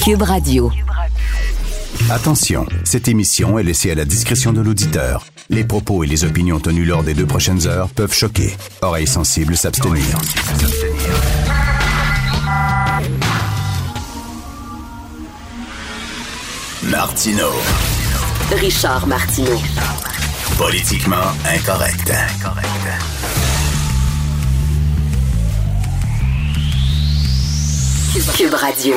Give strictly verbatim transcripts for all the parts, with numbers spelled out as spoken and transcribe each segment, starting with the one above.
Cube Radio. Attention, cette émission est laissée à la discrétion de l'auditeur. Les propos et les opinions tenues lors des deux prochaines heures peuvent choquer. Oreilles sensibles s'abstenir. Martineau. Richard Martineau. Politiquement incorrect. Cube Radio.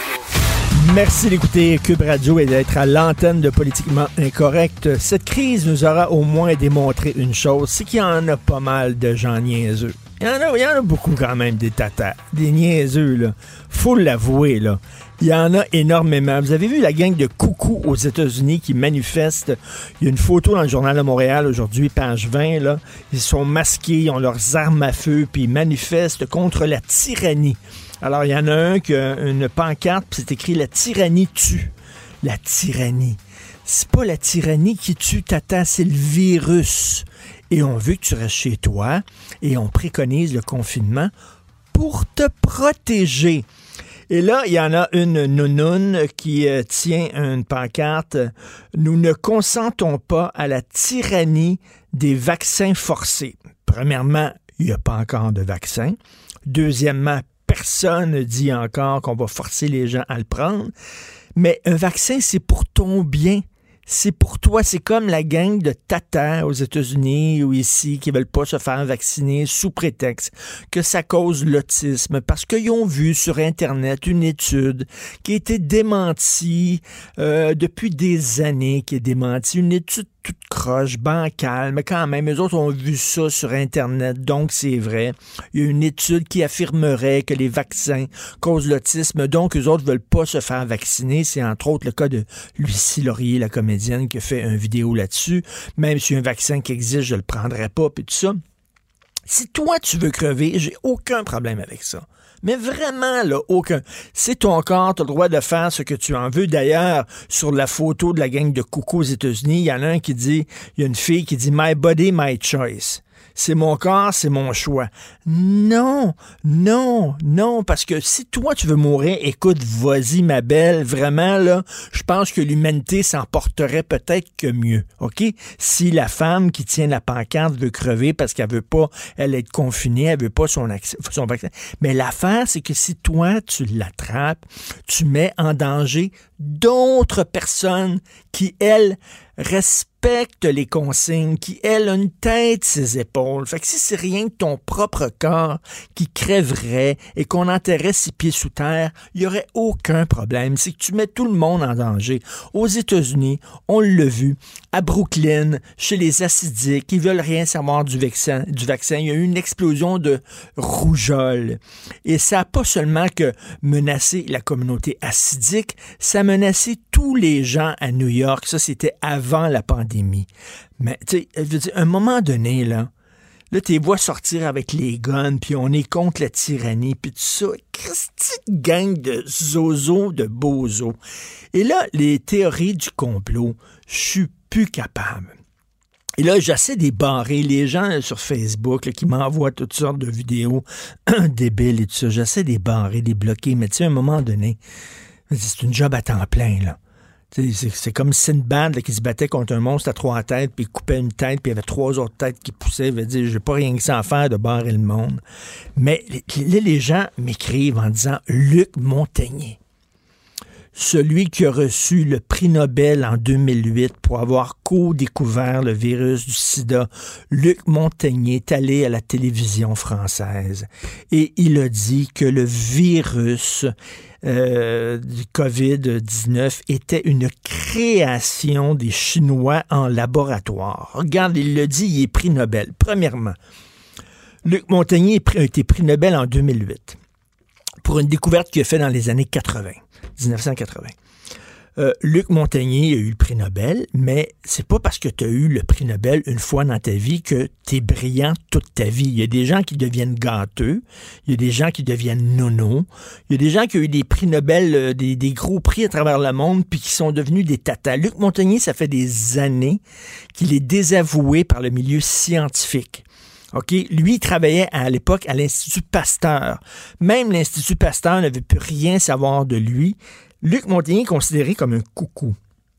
Merci d'écouter Cube Radio et d'être à l'antenne de Politiquement Incorrect. Cette crise nous aura au moins démontré une chose, c'est qu'il y en a pas mal de gens niaiseux. Il y en a, il y en a beaucoup quand même, des tatas, des niaiseux, là. Faut l'avouer, là. Il y en a énormément. Vous avez vu la gang de coucous aux États-Unis qui manifestent. Il y a une photo dans le Journal de Montréal aujourd'hui, page vingt, là. Ils sont masqués, ils ont leurs armes à feu, puis ils manifestent contre la tyrannie. Alors, il y en a un qui a une pancarte, puis c'est écrit « La tyrannie tue ». La tyrannie. C'est pas la tyrannie qui tue, tata, c'est le virus. Et on veut que tu restes chez toi, et on préconise le confinement pour te protéger. Et là, il y en a une nounoune qui euh, tient une pancarte « Nous ne consentons pas à la tyrannie des vaccins forcés ». Premièrement, il n'y a pas encore de vaccin. Deuxièmement, personne ne dit encore qu'on va forcer les gens à le prendre. Mais un vaccin, c'est pour ton bien. C'est pour toi. C'est comme la gang de tatas aux États-Unis ou ici qui veulent pas se faire vacciner sous prétexte que ça cause l'autisme. Parce qu'ils ont vu sur Internet une étude qui a été démentie euh, depuis des années, qui est démentie. Une étude toute croche, bancale, mais quand même, eux autres ont vu ça sur Internet, donc c'est vrai. Il y a une étude qui affirmerait que les vaccins causent l'autisme, donc eux autres veulent pas se faire vacciner. C'est entre autres le cas de Lucie Laurier, la comédienne, qui a fait une vidéo là-dessus. Même s'il y a un vaccin qui existe, je le prendrais pas, puis tout ça. Si toi, tu veux crever, j'ai aucun problème avec ça. Mais vraiment, là, aucun. C'est ton corps, tu as le droit de faire ce que tu en veux. D'ailleurs, sur la photo de la gang de coucou aux États-Unis, il y en a un qui dit, il y a une fille qui dit « My body, my choice ». C'est mon corps, c'est mon choix. Non, non, non, parce que si toi, tu veux mourir, écoute, vas-y, ma belle, vraiment, là, je pense que l'humanité s'en porterait peut-être que mieux, OK? Si la femme qui tient la pancarte veut crever parce qu'elle veut pas, elle être confinée, elle veut pas son, accès, son vaccin. Mais l'affaire, c'est que si toi, tu l'attrapes, tu mets en danger d'autres personnes qui, elles, respecte les consignes, qui, elle, a une tête ses épaules. Fait que si c'est rien que ton propre corps qui crèverait et qu'on enterrait ses pieds sous terre, il n'y aurait aucun problème. C'est que tu mets tout le monde en danger. Aux États-Unis, on l'a vu, à Brooklyn, chez les acidiques, qui veulent rien savoir du vaccin, du vaccin. Il y a eu une explosion de rougeole. Et ça n'a pas seulement que menacé la communauté acidique, ça a menacé tous les gens à New York. Ça, c'était avant la pandémie. Mais, tu sais, je veux dire, à un moment donné, là, là, tu les vois sortir avec les guns, puis on est contre la tyrannie, puis tout ça. Christy gang de zozo, de bozo. Et là, les théories du complot, je suis plus capable. Et là, j'essaie de les barrer. Les gens sur Facebook là, qui m'envoient toutes sortes de vidéos débiles et tout ça, j'essaie de les barrer, de les bloquer. Mais tu sais, à un moment donné, c'est une job à temps plein, là. C'est, c'est comme Sinbad là, qui se battait contre un monstre à trois têtes, puis il coupait une tête, puis il y avait trois autres têtes qui poussaient. Il veut dire, j'ai pas rien que ça à faire de barrer le monde. Mais là, les gens m'écrivent en disant « Luc Montagnier, celui qui a reçu le prix Nobel en deux mille huit pour avoir co-découvert le virus du sida, Luc Montagnier est allé à la télévision française et il a dit que le virus Euh, du covid dix-neuf était une création des Chinois en laboratoire. Regarde, il le dit, il est prix Nobel. Premièrement, Luc Montagnier a été prix Nobel en deux mille huit pour une découverte qu'il a faite dans les années quatre-vingt, dix-neuf cent quatre-vingt. Euh, Luc Montagnier a eu le prix Nobel, mais c'est pas parce que tu as eu le prix Nobel une fois dans ta vie que tu es brillant toute ta vie. Il y a des gens qui deviennent gâteux, il y a des gens qui deviennent nonos, il y a des gens qui ont eu des prix Nobel, euh, des, des gros prix à travers le monde, puis qui sont devenus des tatas. Luc Montagnier, ça fait des années qu'il est désavoué par le milieu scientifique. OK? Lui, il travaillait à l'époque à l'Institut Pasteur. Même l'Institut Pasteur ne veut plus rien savoir de lui. Luc Montagnier est considéré comme un coucou.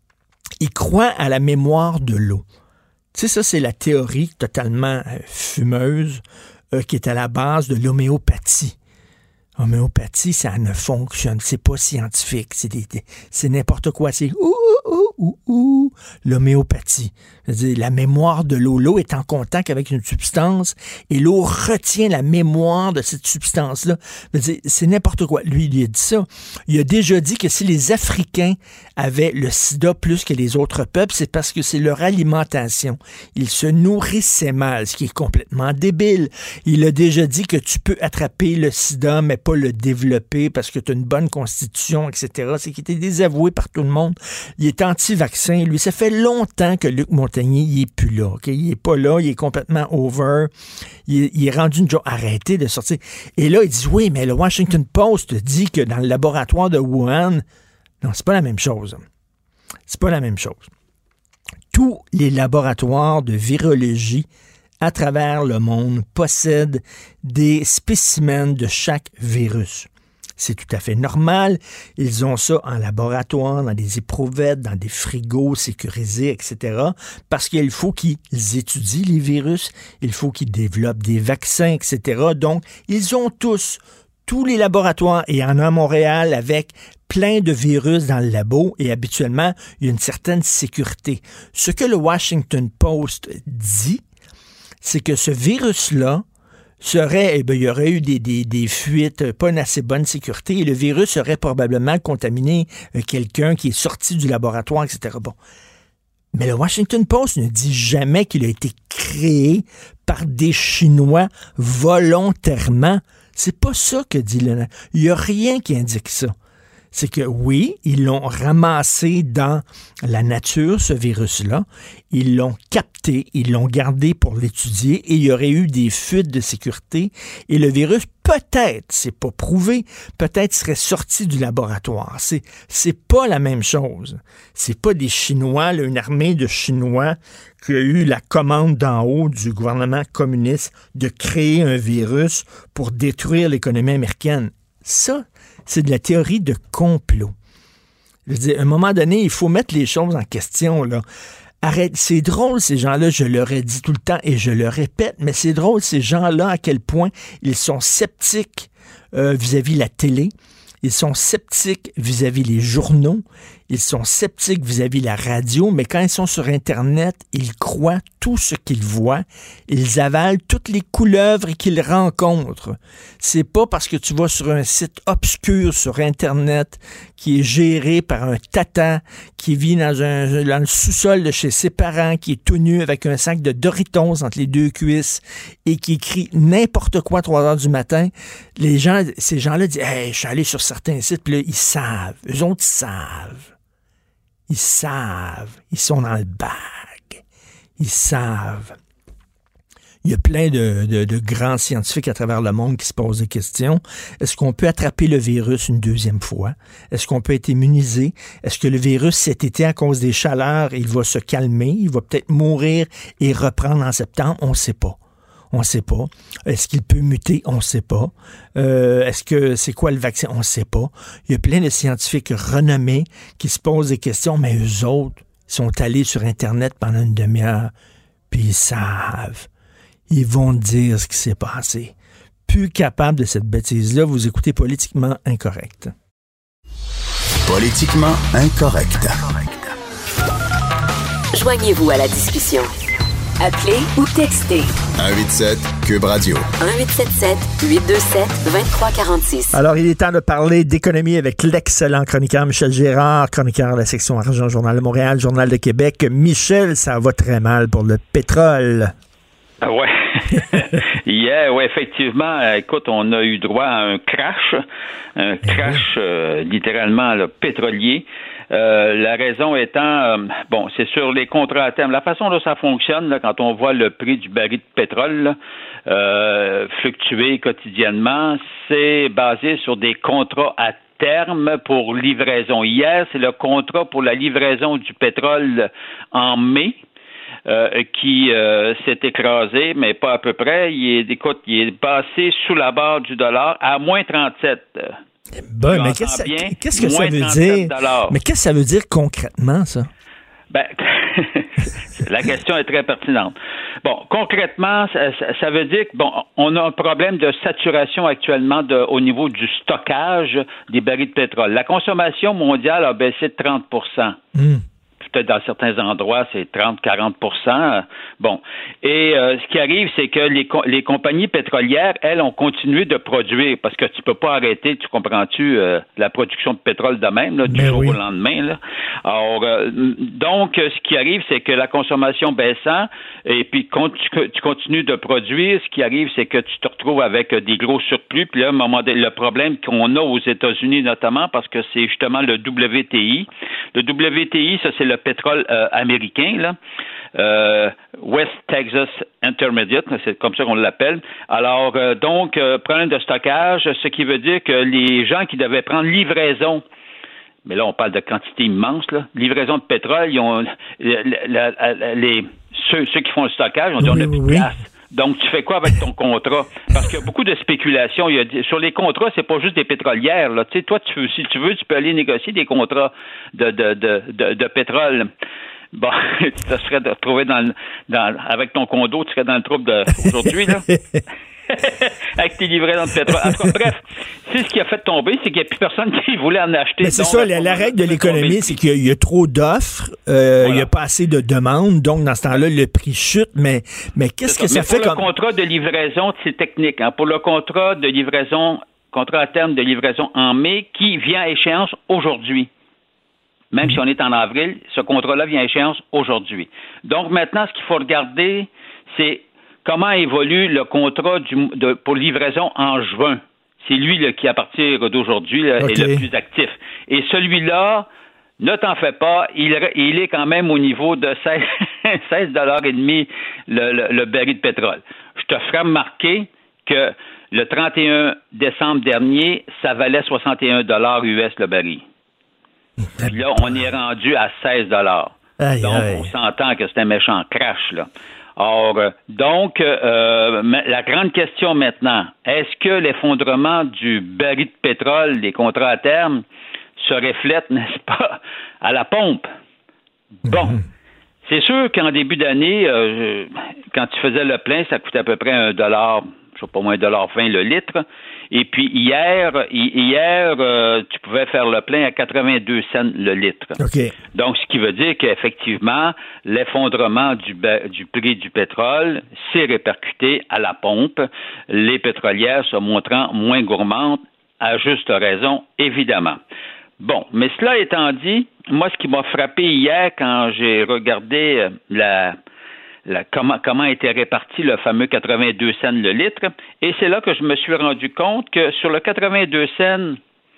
Il croit à la mémoire de l'eau. Tu sais, ça, c'est la théorie totalement euh, fumeuse euh, qui est à la base de l'homéopathie. L'homéopathie, ça ne fonctionne. C'est pas scientifique. C'est, des, des, c'est n'importe quoi. C'est ouh, ouh, ouh, ouh, l'homéopathie. C'est-à-dire, la mémoire de l'eau. L'eau est en contact avec une substance et l'eau retient la mémoire de cette substance-là. C'est, c'est n'importe quoi. Lui, il a dit ça. Il a déjà dit que si les Africains avaient le sida plus que les autres peuples, c'est parce que c'est leur alimentation. Ils se nourrissaient mal, ce qui est complètement débile. Il a déjà dit que tu peux attraper le sida, mais pas le développer parce que tu as une bonne constitution, et cetera. C'est qu'il était désavoué par tout le monde. Il est anti-vaccin. Lui, ça fait longtemps que Luc Montagnier, il est plus là. Okay? Il est pas là. Il est complètement over. Il est, il est rendu une joke. Arrêtez de sortir. Et là, il dit, oui, mais le Washington Post dit que dans le laboratoire de Wuhan, non, c'est pas la même chose. C'est pas la même chose. Tous les laboratoires de virologie à travers le monde possèdent des spécimens de chaque virus. C'est tout à fait normal. Ils ont ça en laboratoire, dans des éprouvettes, dans des frigos sécurisés, et cetera. Parce qu'il faut qu'ils étudient les virus, il faut qu'ils développent des vaccins, et cetera. Donc, ils ont tous, tous les laboratoires, et il y en a à Montréal avec plein de virus dans le labo, et habituellement, il y a une certaine sécurité. Ce que le Washington Post dit, c'est que ce virus-là serait, eh bien, il y aurait eu des, des, des fuites, pas une assez bonne sécurité, et le virus aurait probablement contaminé euh, quelqu'un qui est sorti du laboratoire, et cetera. Bon. Mais le Washington Post ne dit jamais qu'il a été créé par des Chinois volontairement. C'est pas ça que dit le... Il n'y a rien qui indique ça. C'est que oui, ils l'ont ramassé dans la nature, ce virus-là. Ils l'ont capté, ils l'ont gardé pour l'étudier et il y aurait eu des fuites de sécurité. Et le virus, peut-être, c'est pas prouvé, peut-être serait sorti du laboratoire. C'est, c'est pas la même chose. C'est pas des Chinois, là, une armée de Chinois qui a eu la commande d'en haut du gouvernement communiste de créer un virus pour détruire l'économie américaine. Ça, c'est de la théorie de complot. Je veux dire, à un moment donné, il faut mettre les choses en question, là. Arrête, c'est drôle, ces gens-là, je leur ai dit tout le temps et je le répète, mais c'est drôle, ces gens-là, à quel point ils sont sceptiques euh, vis-à-vis la télé, ils sont sceptiques vis-à-vis les journaux, ils sont sceptiques vis-à-vis la radio, mais quand ils sont sur Internet, ils croient tout ce qu'ils voient, ils avalent toutes les couleuvres qu'ils rencontrent. C'est pas parce que tu vas sur un site obscur sur Internet qui est géré par un tata qui vit dans, un, dans le sous-sol de chez ses parents, qui est tout nu avec un sac de Doritos entre les deux cuisses et qui écrit n'importe quoi à trois heures du matin. Les gens, ces gens-là disent « Hey, je suis allé sur certains sites, puis là, ils savent. Eux autres, ils savent. Ils savent. Ils sont dans le bag. Ils savent. » Il y a plein de, de, de grands scientifiques à travers le monde qui se posent des questions. Est-ce qu'on peut attraper le virus une deuxième fois? Est-ce qu'on peut être immunisé? Est-ce que le virus, cet été, à cause des chaleurs, il va se calmer? Il va peut-être mourir et reprendre en septembre? On ne sait pas. On ne sait pas. Est-ce qu'il peut muter? On ne sait pas. Euh, est-ce que c'est quoi le vaccin? On ne sait pas. Il y a plein de scientifiques renommés qui se posent des questions, mais eux autres sont allés sur Internet pendant une demi-heure, puis ils savent. Ils vont dire ce qui s'est passé. Plus capable de cette bêtise-là, vous écoutez Politiquement Incorrect. Politiquement Incorrect. Joignez-vous à la discussion. Appelez ou textez. un huit sept Cube Radio. un huit sept sept huit deux sept deux trois quatre six. Alors, il est temps de parler d'économie avec l'excellent chroniqueur Michel Gérard, chroniqueur de la section Argent, Journal de Montréal, Journal de Québec. Michel, ça va très mal pour le pétrole. Ah ouais. Hier, ouais, effectivement, écoute, on a eu droit à un crash, un crash euh, littéralement là, pétrolier. Euh, la raison étant, euh, bon, c'est sur les contrats à terme. La façon dont ça fonctionne, là, quand on voit le prix du baril de pétrole là, euh, fluctuer quotidiennement, c'est basé sur des contrats à terme pour livraison. Hier, c'est le contrat pour la livraison du pétrole en mai. Euh, qui euh, s'est écrasé, mais pas à peu près. Il est, écoute, il est passé sous la barre du dollar à moins trente-sept. Ben, mais qu'est-ce, bien, qu'est-ce que ça veut dire? Mais qu'est-ce que ça veut dire concrètement, ça? Ben, la question est très pertinente. Bon, concrètement, ça, ça veut dire que, bon, on a un problème de saturation actuellement de, au niveau du stockage des barils de pétrole. La consommation mondiale a baissé de trente pour cent. Mm. Peut-être dans certains endroits, c'est trente à quarante pour cent. Bon. Et euh, ce qui arrive, c'est que les, les compagnies pétrolières, elles, ont continué de produire parce que tu peux pas arrêter, tu comprends-tu, euh, la production de pétrole de même, là, du jour oui. au lendemain. Là. Alors, euh, donc, ce qui arrive, c'est que la consommation baissant, et puis quand tu, tu continues de produire, ce qui arrive, c'est que tu te retrouves avec des gros surplus. Puis là, à un moment donné, le problème qu'on a aux États-Unis notamment, parce que c'est justement le W T I. Le W T I, ça, c'est le pétrole euh, américain, là. Euh, West Texas Intermediate, c'est comme ça qu'on l'appelle. Alors, euh, donc, euh, problème de stockage, ce qui veut dire que les gens qui devaient prendre livraison, mais là, on parle de quantité immense, là, livraison de pétrole, ils ont, la, la, la, les, ceux, ceux qui font le stockage, on dit, oui, on n'a plus de place. Oui. Donc, tu fais quoi avec ton contrat? Parce qu'il y a beaucoup de spéculation. Il y a, sur les contrats, c'est pas juste des pétrolières, là. Tu sais, toi, tu, si tu veux, tu peux aller négocier des contrats de, de, de, de, de pétrole. Bon, tu te serais retrouvé dans, dans, avec ton condo, tu serais dans le trouble de, aujourd'hui, là. Avec tes livraisons de pétrole. En tout cas, bref, c'est ce qui a fait tomber, c'est qu'il n'y a plus personne qui voulait en acheter. Mais c'est ça, la, la règle de l'économie, c'est qu'il y a, il y a trop d'offres, euh, voilà. Il n'y a pas assez de demandes, donc dans ce temps-là, le prix chute, mais, mais qu'est-ce que ça, ça fait comme... Pour le contrat de livraison, c'est technique. Hein. Pour le contrat de livraison, contrat à terme de livraison en mai, qui vient à échéance aujourd'hui. Même mmh. si on est en avril, ce contrat-là vient à échéance aujourd'hui. Donc maintenant, ce qu'il faut regarder, c'est comment évolue le contrat du, de, pour livraison en juin. C'est lui là, qui, à partir d'aujourd'hui, là, okay. est le plus actif. Et celui-là, ne t'en fais pas, il, il est quand même au niveau de seize dollars et demi le, le, le baril de pétrole. Je te ferai remarquer que le trente et un décembre dernier, ça valait soixante et un dollars U S le baril. Puis là, on est rendu à seize dollars. Aïe, Donc, aïe. On s'entend que c'est un méchant crash, là. Or, donc, euh, la grande question maintenant, est-ce que l'effondrement du baril de pétrole, des contrats à terme, se reflète, n'est-ce pas, à la pompe? Bon, mm-hmm. c'est sûr qu'en début d'année, euh, quand tu faisais le plein, ça coûtait à peu près un dollar, je sais pas moins un dollar vingt le litre. Et puis hier, hier, euh, tu pouvais faire le plein à quatre-vingt-deux cents le litre. Okay. Donc, ce qui veut dire qu'effectivement, l'effondrement du, du prix du pétrole s'est répercuté à la pompe, les pétrolières se montrant moins gourmandes, à juste raison, évidemment. Bon, mais cela étant dit, moi, ce qui m'a frappé hier quand j'ai regardé la... La, comment, comment était réparti le fameux quatre-vingt-deux cents le litre. Et c'est là que je me suis rendu compte que sur le quatre-vingt-deux cents,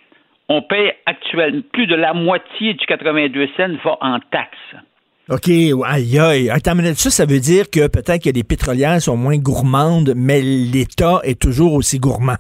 on paye actuellement plus de la moitié du quatre-vingt-deux cents va en taxes. OK, aïe, aïe. Attends, mais ça, ça veut dire que peut-être que les pétrolières sont moins gourmandes, mais l'État est toujours aussi gourmand.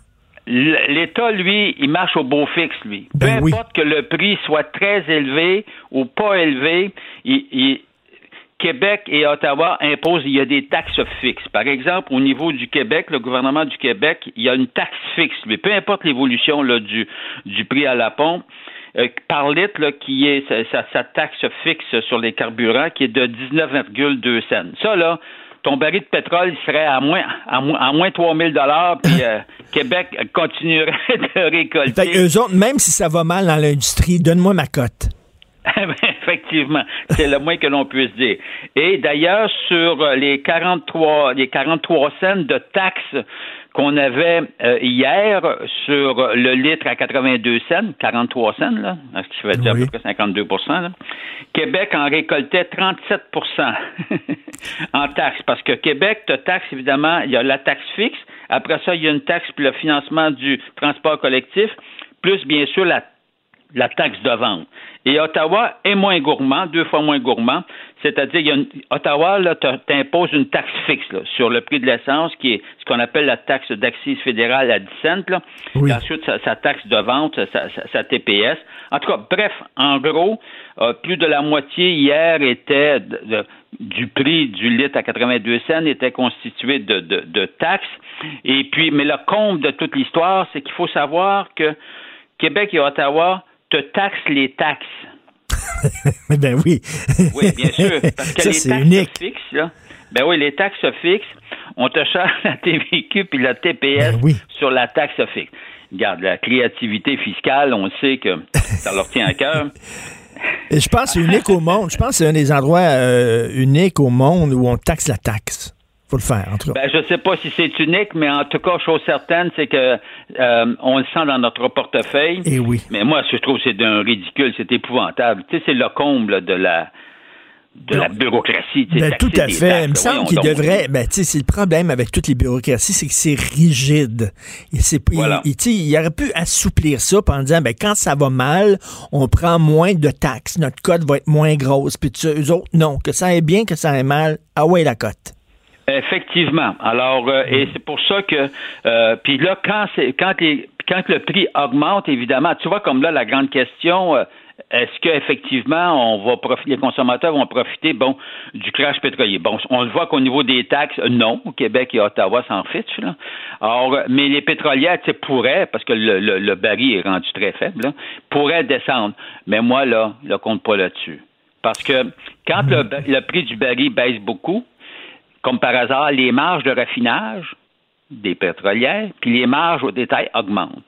L'État, lui, il marche au beau fixe, lui. Peu ben importe oui. que le prix soit très élevé ou pas élevé, il... il Québec et Ottawa imposent, il y a des taxes fixes. Par exemple, au niveau du Québec, le gouvernement du Québec, il y a une taxe fixe. Mais peu importe l'évolution là, du, du prix à la pompe, euh, par litre, là, qui est sa, sa taxe fixe sur les carburants, qui est de dix-neuf virgule deux cents. Ça, là, ton baril de pétrole serait à moins à moins, à moins trois mille dollars, puis euh, Québec continuerait de récolter. Fait qu'eux autres, même si ça va mal dans l'industrie, donne-moi ma cote. Effectivement, c'est le moins que l'on puisse dire. Et d'ailleurs, sur les quarante-trois, les quarante-trois cents de taxes qu'on avait euh, hier sur le litre à quatre-vingt-deux cents, quarante-trois cents, là, ce qui fait dire oui. à peu près cinquante-deux pour cent, là, Québec en récoltait trente-sept pour cent en taxes, parce que Québec te taxe, évidemment, il y a la taxe fixe, après ça, il y a une taxe pour le financement du transport collectif, plus bien sûr la la taxe de vente. Et Ottawa est moins gourmand, deux fois moins gourmand, c'est-à-dire, il y a une, Ottawa là, t'impose une taxe fixe là, sur le prix de l'essence, qui est ce qu'on appelle la taxe d'accise fédérale à dix cents, là. Oui. Et ensuite, sa, sa taxe de vente, sa, sa, sa T P S. En tout cas, bref, en gros, euh, plus de la moitié hier était de, de, du prix du litre à quatre-vingt-deux cents était constitué de, de, de taxes. Et puis, mais le comble de toute l'histoire, c'est qu'il faut savoir que Québec et Ottawa te taxent les taxes. Ben oui. Oui, bien sûr. Parce que ça, les c'est taxes unique. fixes, là, ben oui, les taxes fixes, on te charge la T V Q puis la T P S ben oui. sur la taxe fixe. Regarde, la créativité fiscale, on sait que ça leur tient à cœur. Je pense que c'est unique au monde. Je pense que c'est un des endroits euh, uniques au monde où on taxe la taxe. Faut le faire, en tout cas. Ben, je sais pas si c'est unique, mais en tout cas, chose certaine, c'est que euh, on le sent dans notre portefeuille. Eh oui. Mais moi, je trouve que c'est d'un ridicule, c'est épouvantable. Tu sais, c'est le comble de la de Non. la bureaucratie. Tu sais, Ben, taxer tout à des fait. taxes, Il me semble voyons qu'il donc. devrait. Ben, tu sais, c'est le problème avec toutes les bureaucraties, c'est que c'est rigide. Et c'est, Voilà. il, il, tu sais, il aurait pu assouplir ça en disant, ben, quand ça va mal, on prend moins de taxes. Notre cote va être moins grosse. Puis tu sais, eux autres, non. Que ça aille bien, que ça aille mal. Ah ouais, la cote. Effectivement. Alors, euh, et c'est pour ça que, euh, puis là, quand c'est, quand, les, quand le prix augmente, évidemment, tu vois, comme là, la grande question, euh, est-ce qu'effectivement, on va profiter, les consommateurs vont profiter, bon, du crash pétrolier? Bon, on le voit qu'au niveau des taxes, non, Québec et Ottawa s'en fichent, là. Alors, mais les pétrolières, tu sais, pourraient, parce que le, le, le baril est rendu très faible, là, pourraient descendre. Mais moi, là, je ne compte pas là-dessus. Parce que quand le, le prix du baril baisse beaucoup, comme par hasard, les marges de raffinage des pétrolières, puis les marges au détail augmentent.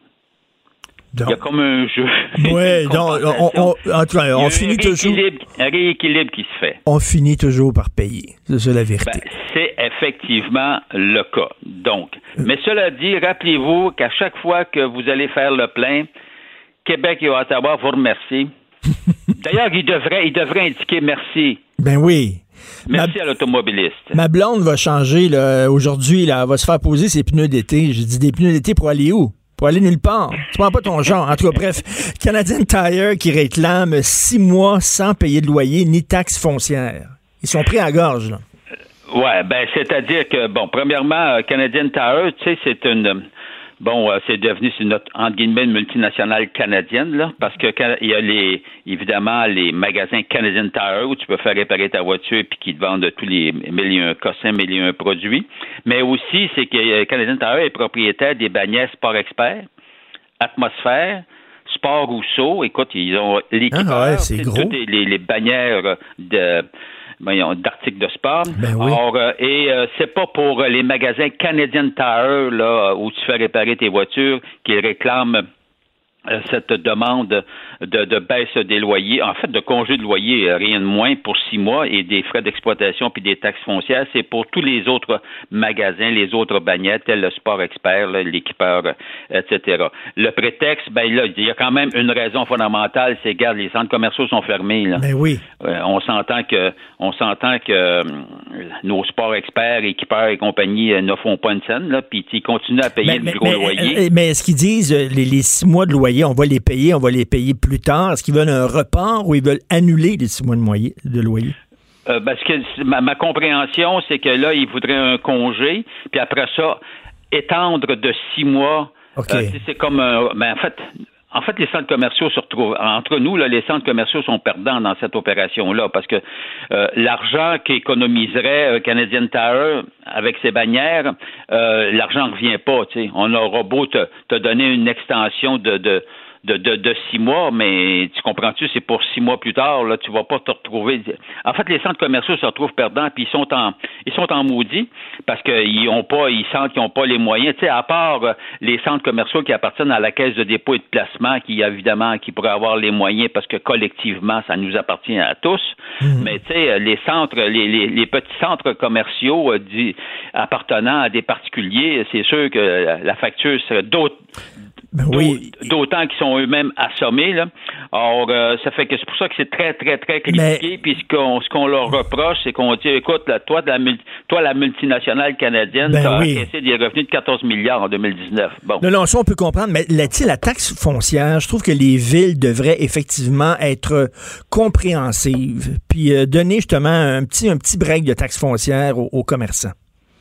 Donc, il y a comme un jeu. Oui, donc, on, on, en tout cas, on finit toujours. Un rééquilibre qui se fait. On finit toujours par payer. C'est ça la vérité. Ben, c'est effectivement le cas. Donc, euh. mais cela dit, rappelez-vous qu'à chaque fois que vous allez faire le plein, Québec et Ottawa vous remercient. D'ailleurs, ils devraient, ils devraient indiquer merci. Ben oui. Merci ma, à l'automobiliste. Ma blonde va changer là, aujourd'hui. Là, elle va se faire poser ses pneus d'été. J'ai dit des pneus d'été pour aller où? Pour aller nulle part. Tu prends pas ton genre. En tout cas, bref, Canadian Tire qui réclame six mois sans payer de loyer ni taxes foncières. Ils sont pris à la gorge, là. Ouais, ben, c'est-à-dire que, bon, premièrement, Canadian Tire, tu sais, c'est une... Bon, euh, c'est devenu c'est notre, entre guillemets, une multinationale canadienne, là, parce que quand, il y a les, évidemment, les magasins Canadian Tire où tu peux faire réparer ta voiture puis qui te vendent tous les mille et un cossins, mille et un produits. Mais aussi, c'est que Canadian Tire est propriétaire des bannières Sport Expert, Atmosphère, Sport Rousseau. Écoute, ils ont l'équipeur, ah ouais, c'est gros. toutes les, les bannières de... Voyons, d'articles de sport. Ben oui. Or, euh, et euh, c'est pas pour euh, les magasins Canadian Tire là où tu fais réparer tes voitures qu'ils réclament euh, cette demande de, de baisse des loyers, en fait de congé de loyer, rien de moins pour six mois et des frais d'exploitation puis des taxes foncières, c'est pour tous les autres magasins, les autres bannières, tels le Sport Expert, là, l'équipeur, et cetera. Le prétexte, ben là, il y a quand même une raison fondamentale, c'est regarde, les centres commerciaux sont fermés. Là. Ben oui. Euh, on s'entend que on s'entend que euh, nos Sport Experts, équipeurs et compagnie euh, ne font pas une scène, là, puis ils continuent à payer mais, le gros mais, loyer. Mais, mais est-ce qu'ils disent les, les six mois de loyer, on va les payer, on va les payer plus tard? Est-ce qu'ils veulent un report ou ils veulent annuler les six mois de, moyer, de loyer? Euh, parce que ma, ma compréhension, c'est que là, ils voudraient un congé, puis après ça, étendre de six mois. Okay. Euh, c'est comme un... Ben, en fait... En fait, les centres commerciaux se retrouvent... Entre nous, là, les centres commerciaux sont perdants dans cette opération-là parce que euh, l'argent qu'économiserait euh, Canadian Tire avec ses bannières, euh, l'argent ne revient pas. Tu sais. On aura beau te, te donner une extension de... de De, de, de six mois, mais tu comprends-tu, c'est pour six mois plus tard, là, tu vas pas te retrouver. En fait, les centres commerciaux se retrouvent perdants, puis ils sont en ils sont en maudit parce qu'ils ont pas, ils sentent qu'ils n'ont pas les moyens. Tu sais, à part euh, les centres commerciaux qui appartiennent à la Caisse de dépôt et de placement, qui évidemment qui pourraient avoir les moyens parce que collectivement, ça nous appartient à tous. Mmh. Mais tu sais, les centres, les, les, les petits centres commerciaux euh, dit, appartenant à des particuliers, c'est sûr que la facture serait d'autres. Ben oui. D'autant qu'ils sont eux-mêmes assommés. Là. Or, euh, ça fait que c'est pour ça que c'est très, très, très critiqué. Mais... Puis ce qu'on, ce qu'on leur reproche, c'est qu'on dit, écoute, là, toi, de la, toi, la multinationale canadienne, ben tu as oui. encaissé des revenus de quatorze milliards en deux mille dix-neuf. Bon. Non, non, ça, on peut comprendre. Mais là, la taxe foncière, je trouve que les villes devraient effectivement être compréhensives. Puis euh, donner justement un petit, un petit break de taxe foncière aux, aux commerçants.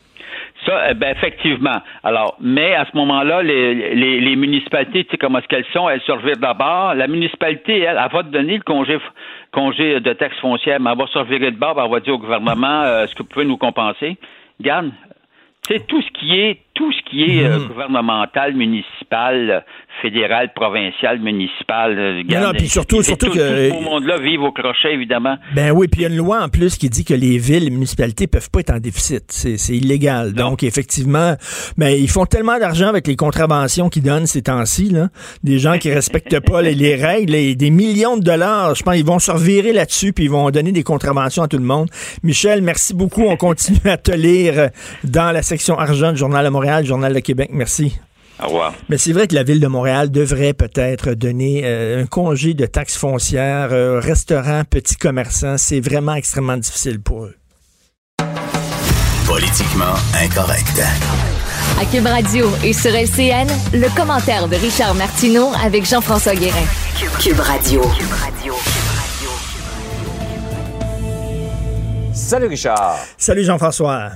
Ça, ben effectivement. Alors, mais à ce moment-là, les, les, les municipalités, tu sais comment est-ce qu'elles sont, elles se revirent d'abord. La municipalité, elle, elle va te donner le congé, congé de taxe foncière, mais elle va se revirer de bord, elle va dire au gouvernement, euh, est-ce que vous pouvez nous compenser? Regarde, tu sais, tout ce qui est, tout ce qui est mmh. euh, gouvernemental, municipal, fédéral, provincial, municipal. Euh, non, non, puis surtout, surtout tout, que... tout ce monde-là vivent au crochet, évidemment. Ben oui, puis il y a une loi en plus qui dit que les villes, les municipalités peuvent pas être en déficit. C'est, c'est illégal. Non. Donc, effectivement, ben, ils font tellement d'argent avec les contraventions qu'ils donnent ces temps-ci, là. Des gens qui respectent pas les, les règles, et des millions de dollars. Je pense qu'ils vont se revirer là-dessus, puis ils vont donner des contraventions à tout le monde. Michel, merci beaucoup. On continue à te lire dans la section argent du Journal de Montréal, Journal de Québec. Merci. Au revoir. Mais c'est vrai que la Ville de Montréal devrait peut-être donner euh, un congé de taxes foncières, euh, restaurants, petits commerçants. C'est vraiment extrêmement difficile pour eux. Politiquement incorrect. À Cube Radio et sur L C N, le commentaire de Richard Martineau avec Jean-François Guérin. Cube Radio. Salut Richard. Salut Jean-François.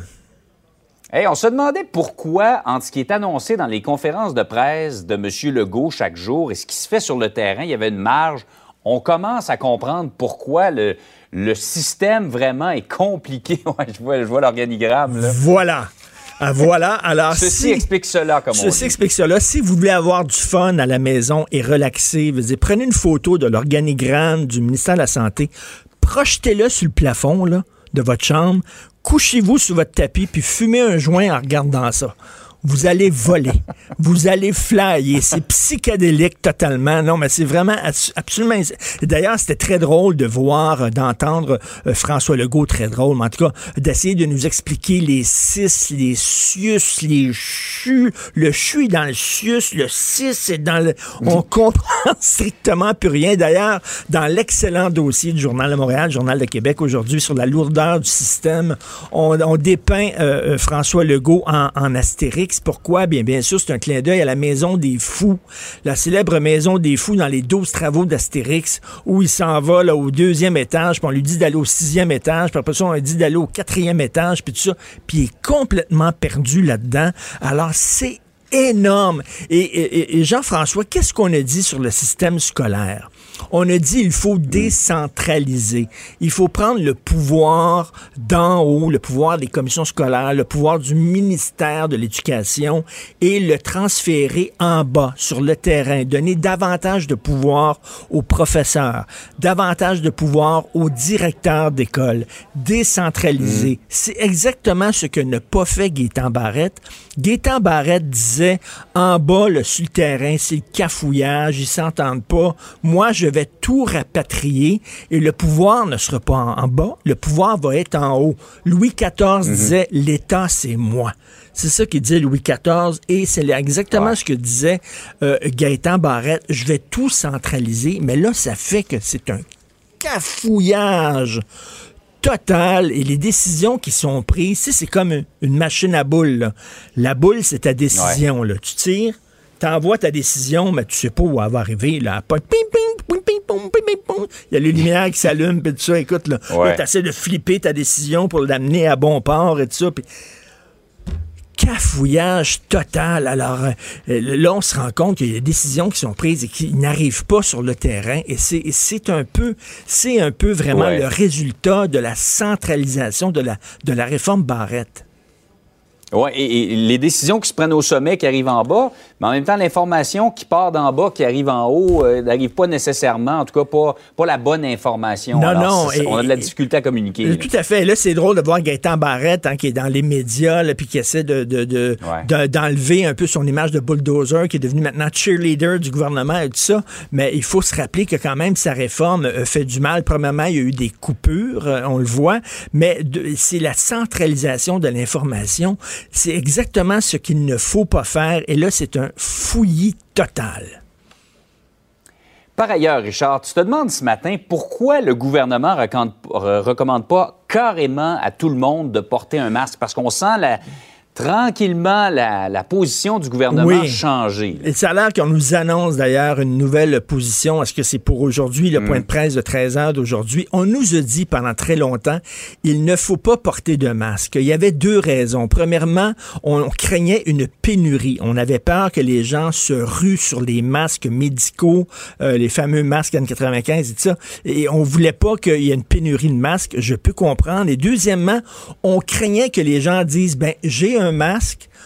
Hey, on se demandait pourquoi, entre ce qui est annoncé dans les conférences de presse de M. Legault chaque jour et ce qui se fait sur le terrain, il y avait une marge. On commence à comprendre pourquoi le, le système vraiment est compliqué. Ouais, je vois, je vois l'organigramme, là. Voilà. Ah, voilà. Alors, Ceci si, explique cela, comme on dit. Ceci explique cela. Si vous voulez avoir du fun à la maison et relaxer, vous dites, prenez une photo de l'organigramme du ministère de la Santé, projetez-le sur le plafond là, de votre chambre, couchez-vous sur votre tapis, puis fumez un joint en regardant ça. Vous allez voler. Vous allez flyer. C'est psychédélique totalement. Non, mais c'est vraiment absolument... D'ailleurs, c'était très drôle de voir, d'entendre euh, François Legault, très drôle, mais en tout cas, d'essayer de nous expliquer les cis, les sius, les chus. Le chu est dans le sius, le cis est dans le... On comprend strictement plus rien. D'ailleurs, dans l'excellent dossier du Journal de Montréal, Journal de Québec aujourd'hui, sur la lourdeur du système, on, on dépeint euh, François Legault en, en astérix. Pourquoi? Bien, bien sûr, c'est un clin d'œil à la Maison des Fous, la célèbre Maison des Fous dans les douze travaux d'Astérix, où il s'en va là, au deuxième étage, puis on lui dit d'aller au sixième étage, puis après ça, on lui dit d'aller au quatrième étage, puis tout ça, puis il est complètement perdu là-dedans. Alors, c'est énorme. Et, et, et Jean-François, qu'est-ce qu'on a dit sur le système scolaire? On a dit il faut décentraliser. Il faut prendre le pouvoir d'en haut, le pouvoir des commissions scolaires, le pouvoir du ministère de l'Éducation et le transférer en bas, sur le terrain. Donner davantage de pouvoir aux professeurs, davantage de pouvoir aux directeurs d'école. Décentraliser. Mmh. C'est exactement ce que n'a pas fait Gaétan Barrette. Gaétan Barrette disait en bas, là, sur le terrain, c'est le cafouillage, ils s'entendent pas. Moi, je vais tout rapatrier et le pouvoir ne sera pas en, en bas, le pouvoir va être en haut. Louis quatorze mm-hmm. disait « l'État, c'est moi ». C'est ça qu'il disait Louis quatorze et c'est exactement ouais. ce que disait euh, Gaétan Barrette. Je vais tout centraliser, mais là, ça fait que c'est un cafouillage total et les décisions qui sont prises, c'est comme une, une machine à boules. Là. La boule, c'est ta décision. Ouais. Là. Tu tires, t'envoies ta décision, mais tu sais pas où elle va arriver. Là. Pas ping, ping, ping, ping, ping, ping, ping. Il y a les lumières qui s'allument, puis tout ça. Écoute, là, ouais. là tu essaies de flipper ta décision pour l'amener à bon port et tout ça. Puis cafouillage total. Alors euh, là, on se rend compte qu'il y a des décisions qui sont prises et qui n'arrivent pas sur le terrain. Et c'est, et c'est un peu, c'est un peu vraiment ouais. le résultat de la centralisation de la, de la réforme Barrette. Oui, et, et les décisions qui se prennent au sommet, qui arrivent en bas, mais en même temps, l'information qui part d'en bas, qui arrive en haut, euh, n'arrive pas nécessairement, en tout cas, pas, pas la bonne information. Non, Alors, non. Et, on a de la difficulté à communiquer. Euh, tout à fait. Là, c'est drôle de voir Gaétan Barrette, hein, qui est dans les médias, là, puis qui essaie de, de, de, ouais. de, d'enlever un peu son image de bulldozer, qui est devenu maintenant cheerleader du gouvernement et tout ça. Mais il faut se rappeler que quand même, sa réforme euh, fait du mal. Premièrement, il y a eu des coupures, euh, on le voit, mais de, c'est la centralisation de l'information. C'est exactement ce qu'il ne faut pas faire. Et là, c'est un fouillis total. Par ailleurs, Richard, tu te demandes ce matin pourquoi le gouvernement ne recommande pas carrément à tout le monde de porter un masque. Parce qu'on sent la... tranquillement la, la position du gouvernement oui. changer. Et ça a l'air qu'on nous annonce d'ailleurs une nouvelle position. Est-ce que c'est pour aujourd'hui, le mmh. point de presse de treize heures d'aujourd'hui? On nous a dit pendant très longtemps, il ne faut pas porter de masque. Il y avait deux raisons. Premièrement, on craignait une pénurie. On avait peur que les gens se ruent sur les masques médicaux, euh, les fameux masques N quatre-vingt-quinze et tout ça. Et on voulait pas qu'il y ait une pénurie de masques. Je peux comprendre. Et deuxièmement, on craignait que les gens disent, ben, j'ai un un masque,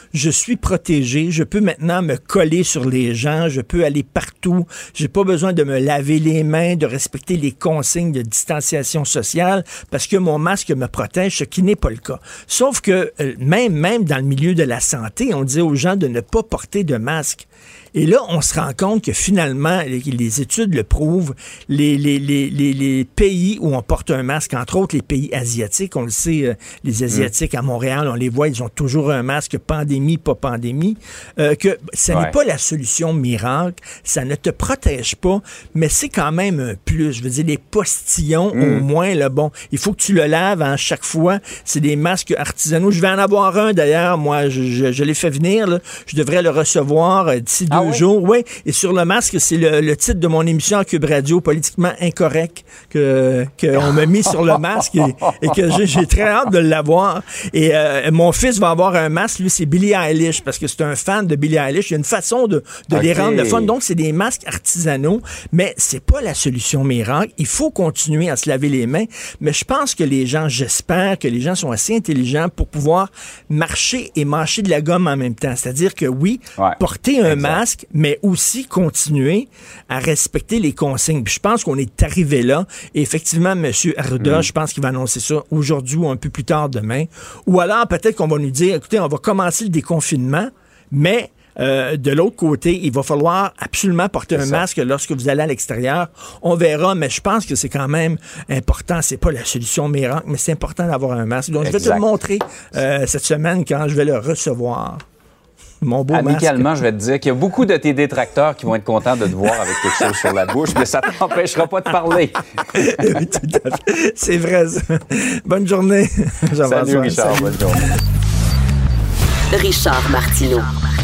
je suis protégé, je peux maintenant me coller sur les gens, je peux aller partout, j'ai pas besoin de me laver les mains, de respecter les consignes de distanciation sociale parce que mon masque me protège, ce qui n'est pas le cas. Sauf que euh, même, même dans le milieu de la santé, on dit aux gens de ne pas porter de masque. Et là, on se rend compte que finalement, les, les études le prouvent, les, les, les, les, les pays où on porte un masque, entre autres les pays asiatiques, on le sait, euh, les Asiatiques mmh. à Montréal, on les voit, ils ont toujours un masque, pandémie, pas pandémie, euh, que ça ouais. n'est pas la solution miracle, ça ne te protège pas, mais c'est quand même un plus. Je veux dire, les postillons, mmh. au moins, là, bon, il faut que tu le laves hein, chaque fois. C'est des masques artisanaux. Je vais en avoir un, d'ailleurs, moi, je, je, je l'ai fait venir, là. Je devrais le recevoir euh, d'ici deux ah, jours. Oui, et sur le masque, c'est le, le titre de mon émission à Cube Radio, Politiquement Incorrect, que qu'on m'a mis sur le masque et, et que j'ai, j'ai très hâte de l'avoir. Et euh, mon fils va avoir un masque, lui, c'est Billie Eilish, parce que c'est un fan de Billie Eilish. Il y a une façon de, de okay. les rendre le fun. Donc, c'est des masques artisanaux, mais c'est pas la solution miracle. Il faut continuer à se laver les mains, mais je pense que les gens, j'espère que les gens sont assez intelligents pour pouvoir marcher et mâcher de la gomme en même temps. C'est-à-dire que oui, ouais, porter un exact. masque, mais aussi continuer à respecter les consignes. Puis je pense qu'on est arrivé là. Et effectivement, M. Arruda, mmh. je pense qu'il va annoncer ça aujourd'hui ou un peu plus tard demain. Ou alors, peut-être qu'on va nous dire, écoutez, on va commencer le déconfinement, mais euh, de l'autre côté, il va falloir absolument porter c'est un ça. masque lorsque vous allez à l'extérieur. On verra, mais je pense que c'est quand même important. C'est pas la solution miracle, mais c'est important d'avoir un masque. Donc, exact. je vais te le montrer euh, cette semaine quand je vais le recevoir. Mon beau Amicalement, masque. je vais te dire qu'il y a beaucoup de tes détracteurs qui vont être contents de te voir avec quelque chose sur la bouche, mais ça ne t'empêchera pas de parler. Oui, tout à fait. C'est vrai, ça. Bonne journée. Salut, Richard. Salut. Bonne journée. Richard Martineau.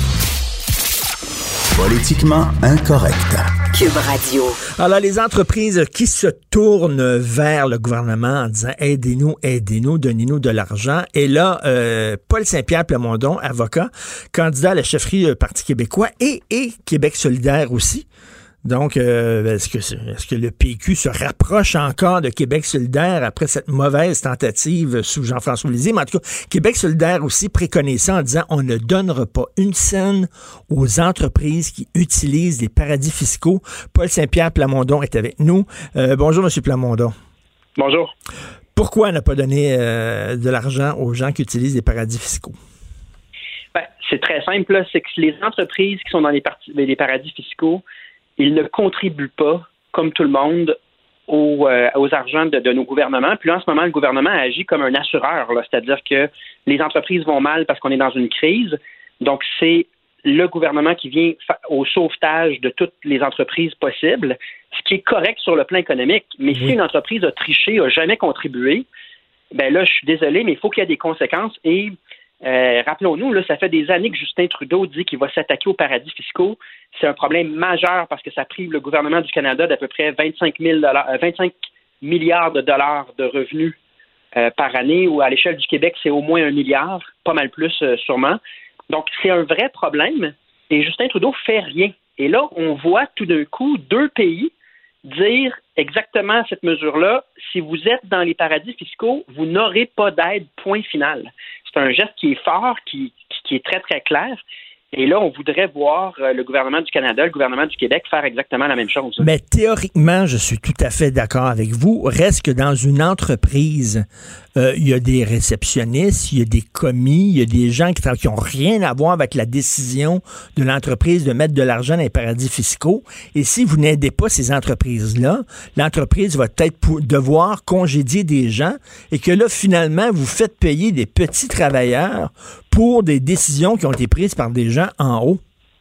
Politiquement incorrect. Cube Radio. Alors, les entreprises qui se tournent vers le gouvernement en disant « Aidez-nous, aidez-nous, donnez-nous de l'argent ». Et là, euh, Paul Saint-Pierre Plamondon, avocat, candidat à la chefferie du Parti québécois et, et Québec solidaire aussi. Donc, euh, est-ce que, est-ce que le P Q se rapproche encore de Québec solidaire après cette mauvaise tentative sous Jean-François Lisée? Mais en tout cas, Québec solidaire aussi préconise ça en disant on ne donnera pas une scène aux entreprises qui utilisent des paradis fiscaux. Paul Saint-Pierre Plamondon est avec nous. Euh, bonjour, M. Plamondon. Bonjour. Pourquoi ne pas donner euh, de l'argent aux gens qui utilisent des paradis fiscaux? Ben, c'est très simple, là. C'est que les entreprises qui sont dans les, parti- les paradis fiscaux, ils ne contribuent pas, comme tout le monde, aux, euh, aux argents de, de nos gouvernements. Puis là, en ce moment, le gouvernement agit comme un assureur, là, c'est-à-dire que les entreprises vont mal parce qu'on est dans une crise. Donc, c'est le gouvernement qui vient fa- au sauvetage de toutes les entreprises possibles, ce qui est correct sur le plan économique. Mais oui. si une entreprise a triché, n'a jamais contribué, ben là, je suis désolé, mais il faut qu'il y ait des conséquences. Et Euh, rappelons-nous, là, ça fait des années que Justin Trudeau dit qu'il va s'attaquer aux paradis fiscaux. C'est un problème majeur parce que ça prive le gouvernement du Canada d'à peu près vingt-cinq mille dollars, vingt-cinq milliards de dollars de revenus euh, par année, ou à l'échelle du Québec, c'est au moins un milliard, pas mal plus euh, sûrement. Donc, c'est un vrai problème et Justin Trudeau fait rien. Et là, on voit tout d'un coup deux pays dire exactement cette mesure-là. Si vous êtes dans les paradis fiscaux, vous n'aurez pas d'aide, point final. C'est un geste qui est fort, qui, qui est très, très clair. Et là, on voudrait voir le gouvernement du Canada, le gouvernement du Québec faire exactement la même chose. Mais théoriquement, je suis tout à fait d'accord avec vous. Reste que dans une entreprise, euh, il y a des réceptionnistes, il y a des commis, il y a des gens qui tra- qui ont rien à voir avec la décision de l'entreprise de mettre de l'argent dans les paradis fiscaux. Et si vous n'aidez pas ces entreprises-là, l'entreprise va peut-être pou- devoir congédier des gens et que là, finalement, vous faites payer des petits travailleurs pour des décisions qui ont été prises par des gens en haut?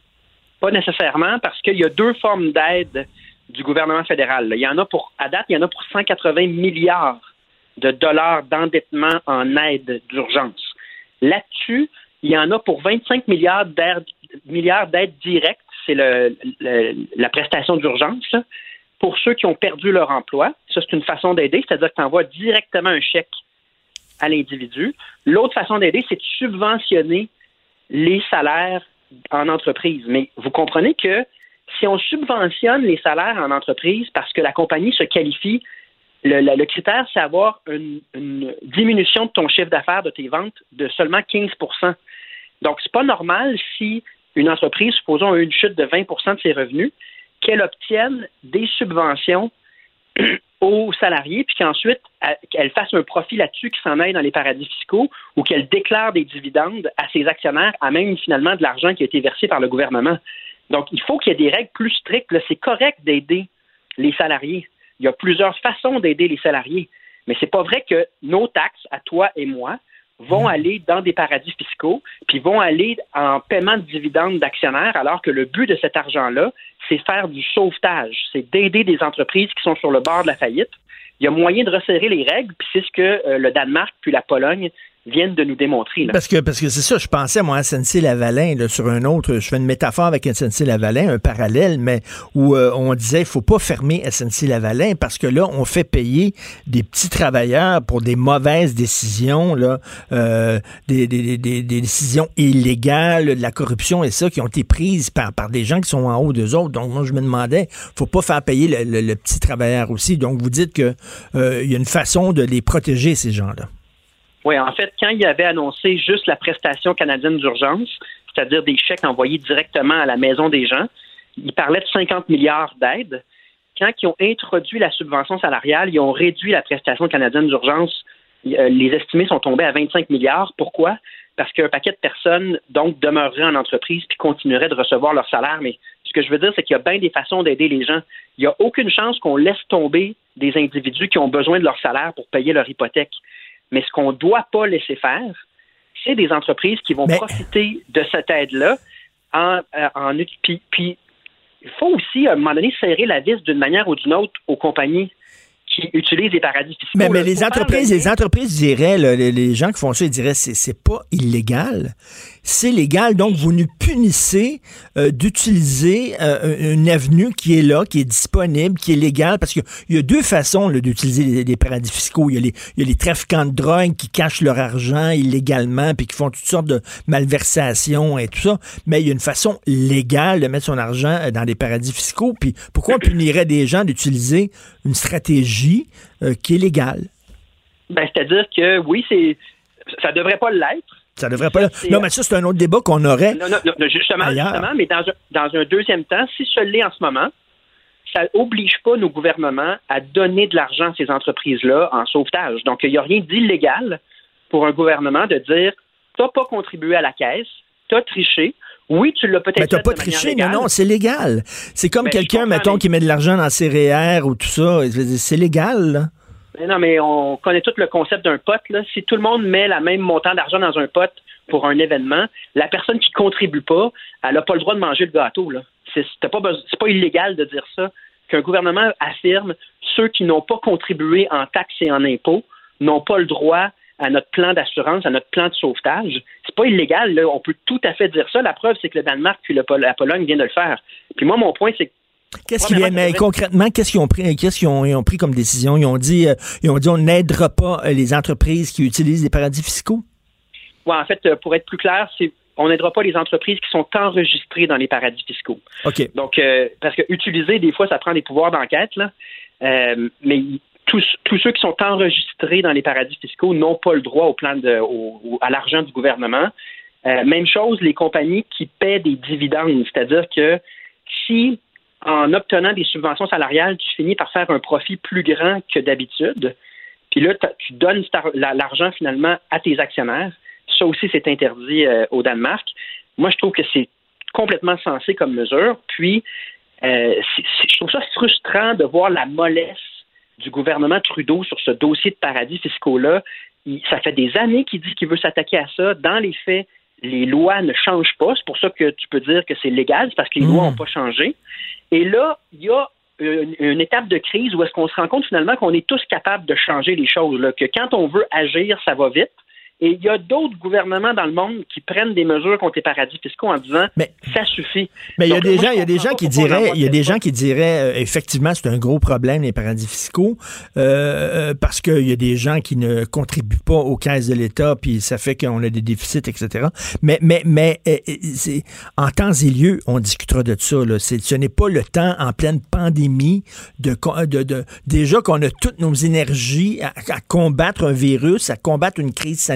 Pas nécessairement, parce qu'il y a deux formes d'aide du gouvernement fédéral. Il y en a pour, à date, il y en a pour cent quatre-vingts milliards de dollars d'endettement en aide d'urgence. Là-dessus, il y en a pour vingt-cinq milliards d'aides, milliards d'aides directes, c'est le, le, la prestation d'urgence, là, pour ceux qui ont perdu leur emploi. Ça, c'est une façon d'aider, c'est-à-dire que tu envoies directement un chèque à l'individu. L'autre façon d'aider, c'est de subventionner les salaires en entreprise. Mais vous comprenez que si on subventionne les salaires en entreprise parce que la compagnie se qualifie, le, le, le critère, c'est avoir une, une diminution de ton chiffre d'affaires, de tes ventes, de seulement quinze pour cent. Donc, c'est pas normal si une entreprise, supposons, a eu une chute de vingt pour cent de ses revenus, qu'elle obtienne des subventions aux salariés, puis qu'ensuite, elle fasse un profit là-dessus qui s'en aille dans les paradis fiscaux ou qu'elle déclare des dividendes à ses actionnaires à même finalement de l'argent qui a été versé par le gouvernement. Donc, il faut qu'il y ait des règles plus strictes. Là, c'est correct d'aider les salariés. Il y a plusieurs façons d'aider les salariés. Mais c'est pas vrai que nos taxes, à toi et moi, vont aller dans des paradis fiscaux, puis vont aller en paiement de dividendes d'actionnaires, alors que le but de cet argent-là, c'est faire du sauvetage, c'est d'aider des entreprises qui sont sur le bord de la faillite. Il y a moyen de resserrer les règles, puis c'est ce que euh, le Danemark puis la Pologne viennent de nous démontrer. Là. Parce que parce que c'est ça, je pensais, moi, à S N C-Lavalin, là, sur un autre, je fais une métaphore avec S N C-Lavalin, un parallèle, mais où euh, on disait, il faut pas fermer S N C-Lavalin parce que là, on fait payer des petits travailleurs pour des mauvaises décisions, là, euh, des, des, des, des décisions illégales, de la corruption et ça, qui ont été prises par, par des gens qui sont en haut d'eux autres. Donc, moi, je me demandais, faut pas faire payer le, le, le petit travailleur aussi. Donc, vous dites que euh, il y a une façon de les protéger, ces gens-là. Oui, en fait, quand il avait annoncé juste la prestation canadienne d'urgence, c'est-à-dire des chèques envoyés directement à la maison des gens, il parlait de cinquante milliards d'aides. Quand ils ont introduit la subvention salariale, ils ont réduit la prestation canadienne d'urgence. Les estimés sont tombés à vingt-cinq milliards. Pourquoi? Parce qu'un paquet de personnes, donc, demeureraient en entreprise puis continueraient de recevoir leur salaire. Mais ce que je veux dire, c'est qu'il y a bien des façons d'aider les gens. Il n'y a aucune chance qu'on laisse tomber des individus qui ont besoin de leur salaire pour payer leur hypothèque. Mais ce qu'on ne doit pas laisser faire, c'est des entreprises qui vont Mais... profiter de cette aide-là. En, en, puis, puis, il faut aussi, à un moment donné, serrer la vis d'une manière ou d'une autre aux compagnies qui utilisent les paradis fiscaux. Mais, mais là, les entreprises, les entreprises diraient, là, les, les gens qui font ça, ils diraient, c'est, c'est pas illégal. C'est légal, donc vous nous punissez euh, d'utiliser euh, une avenue qui est là, qui est disponible, qui est légale, parce qu'il y a deux façons là, d'utiliser les, les paradis fiscaux. Il y, a les, il y a les trafiquants de drogue qui cachent leur argent illégalement, puis qui font toutes sortes de malversations et tout ça, mais il y a une façon légale de mettre son argent dans des paradis fiscaux, puis pourquoi on punirait des gens d'utiliser une stratégie euh, qui est légale? Ben, c'est-à-dire que, oui, c'est ça devrait pas l'être. Ça devrait pas. Ça, non, mais ça, c'est un autre débat qu'on aurait. Non, non, non justement, justement, mais dans un, dans un deuxième temps, si ce l'est en ce moment, ça n'oblige pas nos gouvernements à donner de l'argent à ces entreprises-là en sauvetage. Donc, il n'y a rien d'illégal pour un gouvernement de dire tu n'as pas contribué à la caisse, tu as triché. Oui, tu l'as peut-être mais fait. Mais tu n'as pas triché, non, non, c'est légal. C'est comme ben, quelqu'un, mettons, mais... qui met de l'argent dans ses R E E R ou tout ça. C'est légal, là. Mais non, mais on connaît tout le concept d'un pot. Là. Si tout le monde met le même montant d'argent dans un pot pour un événement, la personne qui contribue pas, elle n'a pas le droit de manger le gâteau. Là. C'est, c'est, pas, c'est pas illégal de dire ça. Qu'un gouvernement affirme ceux qui n'ont pas contribué en taxes et en impôts n'ont pas le droit à notre plan d'assurance, à notre plan de sauvetage. C'est pas illégal. Là. On peut tout à fait dire ça. La preuve, c'est que le Danemark puis le, la Pologne viennent de le faire. Puis moi, mon point, c'est que Qu'est-ce qu'ils mais concrètement, qu'est-ce qu'ils ont pris, qu'est-ce qu'ils ont, ils ont pris comme décision? Ils ont dit, euh, ils ont dit, on n'aidera pas les entreprises qui utilisent les paradis fiscaux? Oui, en fait, pour être plus clair, c'est on n'aidera pas les entreprises qui sont enregistrées dans les paradis fiscaux. OK. Donc, euh, parce que utiliser, des fois, ça prend des pouvoirs d'enquête, là. Euh, mais tous, tous ceux qui sont enregistrés dans les paradis fiscaux n'ont pas le droit au plan de, au, à l'argent du gouvernement. Euh, même chose, les compagnies qui paient des dividendes, c'est-à-dire que si en obtenant des subventions salariales, tu finis par faire un profit plus grand que d'habitude. Puis là, tu donnes l'argent finalement à tes actionnaires. Ça aussi, c'est interdit euh, au Danemark. Moi, je trouve que c'est complètement sensé comme mesure. Puis, euh, c'est, c'est, je trouve ça frustrant de voir la mollesse du gouvernement Trudeau sur ce dossier de paradis fiscaux-là. Il, ça fait des années qu'il dit qu'il veut s'attaquer à ça. Dans les faits, les lois ne changent pas. C'est pour ça que tu peux dire que c'est légal, c'est parce que les mmh. lois n'ont pas changé. Et là, il y a une, une étape de crise où est-ce qu'on se rend compte finalement qu'on est tous capables de changer les choses, là, que quand on veut agir, ça va vite. Et il y a d'autres gouvernements dans le monde qui prennent des mesures contre les paradis fiscaux en disant mais, ça suffit. Mais il y a des gens, il y a des gens qui diraient, il y a des gens qui diraient euh, effectivement c'est un gros problème les paradis fiscaux euh, parce qu'il y a des gens qui ne contribuent pas aux caisses de l'État puis ça fait qu'on a des déficits et cetera. Mais mais mais euh, c'est, en temps et lieu on discutera de ça là. C'est, ce n'est pas le temps en pleine pandémie de de, de déjà qu'on a toutes nos énergies à, à combattre un virus, à combattre une crise sanitaire.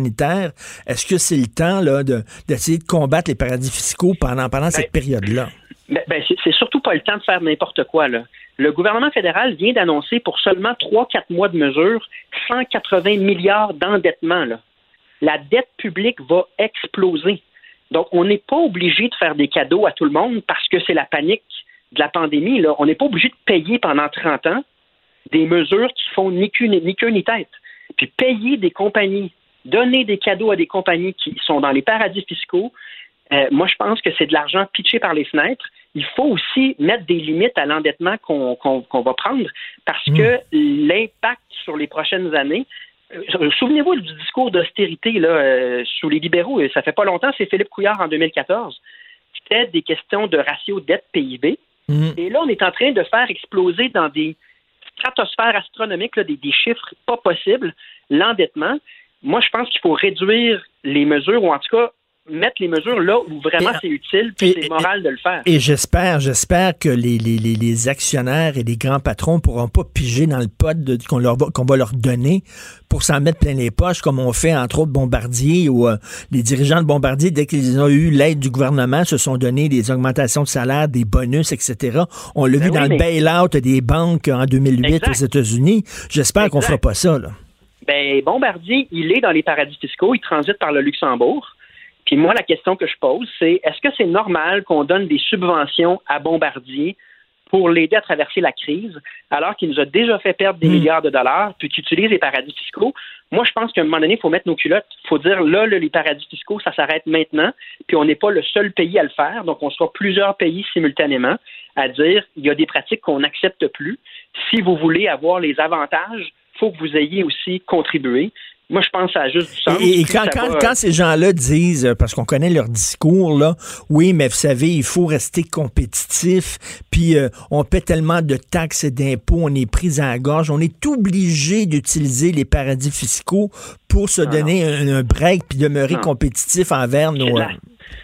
sanitaire. Est-ce que c'est le temps là, de, d'essayer de combattre les paradis fiscaux pendant, pendant ben, cette période-là? Ben, ben c'est, c'est surtout pas le temps de faire n'importe quoi, là. Le gouvernement fédéral vient d'annoncer pour seulement trois quatre mois de mesures cent quatre-vingts milliards d'endettement, là. La dette publique va exploser. Donc, on n'est pas obligé de faire des cadeaux à tout le monde parce que c'est la panique de la pandémie, là. On n'est pas obligé de payer pendant trente ans des mesures qui font ni queue ni, ni, queue, ni tête. Puis payer des compagnies, donner des cadeaux à des compagnies qui sont dans les paradis fiscaux, euh, moi, je pense que c'est de l'argent pitché par les fenêtres. Il faut aussi mettre des limites à l'endettement qu'on, qu'on, qu'on va prendre parce mmh. que l'impact sur les prochaines années... Euh, souvenez-vous du discours d'austérité là, euh, sous les libéraux, ça fait pas longtemps, c'est Philippe Couillard en deux mille quatorze. C'était des questions de ratio dette-P I B. Mmh. Et là, on est en train de faire exploser dans des stratosphères astronomiques, là, des, des chiffres pas possibles, l'endettement. Moi, je pense qu'il faut réduire les mesures, ou en tout cas, mettre les mesures là où vraiment et, c'est utile, puis et, c'est moral et, de le faire. Et j'espère, j'espère que les, les, les, les actionnaires et les grands patrons ne pourront pas piger dans le pot de, qu'on, leur va, qu'on va leur donner pour s'en mettre plein les poches, comme on fait entre autres Bombardier, ou euh, les dirigeants de Bombardier, dès qu'ils ont eu l'aide du gouvernement, se sont donné des augmentations de salaire, des bonus, et cetera. On l'a ben vu oui, dans mais... le bail-out des banques en deux mille huit exact. Aux États-Unis. J'espère exact. Qu'on ne fera pas ça, là. Ben, Bombardier, il est dans les paradis fiscaux, il transite par le Luxembourg. Puis moi, la question que je pose, c'est est-ce que c'est normal qu'on donne des subventions à Bombardier pour l'aider à traverser la crise, alors qu'il nous a déjà fait perdre des mmh. milliards de dollars, puis qu'il utilise les paradis fiscaux? Moi, je pense qu'à un moment donné, il faut mettre nos culottes. Il faut dire, là, là, les paradis fiscaux, ça s'arrête maintenant, puis on n'est pas le seul pays à le faire, donc on sera plusieurs pays simultanément à dire, il y a des pratiques qu'on n'accepte plus. Si vous voulez avoir les avantages, il faut que vous ayez aussi contribué. Moi, je pense que ça a juste du sens. Et, et quand, quand, va... quand ces gens-là disent, parce qu'on connaît leur discours, là, oui, mais vous savez, il faut rester compétitif, puis euh, on paie tellement de taxes et d'impôts, on est pris à la gorge, on est obligé d'utiliser les paradis fiscaux pour se non, donner non. Un, un break puis demeurer non. compétitif envers nos... La...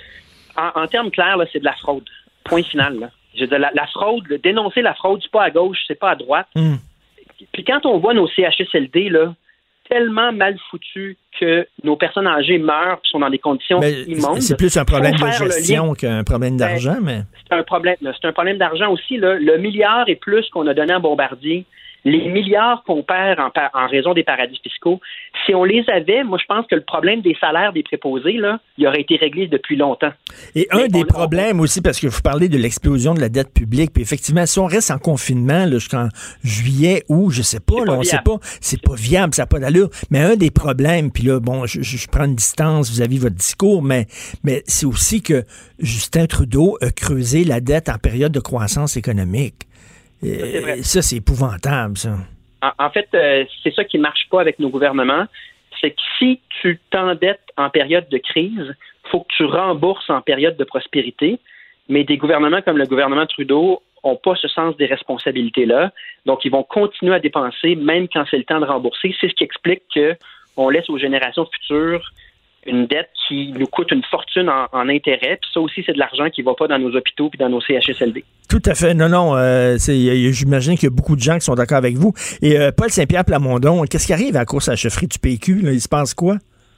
En, en termes clairs, là, c'est de la fraude. Point final. Là. Je veux dire, la, la fraude, le, dénoncer la fraude, c'est pas à gauche, c'est pas à droite. Mm. Puis quand on voit nos C H S L D, là, tellement mal foutus que nos personnes âgées meurent et sont dans des conditions mais immondes. C'est plus un problème de gestion qu'un problème d'argent, mais... C'est un problème, c'est un problème d'argent aussi. Là. Le milliard et plus qu'on a donné à Bombardier, les milliards qu'on perd en, en raison des paradis fiscaux, si on les avait, moi, je pense que le problème des salaires des préposés, là, il aurait été réglé depuis longtemps. Et Mais un des on, problèmes on... aussi, parce que vous parlez de l'explosion de la dette publique, puis effectivement, si on reste en confinement là, jusqu'en juillet, août, je sais pas, là, on sait pas, c'est pas viable, ça n'a pas d'allure. Mais un des problèmes, puis là, bon, je, je prends une distance vis-à-vis de votre discours, mais, mais c'est aussi que Justin Trudeau a creusé la dette en période de croissance économique. C'est ça, c'est épouvantable, ça. En, en fait, euh, c'est ça qui ne marche pas avec nos gouvernements. C'est que si tu t'endettes en période de crise, il faut que tu rembourses en période de prospérité. Mais des gouvernements comme le gouvernement Trudeau n'ont pas ce sens des responsabilités-là. Donc, ils vont continuer à dépenser même quand c'est le temps de rembourser. C'est ce qui explique qu'on laisse aux générations futures une dette qui nous coûte une fortune en, en intérêt. Puis ça aussi, c'est de l'argent qui ne va pas dans nos hôpitaux puis dans nos C H S L D. Tout à fait. Non, non. Euh, c'est, j'imagine qu'il y a beaucoup de gens qui sont d'accord avec vous. Et euh, Paul Saint-Pierre Plamondon, qu'est-ce qui arrive à la course à la chefferie du P Q? Là? Il se passe quoi?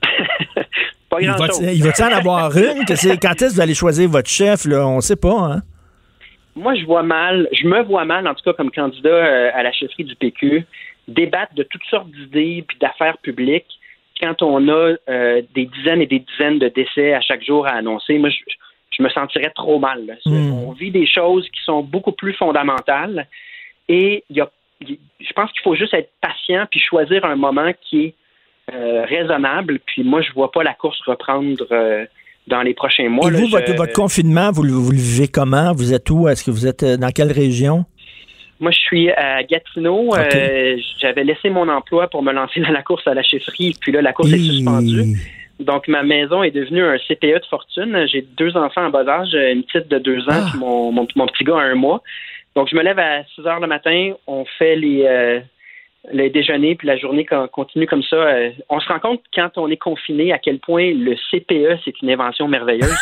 Pas grand-chose. Il va-t-il en avoir une? Que c'est, quand est-ce que vous allez choisir votre chef? Là? On ne sait pas, hein? Moi, je vois mal, je me vois mal, en tout cas, comme candidat euh, à la chefferie du P Q, débattre de toutes sortes d'idées puis d'affaires publiques quand on a euh, des dizaines et des dizaines de décès à chaque jour à annoncer. Moi, je, je me sentirais trop mal. Là. Mmh. On vit des choses qui sont beaucoup plus fondamentales et il y a, je pense qu'il faut juste être patient puis choisir un moment qui est euh, raisonnable. Puis moi, je vois pas la course reprendre euh, dans les prochains mois. Et là, vous, je... votre, votre confinement, vous, vous le vivez comment? Vous êtes où? Est-ce que vous êtes dans quelle région? Moi, je suis à Gatineau. Okay. Euh, j'avais laissé mon emploi pour me lancer dans la course à la chefferie, puis là, la course est suspendue. Donc, ma maison est devenue un C P E de fortune. J'ai deux enfants en bas âge, une petite de deux ans, ah. puis mon, mon, mon petit gars a un mois. Donc, je me lève à six heures le matin, on fait les, euh, les déjeuners, puis la journée continue comme ça. Euh, on se rend compte, quand on est confiné, à quel point le C P E, c'est une invention merveilleuse.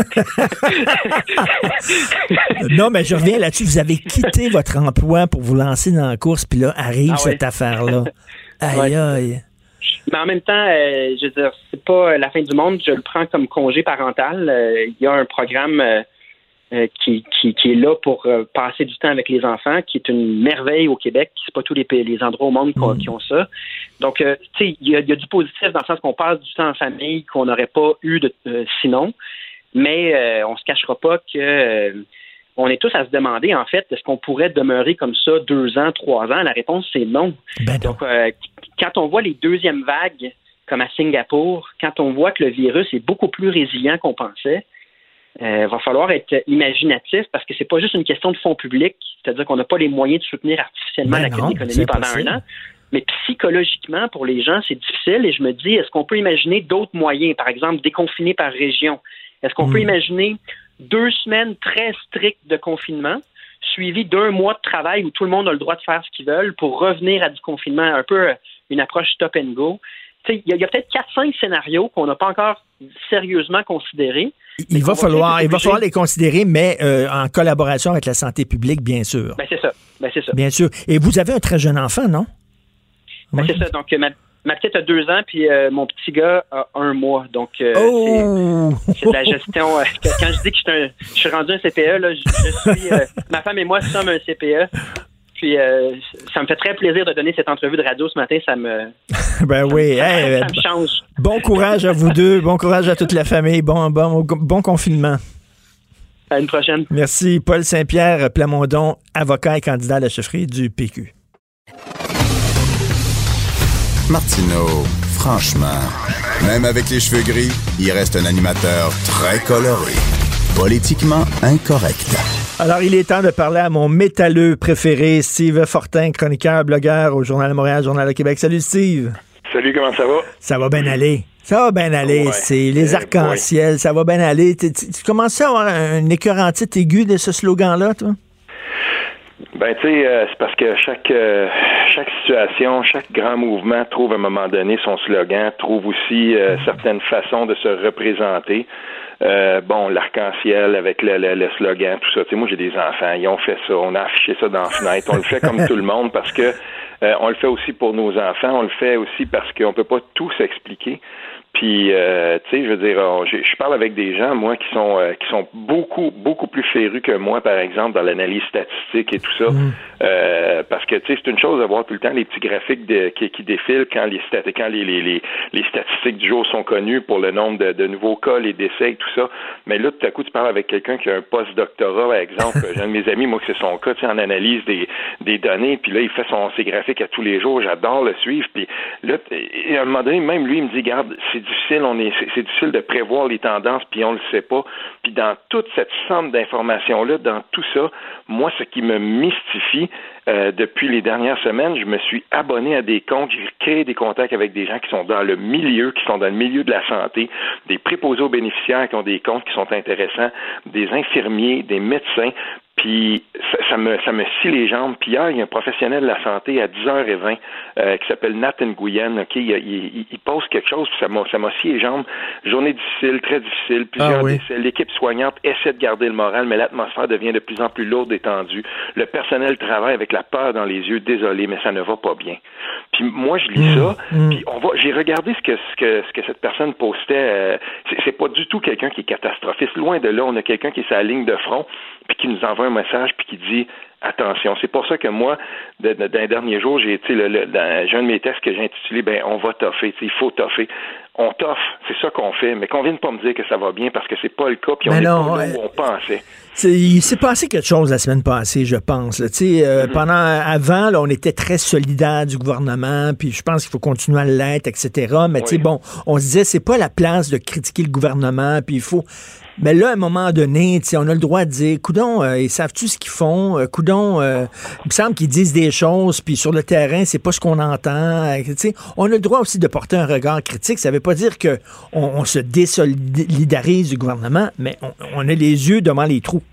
Non, mais je reviens là-dessus. Vous avez quitté votre emploi pour vous lancer dans la course, puis là, arrive ah cette ouais. affaire-là. Aïe, ouais. aïe. Mais en même temps, euh, je veux dire, c'est pas la fin du monde. Je le prends comme congé parental. Euh, il y a un programme euh, euh, qui, qui, qui est là pour euh, passer du temps avec les enfants, qui est une merveille au Québec. C'est pas tous les, pays, les endroits au monde mmh. qui ont ça. Donc, euh, tu sais, il y, y a du positif dans le sens qu'on passe du temps en famille qu'on n'aurait pas eu de, euh, sinon. Mais euh, on se cachera pas que euh, on est tous à se demander, en fait, est-ce qu'on pourrait demeurer comme ça deux ans, trois ans? La réponse, c'est non. Ben non. Donc, euh, quand on voit les deuxièmes vagues, comme à Singapour, quand on voit que le virus est beaucoup plus résilient qu'on pensait, il euh, va falloir être imaginatif parce que c'est pas juste une question de fonds publics, c'est-à-dire qu'on n'a pas les moyens de soutenir artificiellement ben la non, économie pendant possible. un an. Mais psychologiquement, pour les gens, c'est difficile et je me dis, est-ce qu'on peut imaginer d'autres moyens, par exemple, déconfiner par région? Est-ce qu'on mmh. peut imaginer deux semaines très strictes de confinement, suivies d'un mois de travail où tout le monde a le droit de faire ce qu'ils veulent pour revenir à du confinement, un peu une approche stop and go? Il y a, y a peut-être quatre cinq scénarios qu'on n'a pas encore sérieusement considérés. Il va falloir, il va falloir les considérer, mais euh, en collaboration avec la santé publique, bien sûr. Ben, c'est ça. Ben, c'est ça. Bien sûr. Et vous avez un très jeune enfant, non? Ben, oui. C'est ça. Donc, ma, ma petite a deux ans, puis euh, mon petit gars a un mois. Donc, euh, oh! c'est, c'est de la gestion. Euh, quand je dis que je suis, un, je suis rendu un C P E, là, je, je suis, euh, ma femme et moi sommes un C P E. Puis, euh, ça me fait très plaisir de donner cette entrevue de radio ce matin. Ça me. Ben oui. Ça, hey, ça me change. Bon courage à vous deux. Bon courage à toute la famille. Bon, bon, bon confinement. À une prochaine. Merci. Paul Saint-Pierre Plamondon, avocat et candidat à la chefferie du P Q. Martineau, franchement, même avec les cheveux gris, il reste un animateur très coloré. Politiquement incorrect. Alors, il est temps de parler à mon métalleux préféré, Steve Fortin, chroniqueur, blogueur au Journal de Montréal, Journal de Québec. Salut, Steve. Salut, comment ça va? Ça va bien aller. Ça va bien aller. Ouais. C'est les euh, arcs-en-ciel, ouais. Ça va bien aller. Tu, tu, tu commences à avoir un écœurantite aigu de ce slogan-là, toi? Ben, tu sais, euh, c'est parce que chaque euh, chaque situation, chaque grand mouvement trouve à un moment donné son slogan, trouve aussi euh, certaines façons de se représenter. Euh, bon, l'arc-en-ciel avec le, le, le slogan, tout ça. Tu sais, moi, j'ai des enfants, ils ont fait ça, on a affiché ça dans la fenêtre, on le fait comme tout le monde parce que euh, on le fait aussi pour nos enfants, on le fait aussi parce qu'on peut pas tout s'expliquer. Puis, euh, tu sais, je veux dire, on, je, je parle avec des gens, moi, qui sont euh, qui sont beaucoup, beaucoup plus férus que moi, par exemple, dans l'analyse statistique et tout ça. Mmh. Euh, parce que, tu sais, c'est une chose d'avoir tout le temps les petits graphiques de, qui, qui défilent quand les stat- quand les, les, les, les statistiques du jour sont connues pour le nombre de, de nouveaux cas, les décès et tout ça. Mais là, tout à coup, tu parles avec quelqu'un qui a un post-doctorat, par exemple. J'ai un de mes amis, moi, que c'est son cas, tu sais, en analyse des, des données. Puis là, il fait son, ses graphiques à tous les jours. J'adore le suivre. Puis là, à un moment donné, même lui, il me dit, garde, c'est difficile, on est, c'est, c'est difficile de prévoir les tendances, puis on le sait pas. Puis dans toute cette somme d'informations-là, dans tout ça, moi, ce qui me mystifie, euh, depuis les dernières semaines, je me suis abonné à des comptes, j'ai créé des contacts avec des gens qui sont dans le milieu, qui sont dans le milieu de la santé, des préposés aux bénéficiaires qui ont des comptes qui sont intéressants, des infirmiers, des médecins. Puis ça, ça me ça me scie les jambes. Puis hier, il y a un professionnel de la santé à dix heures vingt euh, qui s'appelle Nathan Nguyen, OK, il, il, il pose quelque chose, puis ça m'a ça m'a scié les jambes. Journée difficile, très difficile, plusieurs ah, oui. décès. L'équipe soignante essaie de garder le moral, mais l'atmosphère devient de plus en plus lourde et tendue. Le personnel travaille avec la peur dans les yeux, désolé, mais ça ne va pas bien. Puis moi, je lis mmh, ça, mmh. puis on va j'ai regardé ce que ce que ce que cette personne postait. Euh, c'est, c'est pas du tout quelqu'un qui est catastrophiste. Loin de là, on a quelqu'un qui est sur la ligne de front, puis qui nous envoie un message puis qui dit attention. C'est pour ça que moi, de, de, d'un dernier jour, j'ai été le, le, dans, j'ai un de mes textes que j'ai intitulé ben on va toffer, il faut toffer. On toffe, c'est ça qu'on fait, mais qu'on vienne pas me dire que ça va bien parce que c'est pas le cas, puis on n'est pas là où on pensait. C'est, il s'est passé quelque chose la semaine passée, je pense. Là. Euh, mm-hmm. Pendant avant, là, on était très solidaires du gouvernement, puis je pense qu'il faut continuer à l'être, et cetera. Mais oui. tu sais, bon, on se disait c'est pas la place de critiquer le gouvernement, puis il faut. Mais là, à un moment donné, on a le droit de dire, coudon, euh, ils savent-tu ce qu'ils font? Euh, coudon, euh, il me semble qu'ils disent des choses, puis sur le terrain, c'est pas ce qu'on entend. Euh, on a le droit aussi de porter un regard critique. Ça veut pas dire qu'on on se désolidarise du gouvernement, mais on, on a les yeux devant les trous.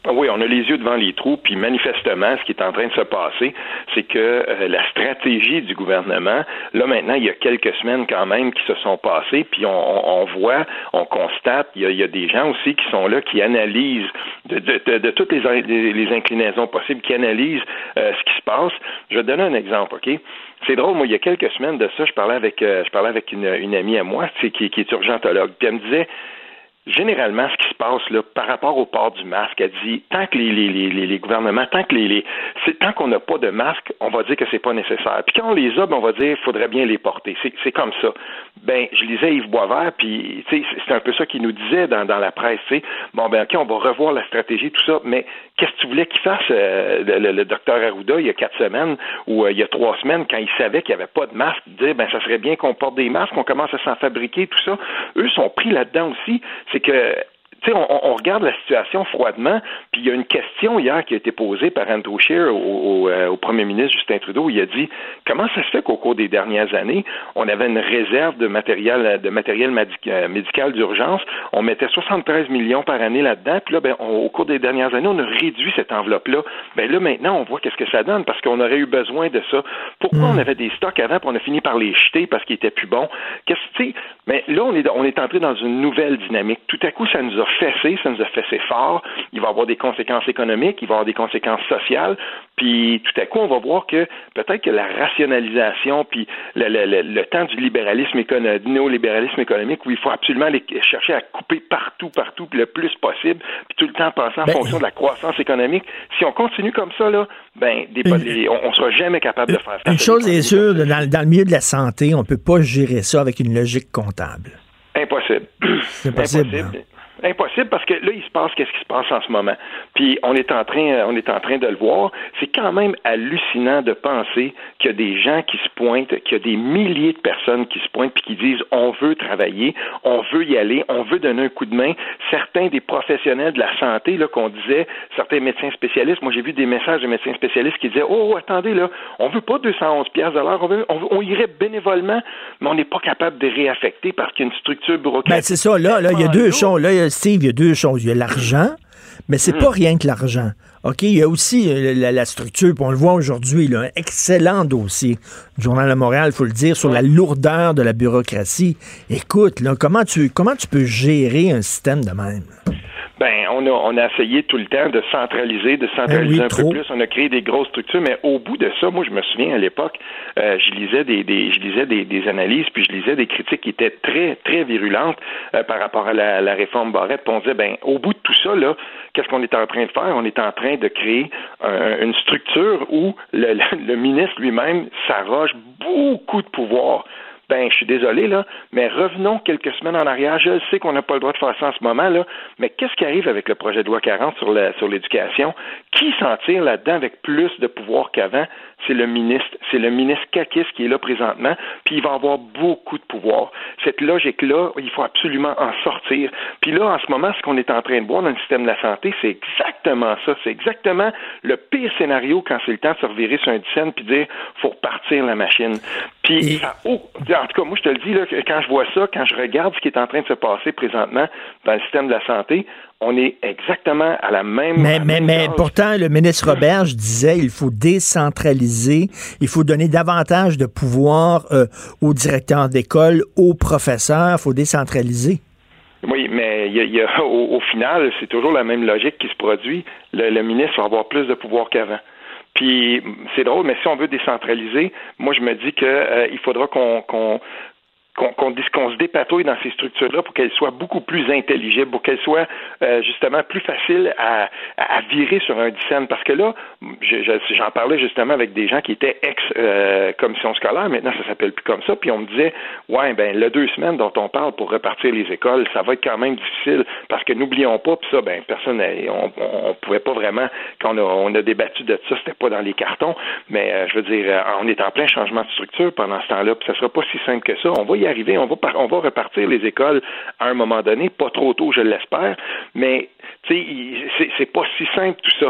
Oui, on a les yeux devant les trous, puis manifestement, ce qui est en train de se passer, c'est que euh, la stratégie du gouvernement, là maintenant, il y a quelques semaines quand même qui se sont passées, puis on, on voit, on constate, il y, a, il y a des gens aussi qui sont là, qui analysent de, de, de, de toutes les, les, les inclinaisons possibles, qui analysent euh, ce qui se passe. Je vais te donner un exemple, OK? C'est drôle, moi, il y a quelques semaines de ça, je parlais avec euh, je parlais avec une, une amie à moi, qui, qui est urgentologue, puis elle me disait, généralement, ce qui se passe là, par rapport au port du masque, elle dit tant que les, les, les, les gouvernements, tant que les, les c'est, tant qu'on n'a pas de masque, on va dire que c'est pas nécessaire. Puis quand on les a, ben, on va dire qu'il faudrait bien les porter. C'est, c'est comme ça. Ben, je lisais Yves Boisvert, puis tu sais, c'est un peu ça qu'il nous disait dans, dans la presse. Tu sais, bon ben ok, on va revoir la stratégie, tout ça, mais qu'est-ce que tu voulais qu'il fasse euh, le, le, le docteur Arruda il y a quatre semaines ou euh, il y a trois semaines quand il savait qu'il n'y avait pas de masque, dire ben ça serait bien qu'on porte des masques, qu'on commence à s'en fabriquer, tout ça. Eux sont pris là-dedans aussi. C'est que tu sais, on, on regarde la situation froidement, puis il y a une question hier qui a été posée par Andrew Scheer au, au, euh, au premier ministre Justin Trudeau. Il a dit comment ça se fait qu'au cours des dernières années, on avait une réserve de matériel de matériel médical, médical d'urgence, on mettait soixante-treize millions par année là-dedans, puis là, ben, on, au cours des dernières années, on a réduit cette enveloppe-là. Ben là, maintenant, on voit qu'est-ce que ça donne, parce qu'on aurait eu besoin de ça. Pourquoi mmh. on avait des stocks avant, puis on a fini par les jeter parce qu'ils étaient plus bons? Qu'est-ce que tu sais? Mais là, on est on est entré dans une nouvelle dynamique. Tout à coup, ça nous a fessé, ça nous a fessé fort. Il va y avoir des conséquences économiques, il va y avoir des conséquences sociales. Puis tout à coup, on va voir que peut-être que la rationalisation, puis le, le, le, le temps du libéralisme économique, du néolibéralisme économique, où il faut absolument aller chercher à couper partout, partout, puis le plus possible, puis tout le temps penser en ben, fonction de la croissance économique. Si on continue comme ça, là, ben, des, une, on ne sera jamais capable de faire ça. Une chose est sûre, dans, dans le milieu de la santé, on ne peut pas gérer ça avec une logique comptable. Impossible. C'est possible. Impossible. Impossible parce que là, il se passe qu'est-ce qui se passe en ce moment. Puis on est en train, on est en train de le voir. C'est quand même hallucinant de penser qu'il y a des gens qui se pointent, qu'il y a des milliers de personnes qui se pointent puis qui disent on veut travailler, on veut y aller, on veut donner un coup de main. Certains des professionnels de la santé, là, qu'on disait, certains médecins spécialistes, moi j'ai vu des messages de médecins spécialistes qui disaient oh attendez là, on veut pas deux cent onze piastres de l'heure, on, veut, on, veut, on irait bénévolement, mais on n'est pas capable de réaffecter parce qu'il y a une structure bureaucratique. Ben c'est ça, là, là, il y a deux choses. Là, Steve, il y a deux choses. Il y a l'argent, mais c'est mmh. pas rien que l'argent. OK, il y a aussi euh, la, la structure, puis on le voit aujourd'hui, là, un excellent dossier du Journal de Montréal, il faut le dire, sur ouais. la lourdeur de la bureaucratie. Écoute, là, comment tu comment tu peux gérer un système de même? Ben, on a, on a essayé tout le temps de centraliser, de centraliser ben oui, un trop. peu plus. On a créé des grosses structures, mais au bout de ça, moi, je me souviens à l'époque, euh, je lisais des, des, je lisais des, des analyses, puis je lisais des critiques qui étaient très, très virulentes euh, par rapport à la, la réforme Barrette. Puis on disait, ben, au bout de tout ça, là, qu'est-ce qu'on est en train de faire? On est en train de créer un, une structure où le, le, le ministre lui-même s'arroge beaucoup de pouvoir. Ben, je suis désolé, là, mais revenons quelques semaines en arrière. Je sais qu'on n'a pas le droit de faire ça en ce moment, là, mais qu'est-ce qui arrive avec le projet de loi quarante sur, la, sur l'éducation? Qui s'en tire là-dedans avec plus de pouvoir qu'avant? C'est le ministre. C'est le ministre Kakis qui est là présentement, puis il va avoir beaucoup de pouvoir. Cette logique-là, il faut absolument en sortir. Puis là, en ce moment, ce qu'on est en train de voir dans le système de la santé, c'est exactement ça. C'est exactement le pire scénario quand c'est le temps de se revirer sur un dixaine puis dire « faut repartir la machine ». Puis, ça, oh, en tout cas, moi, je te le dis, là, quand je vois ça, quand je regarde ce qui est en train de se passer présentement dans le système de la santé, on est exactement à la même... Mais, la mais, même mais pourtant, le ministre Roberge disait il faut décentraliser, il faut donner davantage de pouvoir euh, aux directeurs d'école, aux professeurs, il faut décentraliser. Oui, mais y a, y a, au, au final, c'est toujours la même logique qui se produit. Le, le ministre va avoir plus de pouvoir qu'avant. Puis c'est drôle, mais si on veut décentraliser, moi je me dis que euh, il faudra qu'on, qu'on Qu'on, qu'on, qu'on se dépatouille dans ces structures-là pour qu'elles soient beaucoup plus intelligibles, pour qu'elles soient euh, justement plus faciles à, à, à virer sur un dixaine. Parce que là, je, je, j'en parlais justement avec des gens qui étaient ex-commission euh, scolaire, maintenant ça s'appelle plus comme ça, puis on me disait, ouais, ben le deux semaines dont on parle pour repartir les écoles, ça va être quand même difficile, parce que n'oublions pas, puis ça, ben personne, on, on pouvait pas vraiment, quand on a, on a débattu de ça, c'était pas dans les cartons, mais euh, je veux dire, euh, on est en plein changement de structure pendant ce temps-là, puis ça sera pas si simple que ça. On va y arriver, on va, par, on va repartir les écoles à un moment donné, pas trop tôt, je l'espère, mais tu sais, c'est, c'est pas si simple tout ça.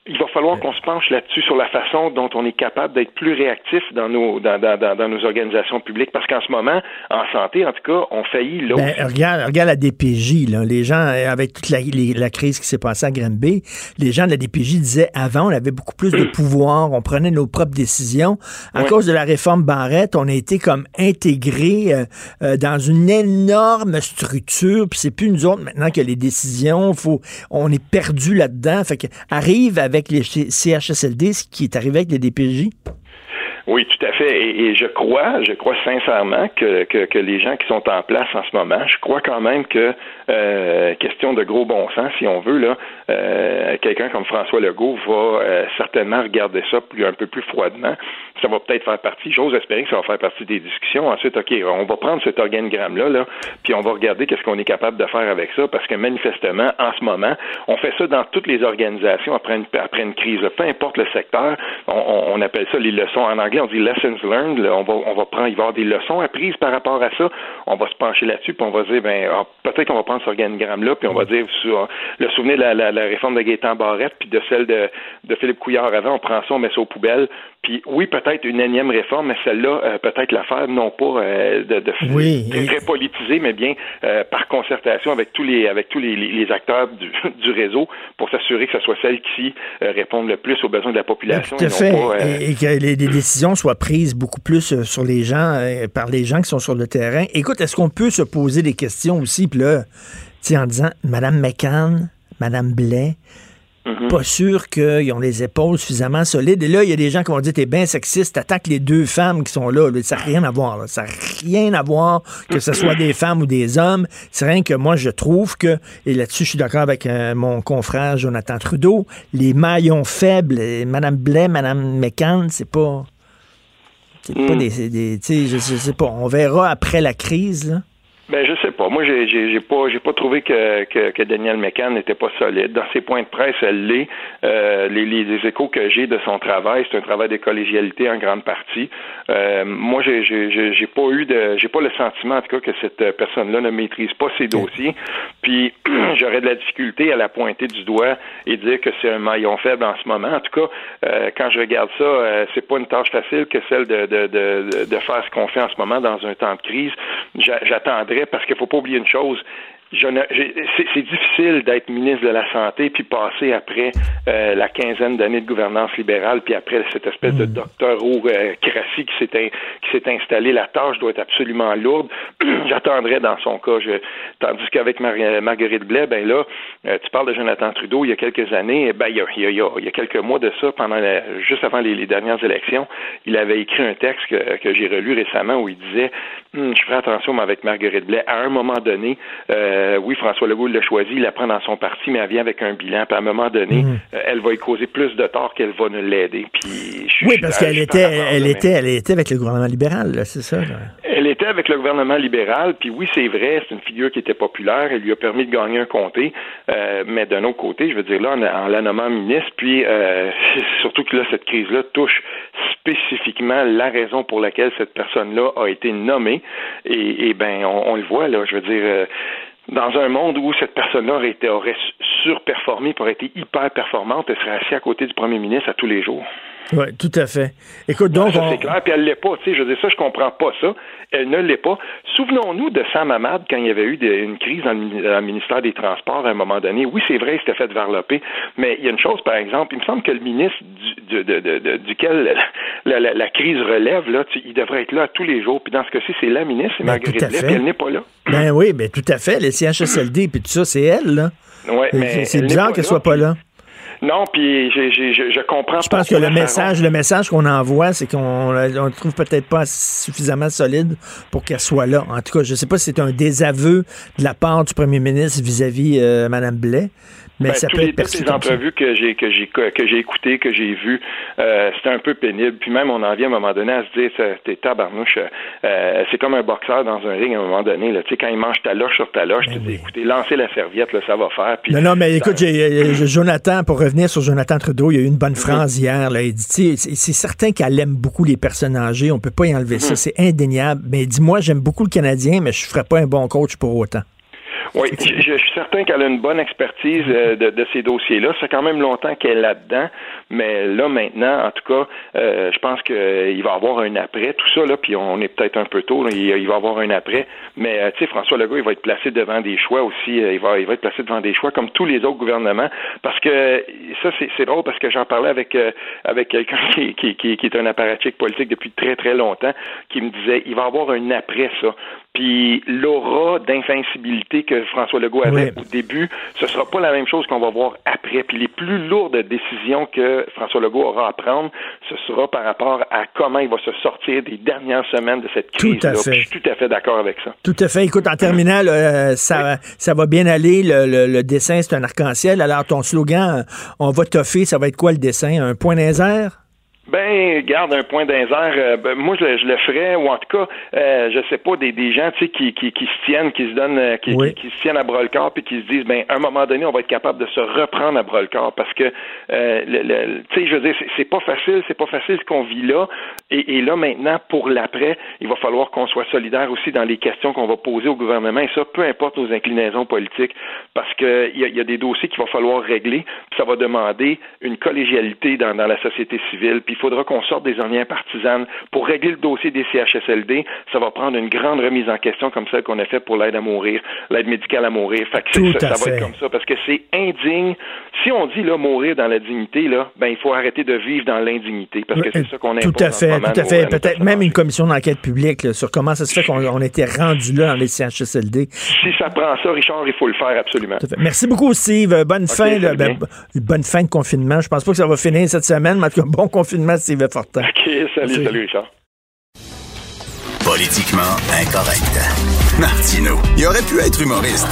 il va falloir qu'on se penche là-dessus sur la façon dont on est capable d'être plus réactif dans nos dans, dans, dans, dans nos organisations publiques, parce qu'en ce moment, en santé, en tout cas, on faillit là. Ben, regarde, regarde la D P J, là. Les gens, avec toute la, les, la crise qui s'est passée à Granby, les gens de la D P J disaient avant, on avait beaucoup plus de pouvoir, on prenait nos propres décisions. À oui. cause de la réforme Barrette, on a été comme intégrés euh, euh, dans une énorme structure, puis c'est plus nous autres maintenant que les décisions, faut, on est perdu là-dedans. Fait que arrive avec avec les C H S L D, ce qui est arrivé avec les D P J? Oui, tout à fait. Et, et je crois, je crois sincèrement que, que, que les gens qui sont en place en ce moment, je crois quand même que, euh, question de gros bon sens, si on veut, là, euh, quelqu'un comme François Legault va euh, certainement regarder ça plus, un peu plus froidement. Ça va peut-être faire partie, j'ose espérer que ça va faire partie des discussions. Ensuite, OK, on va prendre cet organigramme-là, là, puis on va regarder qu'est-ce qu'on est capable de faire avec ça, parce que manifestement, en ce moment, on fait ça dans toutes les organisations après une, après une crise. Peu importe le secteur, on, on appelle ça les leçons. En anglais, on dit lessons learned. Là, on va, on va prendre, il va y avoir des leçons apprises par rapport à ça. On va se pencher là-dessus, puis on va dire, ben, ah, peut-être qu'on va prendre cet organigramme-là, puis on va dire, sur le souvenir de la, la, la réforme de Gaétan Barrette, puis de celle de, de Philippe Couillard avant, on prend ça, on met ça aux poubelles. Puis oui, peut-être une énième réforme, mais celle-là, euh, peut-être la faire, non pas euh, de, de oui, très, très politisée, mais bien euh, par concertation avec tous les avec tous les, les acteurs du, du réseau pour s'assurer que ce soit celle qui euh, répondent le plus aux besoins de la population. Tout à fait. Et, non pas, euh... et, et que les, les décisions soient prises beaucoup plus euh, sur les gens, euh, par les gens qui sont sur le terrain. Écoute, est-ce qu'on peut se poser des questions aussi, puis là, tu sais, en disant, Mme McCann, Mme Blais, Mm-hmm. pas sûr qu'ils ont les épaules suffisamment solides. Et là, il y a des gens qui vont dire, t'es bien sexiste, t'attaques les deux femmes qui sont là. là. Ça n'a rien à voir. Là. Ça n'a rien à voir que ce soit des femmes ou des hommes. C'est rien que moi, je trouve que, et là-dessus, je suis d'accord avec euh, mon confrère Jonathan Trudeau, les maillons faibles, Mme Blais, Mme McCann, c'est pas... C'est mm. pas des... des tu sais, je, je sais pas. On verra après la crise, là. Ben je sais pas. Moi j'ai j'ai, j'ai pas j'ai pas trouvé que, que que Danielle McCann n'était pas solide. Dans ses points de presse, elle l'est. Euh, les, les les échos que j'ai de son travail, c'est un travail de collégialité en grande partie. Euh, moi j'ai j'ai j'ai pas eu de j'ai pas le sentiment en tout cas que cette personne-là ne maîtrise pas ses dossiers. Puis j'aurais de la difficulté à la pointer du doigt et dire que c'est un maillon faible en ce moment. En tout cas, euh, quand je regarde ça, euh, c'est pas une tâche facile que celle de de de de faire ce qu'on fait en ce moment dans un temps de crise. J'a, j'attendrais parce qu'il faut pas oublier une chose. Je ne, c'est, c'est difficile d'être ministre de la Santé puis passer après euh, la quinzaine d'années de gouvernance libérale puis après cette espèce de doctorocratie qui s'est, in, qui s'est installée. La tâche doit être absolument lourde. J'attendrai dans son cas. Je, tandis qu'avec Mar- Marguerite Blais, ben là, euh, tu parles de Jonathan Trudeau il y a quelques années. Ben il y a, il y a, il y a quelques mois de ça, pendant la, juste avant les, les dernières élections, il avait écrit un texte que, que j'ai relu récemment où il disait hm, je ferai attention mais avec Marguerite Blais. À un moment donné, euh, Euh, oui, François Legault l'a choisi, il la prend dans son parti, mais elle vient avec un bilan. Puis à un moment donné, mmh. euh, elle va y causer plus de tort qu'elle va ne l'aider. Puis je, oui, je, parce je, qu'elle je était, elle était, elle était avec le gouvernement libéral, là, c'est ça. Là. Elle était avec le gouvernement libéral. Puis oui, c'est vrai, c'est une figure qui était populaire. Elle lui a permis de gagner un comté. Euh, mais d'un autre côté, je veux dire là, en, en la nommant ministre, puis euh, surtout que là, cette crise-là touche spécifiquement la raison pour laquelle cette personne-là a été nommée. Et, et ben, on, on le voit là. Je veux dire. Euh, Dans un monde où cette personne-là aurait, été, aurait surperformé, aurait été hyper performante, elle serait assise à côté du premier ministre à tous les jours. Oui, tout à fait. Écoute, donc... Ça, on... c'est clair, puis elle ne l'est pas. Tu sais, je veux dire, ça, je comprends pas ça. Elle ne l'est pas. Souvenons-nous de Sam Hamad quand il y avait eu de, une crise dans le, dans le ministère des Transports à un moment donné. Oui, c'est vrai, il s'était fait varloper, mais il y a une chose, par exemple, il me semble que le ministre du, de, de, de, de, duquel la, la, la crise relève, là, tu, il devrait être là à tous les jours. Puis dans ce cas-ci, c'est la ministre, c'est ben, Marguerite Blais, puis elle n'est pas là. Ben oui, ben tout à fait. Les C H S L D, puis tout ça, c'est elle, là. Ouais, mais c'est c'est bizarre qu'elle soit pas là. Non, puis je, je, je, je comprends. Je pense que le message, le message qu'on envoie, c'est qu'on ne trouve peut-être pas suffisamment solide pour qu'elle soit là. En tout cas, je ne sais pas si c'est un désaveu de la part du premier ministre vis-à-vis euh, Mme Blais. Mais ben, ça tous peut les, être perçu toutes les comme entrevues ça. que j'ai que j'ai que j'ai écoutées, que j'ai vues, euh, c'était un peu pénible. Puis même on en vient à un moment donné à se dire, t'es tabarnouche, euh, c'est comme un boxeur dans un ring à un moment donné. Là, tu sais, quand il mange ta loche sur ta loche, ben tu dis, oui. écoutez, lancez la serviette, là, ça va faire. Puis, non, non, mais écoute, ça... j'ai, j'ai, Jonathan, pour revenir sur Jonathan Trudeau, il y a eu une bonne phrase mm-hmm. hier. Là, il dit, c'est, c'est certain qu'elle aime beaucoup les personnes âgées, on peut pas y enlever mm-hmm. ça, c'est indéniable. Mais dis-moi, j'aime beaucoup le Canadien, mais je ferais pas un bon coach pour autant. Oui, je, je suis certain qu'elle a une bonne expertise euh, de, de ces dossiers-là. Ça fait quand même longtemps qu'elle est là-dedans, mais là, maintenant, en tout cas, euh, je pense qu'il euh, va y avoir un après, tout ça, là, puis on est peut-être un peu tôt, là, il, il va y avoir un après, mais euh, tu sais, François Legault, il va être placé devant des choix aussi, euh, il va il va être placé devant des choix comme tous les autres gouvernements, parce que ça, c'est, c'est drôle, parce que j'en parlais avec euh, avec quelqu'un qui, qui, qui, qui est un apparatchik politique depuis très, très longtemps, qui me disait, il va y avoir un après ça. Puis l'aura d'invincibilité que François Legault avait oui. au début, ce sera pas la même chose qu'on va voir après. Puis les plus lourdes décisions que François Legault aura à prendre, ce sera par rapport à comment il va se sortir des dernières semaines de cette crise-là. Puis je suis tout à fait d'accord avec ça. Tout à fait. Écoute, en terminant, là, ça, oui. ça va bien aller. Le, le, le dessin, c'est un arc-en-ciel. Alors, ton slogan, on va toffer, ça va être quoi le dessin? Un point dans les airs? Ben, garde un point d'insert. Euh, ben, moi, je, je le ferais, ou en tout cas, euh, je sais pas, des, des gens, tu sais, qui, qui, qui se tiennent, qui se donnent, euh, qui, oui. qui, qui se tiennent à bras-le-corps, puis qui se disent, ben, à un moment donné, on va être capable de se reprendre à bras-le-corps, parce que, euh, le, le, tu sais, je veux dire, c'est, c'est pas facile, c'est pas facile ce qu'on vit là, et, et là, maintenant, pour l'après, il va falloir qu'on soit solidaire aussi dans les questions qu'on va poser au gouvernement, et ça, peu importe nos inclinaisons politiques, parce que il y a, y a des dossiers qu'il va falloir régler, puis ça va demander une collégialité dans, dans la société civile, puis il faudra qu'on sorte des ornières partisanes. Pour régler le dossier des C H S L D, ça va prendre une grande remise en question comme celle qu'on a fait pour l'aide à mourir, l'aide médicale à mourir. Fait que c'est, ça, ça va être comme ça, parce que c'est indigne. Si on dit là mourir dans la dignité, là, ben il faut arrêter de vivre dans l'indignité, parce que c'est ça qu'on impose. Tout à fait, en ce moment, tout à fait. Peut-être même une commission d'enquête publique là, sur comment ça se fait qu'on on était rendu là dans les C H S L D. Si ça prend ça, Richard, il faut le faire absolument. Merci beaucoup, Steve. Bonne okay, fin, là, ben, bonne fin de confinement. Je pense pas que ça va finir cette semaine, mais en tout cas, bon confinement. Steve Fortin. OK, salut, salut Richard. Politiquement incorrect. Martineau, il aurait pu être humoriste.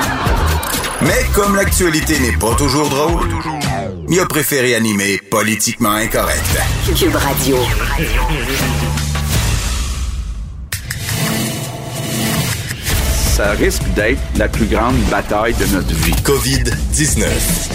Mais comme l'actualité n'est pas toujours drôle, il a préféré animer Politiquement incorrect. Cube Radio. Ça risque d'être la plus grande bataille de notre vie. covid dix-neuf.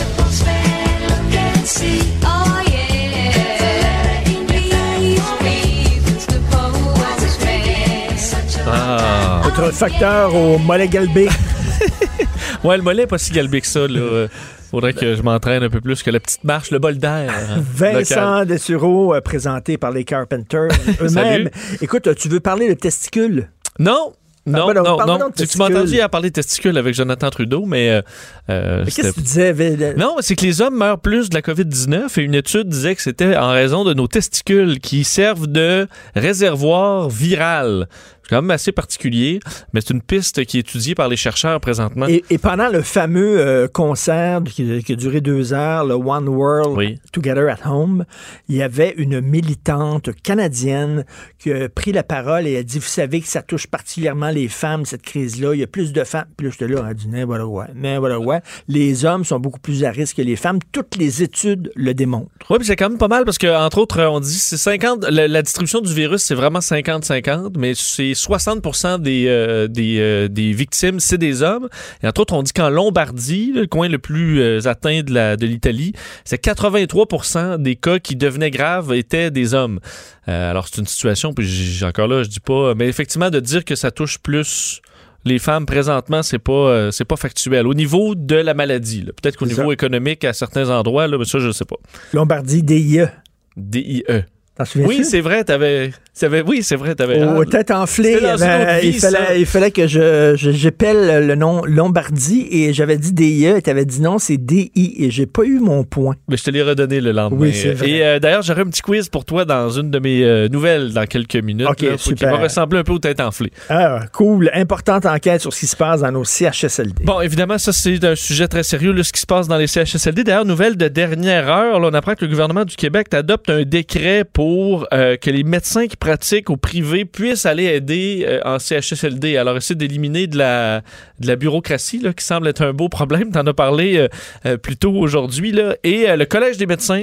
Ah. Autre facteur au mollet galbé. Ouais, le mollet n'est pas si galbé que ça, là. Faudrait que je m'entraîne un peu plus que la petite marche, le bol d'air. Hein, Vincent Dessureau, euh, présenté par les Carpenters eux-mêmes. Écoute, tu veux parler de testicules? Non. Non, ah, ben, non, non. Tu, tu m'as entendu hier parler de testicules avec Jonathan Trudeau, mais... Euh, euh, mais qu'est-ce que tu disais? Non, c'est que les hommes meurent plus de la covid dix-neuf et une étude disait que c'était en raison de nos testicules qui servent de réservoir viral. C'est quand même assez particulier, mais c'est une piste qui est étudiée par les chercheurs présentement. Et, et pendant le fameux euh, concert qui, qui a duré deux heures, le One World oui. Together at Home, il y avait une militante canadienne qui a pris la parole et a dit, vous savez que ça touche particulièrement les femmes, cette crise-là. Il y a plus de femmes. Puis là, j'étais là, on a dit, n'importe quoi, n'importe quoi. Les hommes sont beaucoup plus à risque que les femmes. Toutes les études le démontrent. Oui, puis c'est quand même pas mal parce que, entre autres, on dit c'est cinquante, la, la distribution du virus, c'est vraiment cinquante cinquante, mais c'est soixante pour cent des, euh, des, euh, des victimes, c'est des hommes. Et entre autres, on dit qu'en Lombardie, le coin le plus euh, atteint de, la, de l'Italie, c'est quatre-vingt-trois pour cent des cas qui devenaient graves étaient des hommes. Euh, alors, c'est une situation, puis j'ai, encore là, je dis pas, mais effectivement, de dire que ça touche plus les femmes présentement, c'est pas, euh, c'est pas factuel. Au niveau de la maladie, là. Peut-être qu'au c'est niveau ça. économique, à certains endroits, là, mais ça, je sais pas. Lombardie, D I E. D I E. T'en souviens-tu? Oui, c'est vrai, t'avais... T'avais, oui, c'est vrai, t'avais... Aux ah, têtes enflées, il, avait, il, fallait, il fallait que je, je j'appelle le nom Lombardie et j'avais dit D I E et t'avais dit non, c'est D I et j'ai pas eu mon point. Mais je te l'ai redonné le lendemain. Oui, c'est vrai. Et euh, d'ailleurs, j'aurai un petit quiz pour toi dans une de mes euh, nouvelles dans quelques minutes. OK, là, super. Qui va ressembler un peu aux têtes enflées. Ah, cool. Importante enquête sur ce qui se passe dans nos C H S L D. Bon, évidemment, ça, c'est un sujet très sérieux, là, ce qui se passe dans les C H S L D. D'ailleurs, nouvelle de dernière heure, là, on apprend que le gouvernement du Québec adopte un décret pour euh, que les médecins qui pratiquent au privé puissent aller aider euh, en C H S L D. Alors, essayer d'éliminer de la, de la bureaucratie, là, qui semble être un beau problème. T'en as parlé euh, euh, plus tôt aujourd'hui. Là. Et euh, le Collège des médecins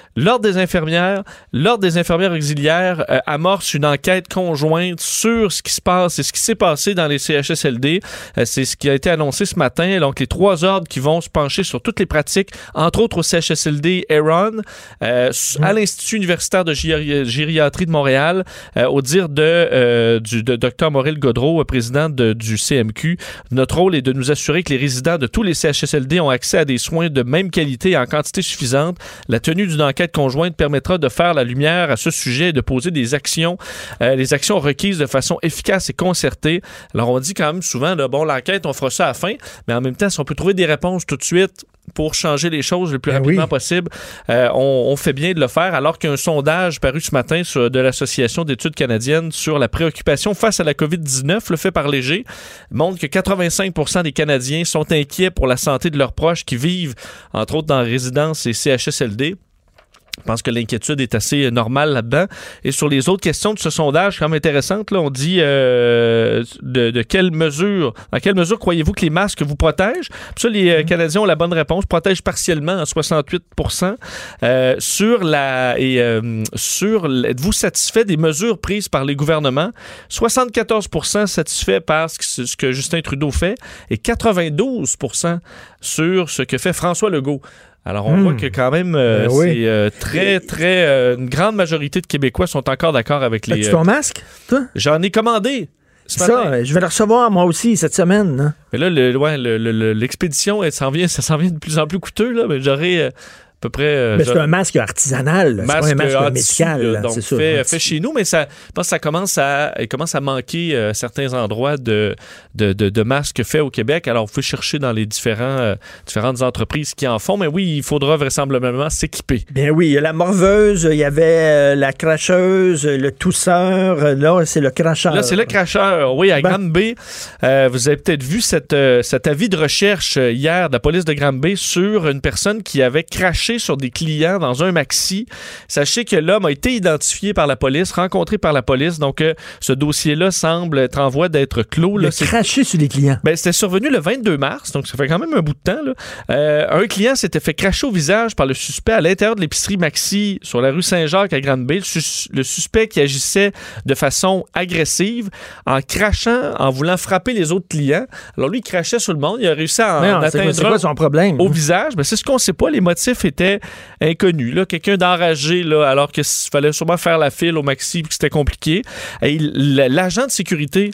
l'Ordre des infirmières, l'Ordre des infirmières auxiliaires euh, amorce une enquête conjointe sur ce qui se passe et ce qui s'est passé dans les C H S L D. Euh, c'est ce qui a été annoncé ce matin. Donc, les trois ordres qui vont se pencher sur toutes les pratiques, entre autres au C H S L D Héron, euh, mmh. à l'Institut universitaire de géri- gériatrie de Montréal, euh, au dire de, euh, du de Dr Mauril Gaudreau, président de, du C M Q. Notre rôle est de nous assurer que les résidents de tous les C H S L D ont accès à des soins de même qualité et en quantité suffisante. La tenue d'une enquête conjointe permettra de faire la lumière à ce sujet et de poser des actions, euh, les actions requises de façon efficace et concertée. Alors, on dit quand même souvent, là, bon, l'enquête, on fera ça à la fin, mais en même temps, si on peut trouver des réponses tout de suite pour changer les choses le plus ben rapidement oui. possible, euh, on, on fait bien de le faire, alors qu'il y a un sondage paru ce matin sur, de l'Association d'études canadiennes sur la préoccupation face à la covid dix-neuf, le fait par Léger, montre que quatre-vingt-cinq pour cent des Canadiens sont inquiets pour la santé de leurs proches qui vivent, entre autres, dans résidences et C H S L D. Je pense que l'inquiétude est assez normale là-dedans. Et sur les autres questions de ce sondage, quand même intéressante, là, on dit euh, de, de quelle mesure, dans quelle mesure croyez-vous que les masques vous protègent? Puis ça, les euh, Canadiens ont la bonne réponse, protègent partiellement à soixante-huit pour cent. Euh, sur la et euh, sur êtes-vous satisfait des mesures prises par les gouvernements? soixante-quatorze pour cent satisfait par ce que, ce que Justin Trudeau fait et quatre-vingt-douze pour cent sur ce que fait François Legault. Alors, on mmh. voit que quand même, euh, ben oui. c'est euh, très, très... Euh, une grande majorité de Québécois sont encore d'accord avec les... As-tu ton masque, toi? J'en ai commandé. C'est ça, je vais le recevoir moi aussi cette semaine. Hein? Mais là, le, ouais, le, le, l'expédition, elle s'en vient, ça s'en vient de plus en plus coûteux, là, mais j'aurais... Euh, à peu près... Euh, mais c'est un masque artisanal, là. Masque c'est pas un masque médical. Là, là, donc c'est ça, fait, fait chez nous, mais ça, je pense que ça commence à, il commence à manquer euh, certains endroits de, de, de, de masques faits au Québec. Alors, vous pouvez chercher dans les différents, euh, différentes entreprises qui en font, mais oui, il faudra vraisemblablement s'équiper. Bien oui, il y a la morveuse, il y avait euh, la cracheuse, le tousseur, là, c'est le cracheur. Là, c'est le cracheur, oui, à ben. Granby. Euh, vous avez peut-être vu cette, euh, cet avis de recherche hier de la police de Granby sur une personne qui avait craché sur des clients dans un maxi. Sachez que l'homme a été identifié par la police, rencontré par la police, donc euh, ce dossier-là semble être en voie d'être clos. Il là. a c'est... craché sur les clients. Ben, c'était survenu le vingt-deux mars, donc ça fait quand même un bout de temps. Là. Euh, un client s'était fait cracher au visage par le suspect à l'intérieur de l'épicerie Maxi sur la rue Saint-Jacques à Granby. Le, sus- le suspect qui agissait de façon agressive en crachant, en voulant frapper les autres clients. Alors lui, il crachait sur le monde. Il a réussi à en non, atteindre c'est quoi, c'est quoi son problème, au hein? visage. Ben, c'est ce qu'on ne sait pas. Les motifs étaient inconnus. Là. Quelqu'un d'enragé, là, alors qu'il fallait sûrement faire la file au Maxi et que c'était compliqué. Et l'agent de sécurité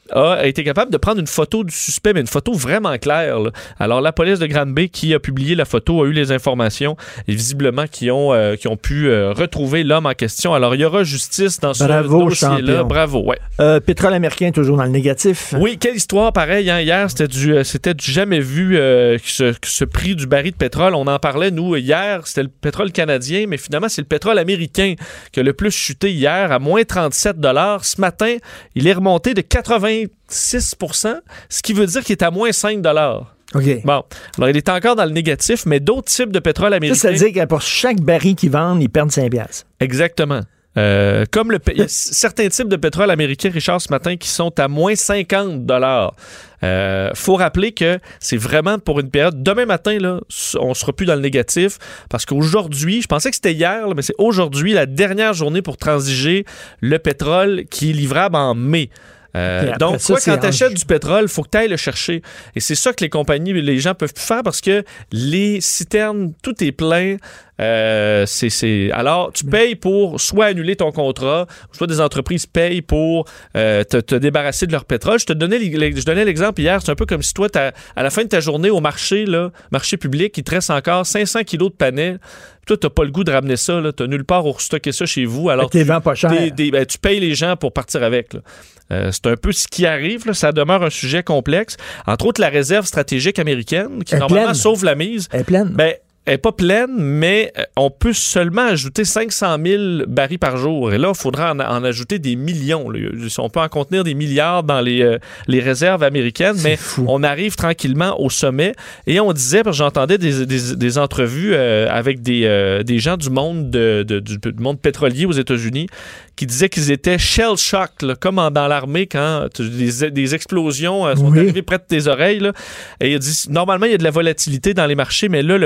a été capable de prendre une photo du suspect, mais une photo vraiment claire. Là. Alors, la police de Granby qui a publié la photo a eu les informations et visiblement qui ont, euh, qui ont pu euh, retrouver l'homme en question. Alors, il y aura justice dans ce Bravo, dossier-là. champion. Bravo, ouais. Euh, pétrole américain toujours dans le négatif. Oui, quelle histoire pareil. Hein? Hier, c'était du, euh, c'était du jamais vu euh, ce, ce prix du baril de pétrole. On en parlait, nous, hier, c'était le pétrole canadien, mais finalement, c'est le pétrole américain qui a le plus chuté hier à moins trente-sept dollars. Ce matin, il est remonté de quatre-vingt-six pour cent, ce qui veut dire qu'il est à moins cinq dollars. OK. Bon, alors il est encore dans le négatif, mais d'autres types de pétrole américain... Ça, ça veut dire que pour chaque baril qu'ils vendent, ils perdent cinq piastres. Exactement. Euh, comme le, il y a certains types de pétrole américain, Richard, ce matin, qui sont à moins cinquante dollars. Euh, faut rappeler que c'est vraiment pour une période. Demain matin, là, on sera plus dans le négatif parce qu'aujourd'hui, je pensais que c'était hier, là, mais c'est aujourd'hui la dernière journée pour transiger le pétrole qui est livrable en mai. Euh, donc, ça, quoi, quand tu achètes du pétrole, il faut que tu ailles le chercher. Et c'est ça que les compagnies, les gens peuvent plus faire parce que les citernes, tout est plein. Euh, c'est, c'est... Alors, tu payes pour soit annuler ton contrat, soit des entreprises payent pour euh, te, te débarrasser de leur pétrole. Je te donnais, je donnais l'exemple hier, c'est un peu comme si toi, à la fin de ta journée au marché, là, marché public, il te reste encore cinq cents kilos de panais. Toi, tu n'as pas le goût de ramener ça. Tu n'as nulle part où stocker ça chez vous. Alors, tu, vends pas cher. Des, des, ben, tu payes les gens pour partir avec. Là. Euh, c'est un peu ce qui arrive. Là. Ça demeure un sujet complexe. Entre autres, la réserve stratégique américaine, qui elle normalement pleine. sauve la mise. Elle est pleine. Ben, elle n'est pas pleine, mais on peut seulement ajouter cinq cent mille barils par jour. Et là, il faudra en, en ajouter des millions. Là. On peut en contenir des milliards dans les, euh, les réserves américaines, c'est mais fou. On arrive tranquillement au sommet. Et on disait, parce que j'entendais des, des, des entrevues euh, avec des, euh, des gens du monde, de, de, du, du monde pétrolier aux États-Unis qui disaient qu'ils étaient shell shock, là, comme en, dans l'armée quand des, des explosions euh, sont oui. arrivées près de tes oreilles. Là. Et il a dit, normalement, il y a de la volatilité dans les marchés, mais là, le marché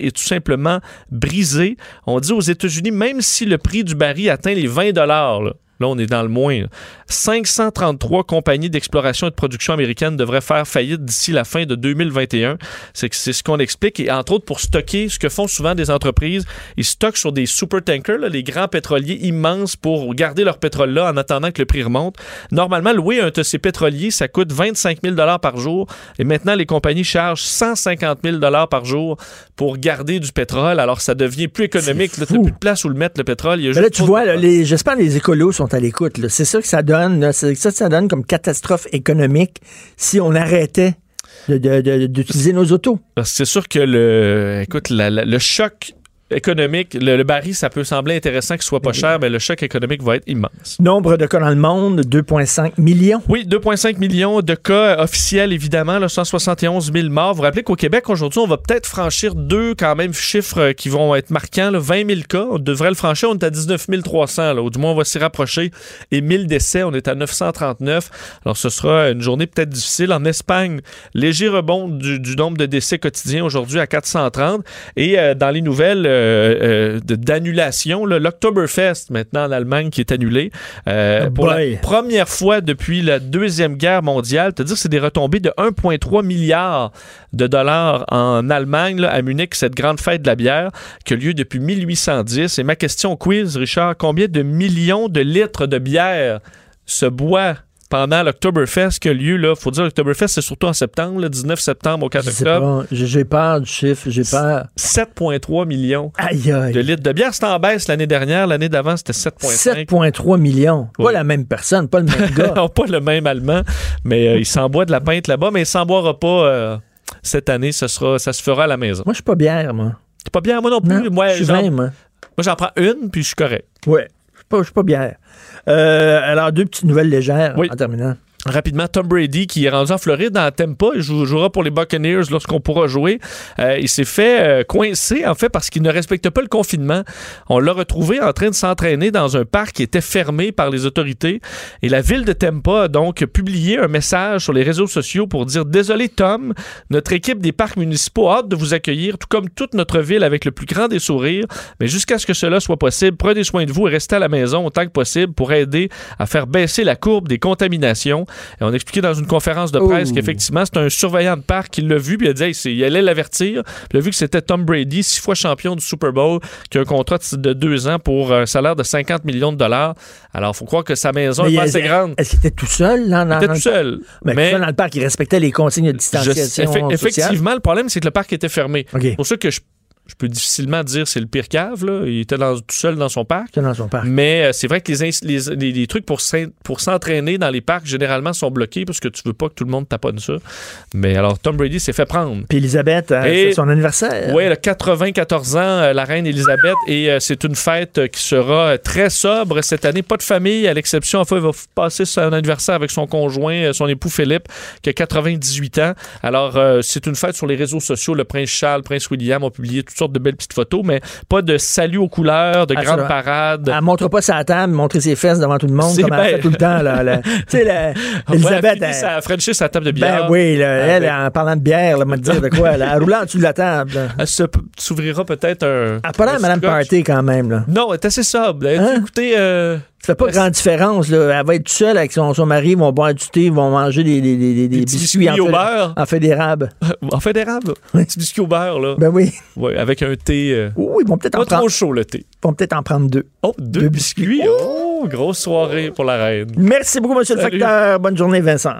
est tout simplement brisé. On dit aux États-Unis, même si le prix du baril atteint les vingt dollars, là, là, on est dans le moins. Là. cinq cent trente-trois compagnies d'exploration et de production américaines devraient faire faillite d'ici la fin de deux mille vingt et un. C'est, c'est ce qu'on explique. Et entre autres, pour stocker, ce que font souvent des entreprises, ils stockent sur des supertankers, là, les grands pétroliers immenses pour garder leur pétrole là en attendant que le prix remonte. Normalement, louer un de ces pétroliers, ça coûte vingt-cinq mille dollars par jour. Et maintenant, les compagnies chargent cent cinquante mille dollars par jour pour garder du pétrole. Alors, ça devient plus économique. Tu n'as plus de place où le mettre, le pétrole. Il y a juste là, tu vois, là, les, j'espère que les écolos sont à l'écoute. Là. C'est ça que ça donne. Là. C'est ça que ça donne comme catastrophe économique si on arrêtait de, de, de, d'utiliser nos autos. C'est sûr que le, écoute, la, la, le choc économique, le, le baril, ça peut sembler intéressant qu'il soit pas cher, mais le choc économique va être immense. Nombre de cas dans le monde, deux virgule cinq millions. Oui, deux virgule cinq millions de cas officiels, évidemment, là, cent soixante et onze mille morts. Vous vous rappelez qu'au Québec, aujourd'hui, on va peut-être franchir deux, quand même, chiffres qui vont être marquants, là, vingt mille cas. On devrait le franchir, on est à dix-neuf mille trois cents, là, ou du moins, on va s'y rapprocher. Et mille décès, on est à neuf cent trente-neuf. Alors, ce sera une journée peut-être difficile. En Espagne, léger rebond du, du nombre de décès quotidiens, aujourd'hui à quatre cent trente. Et euh, dans les nouvelles, euh, Euh, de, d'annulation. Là, l'Oktoberfest, maintenant en Allemagne, qui est annulé. Euh, oh pour boy. la première fois depuis la Deuxième Guerre mondiale, c'est-à-dire que c'est des retombées de un virgule trois milliard de dollars en Allemagne, là, à Munich, cette grande fête de la bière qui a lieu depuis mille huit cent dix. Et ma question quiz, Richard, combien de millions de litres de bière se boit pendant l'Oktoberfest qui a lieu, là, faut dire l'Oktoberfest, c'est surtout en septembre, le dix-neuf septembre au quatre octobre. J'ai, j'ai peur du chiffre, j'ai peur. sept virgule trois millions aïe, aïe. de litres de bière. C'était en baisse l'année dernière. L'année d'avant, c'était sept virgule cinq. sept virgule trois millions. Oui. Pas la même personne, pas le même gars. Non, pas le même Allemand, mais euh, il s'en boit de la pinte là-bas, mais il s'en boira pas euh, cette année. Ce sera, ça se fera à la maison. Moi, je suis pas bière, moi. T'es pas bière, moi non plus. Non, moi, je suis genre, vin, moi. Moi, j'en prends une, puis je suis correct. Oui, je suis pas, pas bière. Euh, alors, deux petites nouvelles légères oui. en terminant. Rapidement, Tom Brady, qui est rendu en Floride, dans Tampa, il jou- jouera pour les Buccaneers lorsqu'on pourra jouer. Euh, il s'est fait euh, coincer, en fait, parce qu'il ne respecte pas le confinement. On l'a retrouvé en train de s'entraîner dans un parc qui était fermé par les autorités. Et la ville de Tampa a donc publié un message sur les réseaux sociaux pour dire « Désolé, Tom, notre équipe des parcs municipaux a hâte de vous accueillir, tout comme toute notre ville, avec le plus grand des sourires. Mais jusqu'à ce que cela soit possible, prenez soin de vous et restez à la maison autant que possible pour aider à faire baisser la courbe des contaminations. » Et on expliquait dans une conférence de presse oh. qu'effectivement, c'est un surveillant de parc qui l'a vu, puis il a dit hey, c'est, il allait l'avertir. Puis il a vu que c'était Tom Brady, six fois champion du Super Bowl, qui a un contrat de deux ans pour un salaire de cinquante millions de dollars. Alors, il faut croire que sa maison mais est pas assez grande. Est-ce qu'il était tout seul? Là, dans, il était dans tout seul. Mais, mais tout seul dans le parc, il respectait les consignes de distanciation je, effe- Effectivement, sociale. le problème, c'est que le parc était fermé. Okay. C'est pour ça que je Je peux difficilement dire c'est le pire cave. Là. Il était dans, tout seul dans son parc. Dans son parc. Mais euh, c'est vrai que les, ins- les, les, les trucs pour, pour s'entraîner dans les parcs, généralement, sont bloqués parce que tu veux pas que tout le monde taponne ça. Mais alors, Tom Brady s'est fait prendre. Puis Elisabeth, euh, c'est son anniversaire. Oui, elle a quatre-vingt-quatorze ans, euh, la reine Elisabeth. Et euh, c'est une fête euh, qui sera très sobre cette année. Pas de famille, à l'exception, enfin, il va passer son anniversaire avec son conjoint, euh, son époux Philippe, qui a quatre-vingt-dix-huit ans. Alors, euh, c'est une fête sur les réseaux sociaux. Le prince Charles, le prince William ont publié toutes sortes de belles petites photos, mais pas de salut aux couleurs, de grandes parades. Elle ne montre pas sa table, montrer ses fesses devant tout le monde, c'est comme elle fait tout le temps. Tu sais, Elisabeth... Elle a fini sa Frenchie sa table de bière. Ben oui, là, elle, en parlant de bière, elle m'a dit de quoi? Là, elle roule en dessous de la table. Là. Elle se, s'ouvrira peut-être un... Elle n'a pas l'air Madame Party quand même. Là. Non, elle est assez sobre. Elle hein? Écoutez... Euh... Ça fait pas grande différence. Là. Elle va être toute seule avec son, son mari, ils vont boire du thé, ils vont manger des, des, des, des, des biscuits, biscuits en au fait, beurre. En fait d'érable. En fait d'érable? Oui. Des biscuits au beurre, là. Ben oui. Ouais, avec un thé... Euh... Oui, ils vont peut-être pas en prendre... trop chaud, le thé. Ils vont peut-être en prendre deux. Oh, deux, deux biscuits? biscuits. Oh, grosse soirée pour la reine. Merci beaucoup, monsieur Salut. le facteur. Bonne journée, Vincent.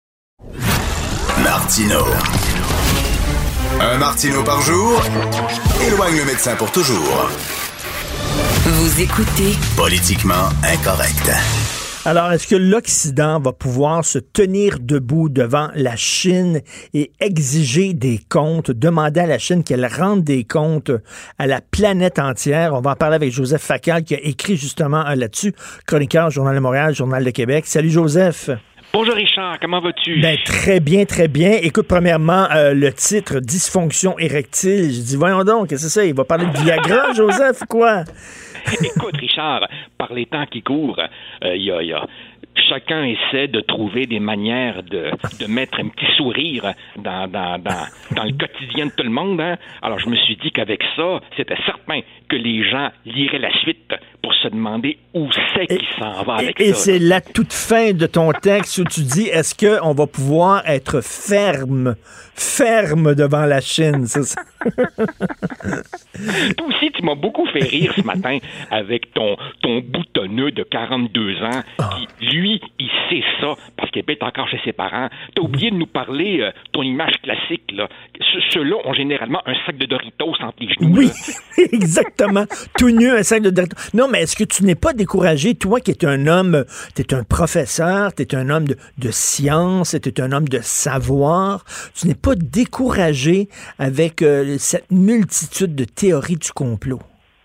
Martineau. Un Martineau par jour éloigne le médecin pour toujours. Vous écoutez Politiquement incorrect. Alors, est-ce que l'Occident va pouvoir se tenir debout devant la Chine et exiger des comptes, demander à la Chine qu'elle rende des comptes à la planète entière? On va en parler avec Joseph Facal qui a écrit justement là-dessus, chroniqueur, Journal de Montréal, Journal de Québec. Salut Joseph. Bonjour Richard, comment vas-tu? Ben, très bien, très bien. Écoute, premièrement, euh, le titre « Dysfonction érectile ». Je dis, voyons donc, qu'est-ce que c'est ça? Il va parler de Viagra, Joseph, ou quoi? Écoute, Richard, par les temps qui courent, il euh, y, y a chacun essaie de trouver des manières de, de mettre un petit sourire dans, dans, dans, dans le quotidien de tout le monde. Hein? Alors, je me suis dit qu'avec ça, c'était certain que les gens liraient la suite pour se demander où c'est qu'il s'en va avec et, ça. Et c'est la toute fin de ton texte où tu dis, est-ce qu'on va pouvoir être ferme, ferme devant la Chine, c'est ça? Toi aussi, tu m'as beaucoup fait rire ce matin avec ton, ton boutonneux de quarante-deux ans qui, lui, il sait ça parce qu'il est encore chez ses parents. T'as oublié de nous parler, euh, ton image classique, là. Ce, ceux-là ont généralement un sac de Doritos entre les genoux. Oui, exactement. Tout nu, un sac de Doritos. Non, mais est-ce que tu n'es pas découragé, toi qui es un homme, tu es un professeur, tu es un homme de, de science, tu es un homme de savoir, tu n'es pas découragé avec euh, cette multitude de théories du complot?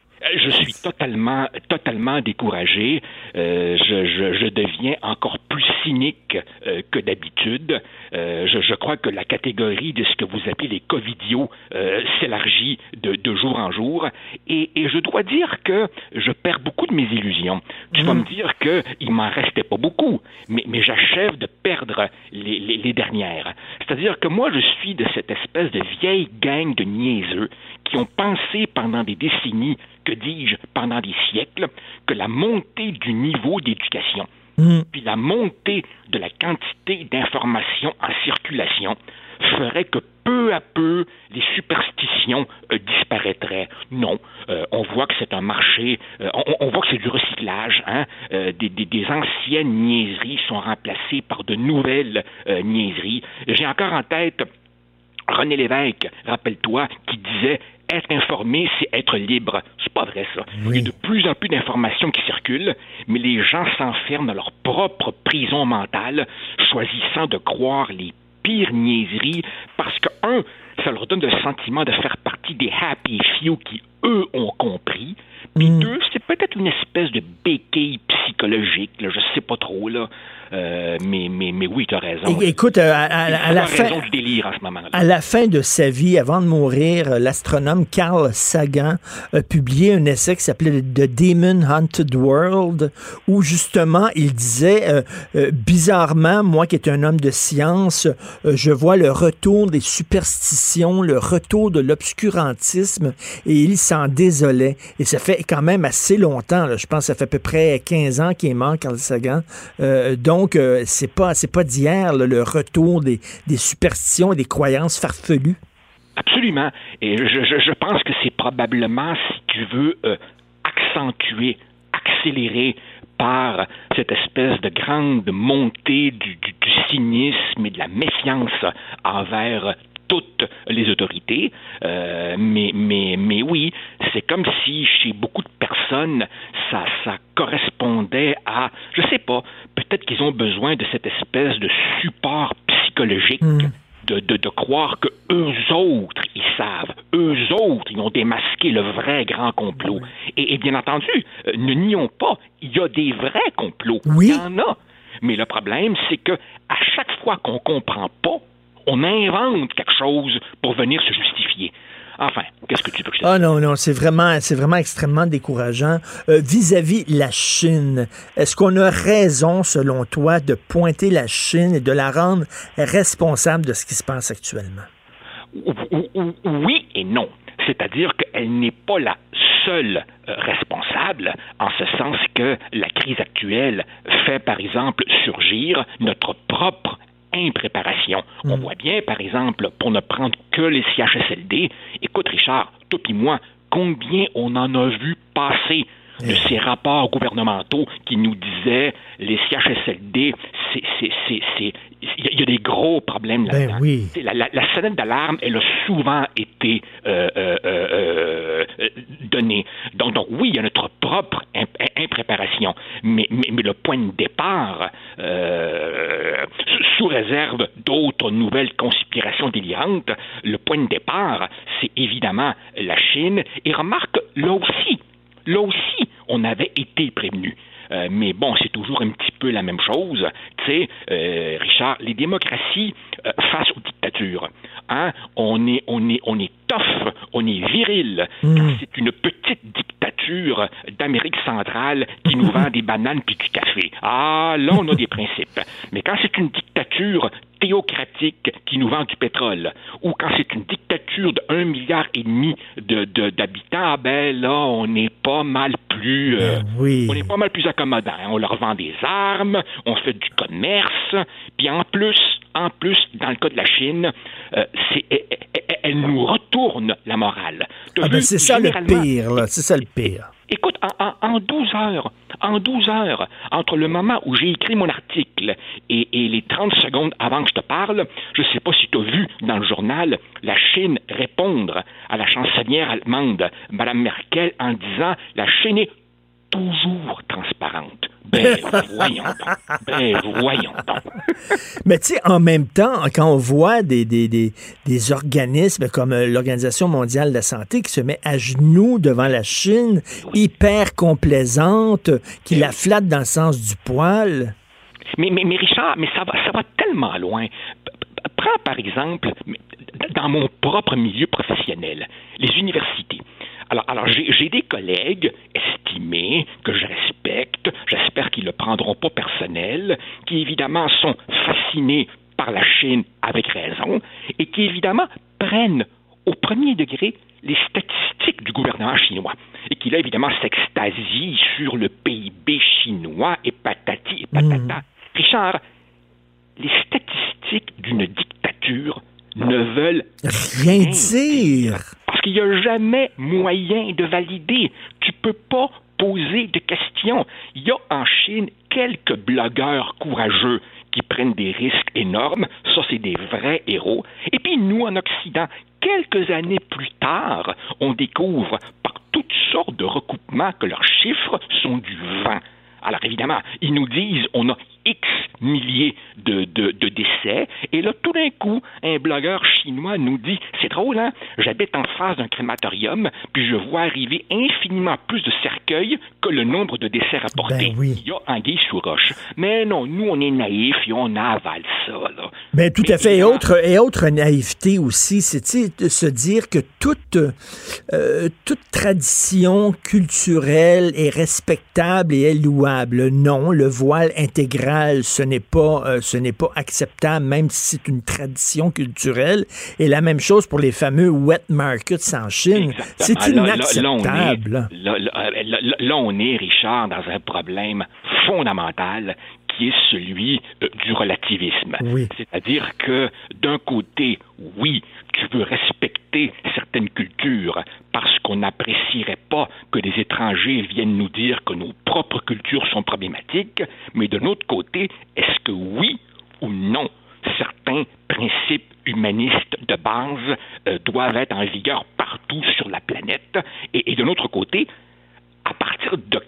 Je suis totalement, totalement découragé. Euh, je, je, je deviens encore plus cynique euh, que d'habitude. Euh, je, je crois que la catégorie de ce que vous appelez les covidios euh, s'élargit de, de jour en jour. Et, et je dois dire que je perds beaucoup de mes illusions. Tu mmh. vas me dire qu'il m'en restait pas beaucoup, mais, mais j'achève de perdre les, les, les dernières. C'est-à-dire que moi, je suis de cette espèce de vieille gang de niaiseux qui ont pensé pendant des décennies, que dis-je, pendant des siècles, que la montée du niveau d'éducation, mmh. puis la montée de la quantité d'informations en circulation ferait que peu à peu, les superstitions euh, disparaîtraient. Non, euh, on voit que c'est un marché, euh, on, on voit que c'est du recyclage. Hein? Euh, des, des, des anciennes niaiseries sont remplacées par de nouvelles euh, niaiseries. J'ai encore en tête René Lévesque, rappelle-toi, qui disait « Être informé, c'est être libre ». C'est pas vrai, ça. Oui. Il y a de plus en plus d'informations qui circulent, mais les gens s'enferment dans leur propre prison mentale, choisissant de croire les pires niaiseries, parce que, un, ça leur donne le sentiment de faire partie des happy few qui, eux, ont compris, puis mmh. deux, c'est peut-être une espèce de béquille psychologique, là, je sais pas trop, là, euh, mais, mais, mais oui, tu as raison. É- écoute, à, à, à, à la fin, raison du délire en ce moment-là. À la fin de sa vie, avant de mourir, l'astronome Carl Sagan a publié un essai qui s'appelait The Demon Haunted World, où justement, il disait, euh, euh, bizarrement, moi qui est un homme de science, euh, je vois le retour des superstitions, le retour de l'obscurantisme, et il s'en désolait. Et ça fait quand même assez longtemps, là. Je pense que ça fait à peu près quinze ans qu'il est mort, Carl Sagan. Euh, donc, euh, c'est pas, c'est pas d'hier, là, le retour des, des superstitions et des croyances farfelues. Absolument. Et je, je, je pense que c'est probablement, si tu veux, euh, accentuer, accélérer par cette espèce de grande montée du, du, du cynisme et de la méfiance envers toutes les autorités, euh, mais, mais, mais oui, c'est comme si chez beaucoup de personnes, ça, ça correspondait à, je sais pas, peut-être qu'ils ont besoin de cette espèce de support psychologique, mmh. de, de, de croire que eux autres, ils savent, eux autres, ils ont démasqué le vrai grand complot. Et, et bien entendu, euh, ne nions pas, il y a des vrais complots, oui. il y en a. Mais le problème, c'est que à chaque fois qu'on comprend pas, on invente quelque chose pour venir se justifier. Enfin, qu'est-ce que tu veux que je te dise? Ah non, non, c'est vraiment, c'est vraiment extrêmement décourageant. Euh, vis-à-vis la Chine, est-ce qu'on a raison, selon toi, de pointer la Chine et de la rendre responsable de ce qui se passe actuellement? Oui et non. C'est-à-dire qu'elle n'est pas la seule euh, responsable, en ce sens que la crise actuelle fait, par exemple, surgir notre propre impréparation. Mmh. On voit bien, par exemple, pour ne prendre que les C H S L D, écoute Richard, toi et moi, combien on en a vu passer de ces rapports gouvernementaux qui nous disaient les C H S L D, c'est, c'est, c'est, c'est, il y a des gros problèmes là-dedans. Ben oui. La, la, la sonnette d'alarme, elle a souvent été euh, euh, euh, donnée. Donc, donc, oui, il y a notre propre imp- impréparation, mais, mais, mais le point de départ, euh, sous réserve d'autres nouvelles conspirations délirantes, le point de départ, c'est évidemment la Chine. Et remarque, là aussi, Là aussi, on avait été prévenu. Euh, mais bon, c'est toujours un petit peu la même chose. Tu sais, euh, Richard, les démocraties euh, face aux dictatures, hein, on est, on est, on est tough, on est viril. Mmh. Quand c'est une petite dictature dictature d'Amérique centrale qui nous vend des bananes puis du café. Ah, là, on a des principes. Mais quand c'est une dictature théocratique qui nous vend du pétrole, ou quand c'est une dictature de un milliard et demi de, de, d'habitants, ah ben là, on est pas mal plus, euh, oui. on est pas mal plus accommodant. On leur vend des armes, on fait du commerce, puis en plus, en plus, dans le cas de la Chine, euh, c'est, elle, elle nous retourne la morale. Ah ben c'est ça le pire, là. C'est ça le pire. Écoute, en, en, en douze heures, en douze heures, entre le moment où j'ai écrit mon article et, et les trente secondes avant que je te parle, je ne sais pas si tu as vu dans le journal la Chine répondre à la chancelière allemande, Mme Merkel, en disant « La Chine est toujours transparente ». Ben, voyons donc. Ben, voyons donc. Mais tu sais, en même temps, quand on voit des, des, des, des organismes comme l'Organisation mondiale de la santé qui se met à genoux devant la Chine, oui. hyper complaisante, qui oui. la flatte dans le sens du poil. Mais, mais, mais Richard, mais ça va, ça va tellement loin. Prends par exemple, dans mon propre milieu professionnel, les universités. Alors, alors j'ai, j'ai des collègues estimés, que je respecte, j'espère qu'ils ne le prendront pas personnel, qui évidemment sont fascinés par la Chine avec raison, et qui évidemment prennent au premier degré les statistiques du gouvernement chinois, et qui là évidemment s'extasient sur le P I B chinois, et patati et patata. Mmh. Richard, les statistiques d'une dictature ne veulent rien dire. Parce qu'il n'y a jamais moyen de valider. Tu peux pas poser de questions. Il y a en Chine quelques blogueurs courageux qui prennent des risques énormes. Ça, c'est des vrais héros. Et puis nous, en Occident, quelques années plus tard, on découvre par toutes sortes de recoupements que leurs chiffres sont du vent. Alors évidemment, ils nous disent on a X milliers de, de, de décès, et là, tout d'un coup, un blogueur chinois nous dit, c'est drôle, hein, j'habite en face d'un crématorium, puis je vois arriver infiniment plus de cercueils que le nombre de décès rapportés. Ben oui. Il y a anguille sous roche. Mais non, nous, on est naïfs et on avale ça, là. Ben tout Mais à fait. Et autre, et autre naïveté aussi, c'est de se dire que toute, euh, toute tradition culturelle est respectable et est louable. Non, le voile intégral, ce n'est pas, euh, ce n'est pas acceptable, même si c'est une tradition culturelle. Et la même chose pour les fameux wet markets en Chine. Exactement. C'est inacceptable. Là, là, là, on est, là, là, là, on est, Richard, dans un problème fondamental qui est celui euh, du relativisme. Oui. C'est-à-dire que, d'un côté, oui, tu veux respecter certaines cultures parce qu'on n'apprécierait pas que des étrangers viennent nous dire que nos propres cultures sont problématiques, mais de l'autre côté, est-ce que oui ou non, certains principes humanistes de base euh, doivent être en vigueur partout sur la planète? Et, et de l'autre côté, à partir de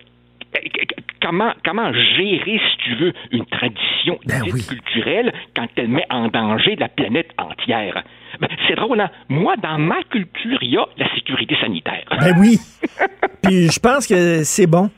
Comment, comment gérer, si tu veux, une tradition ben dite oui. culturelle quand elle met en danger la planète entière? Ben, c'est drôle, hein? Moi, dans ma culture, il y a la sécurité sanitaire. Ben oui. Puis je pense que c'est bon.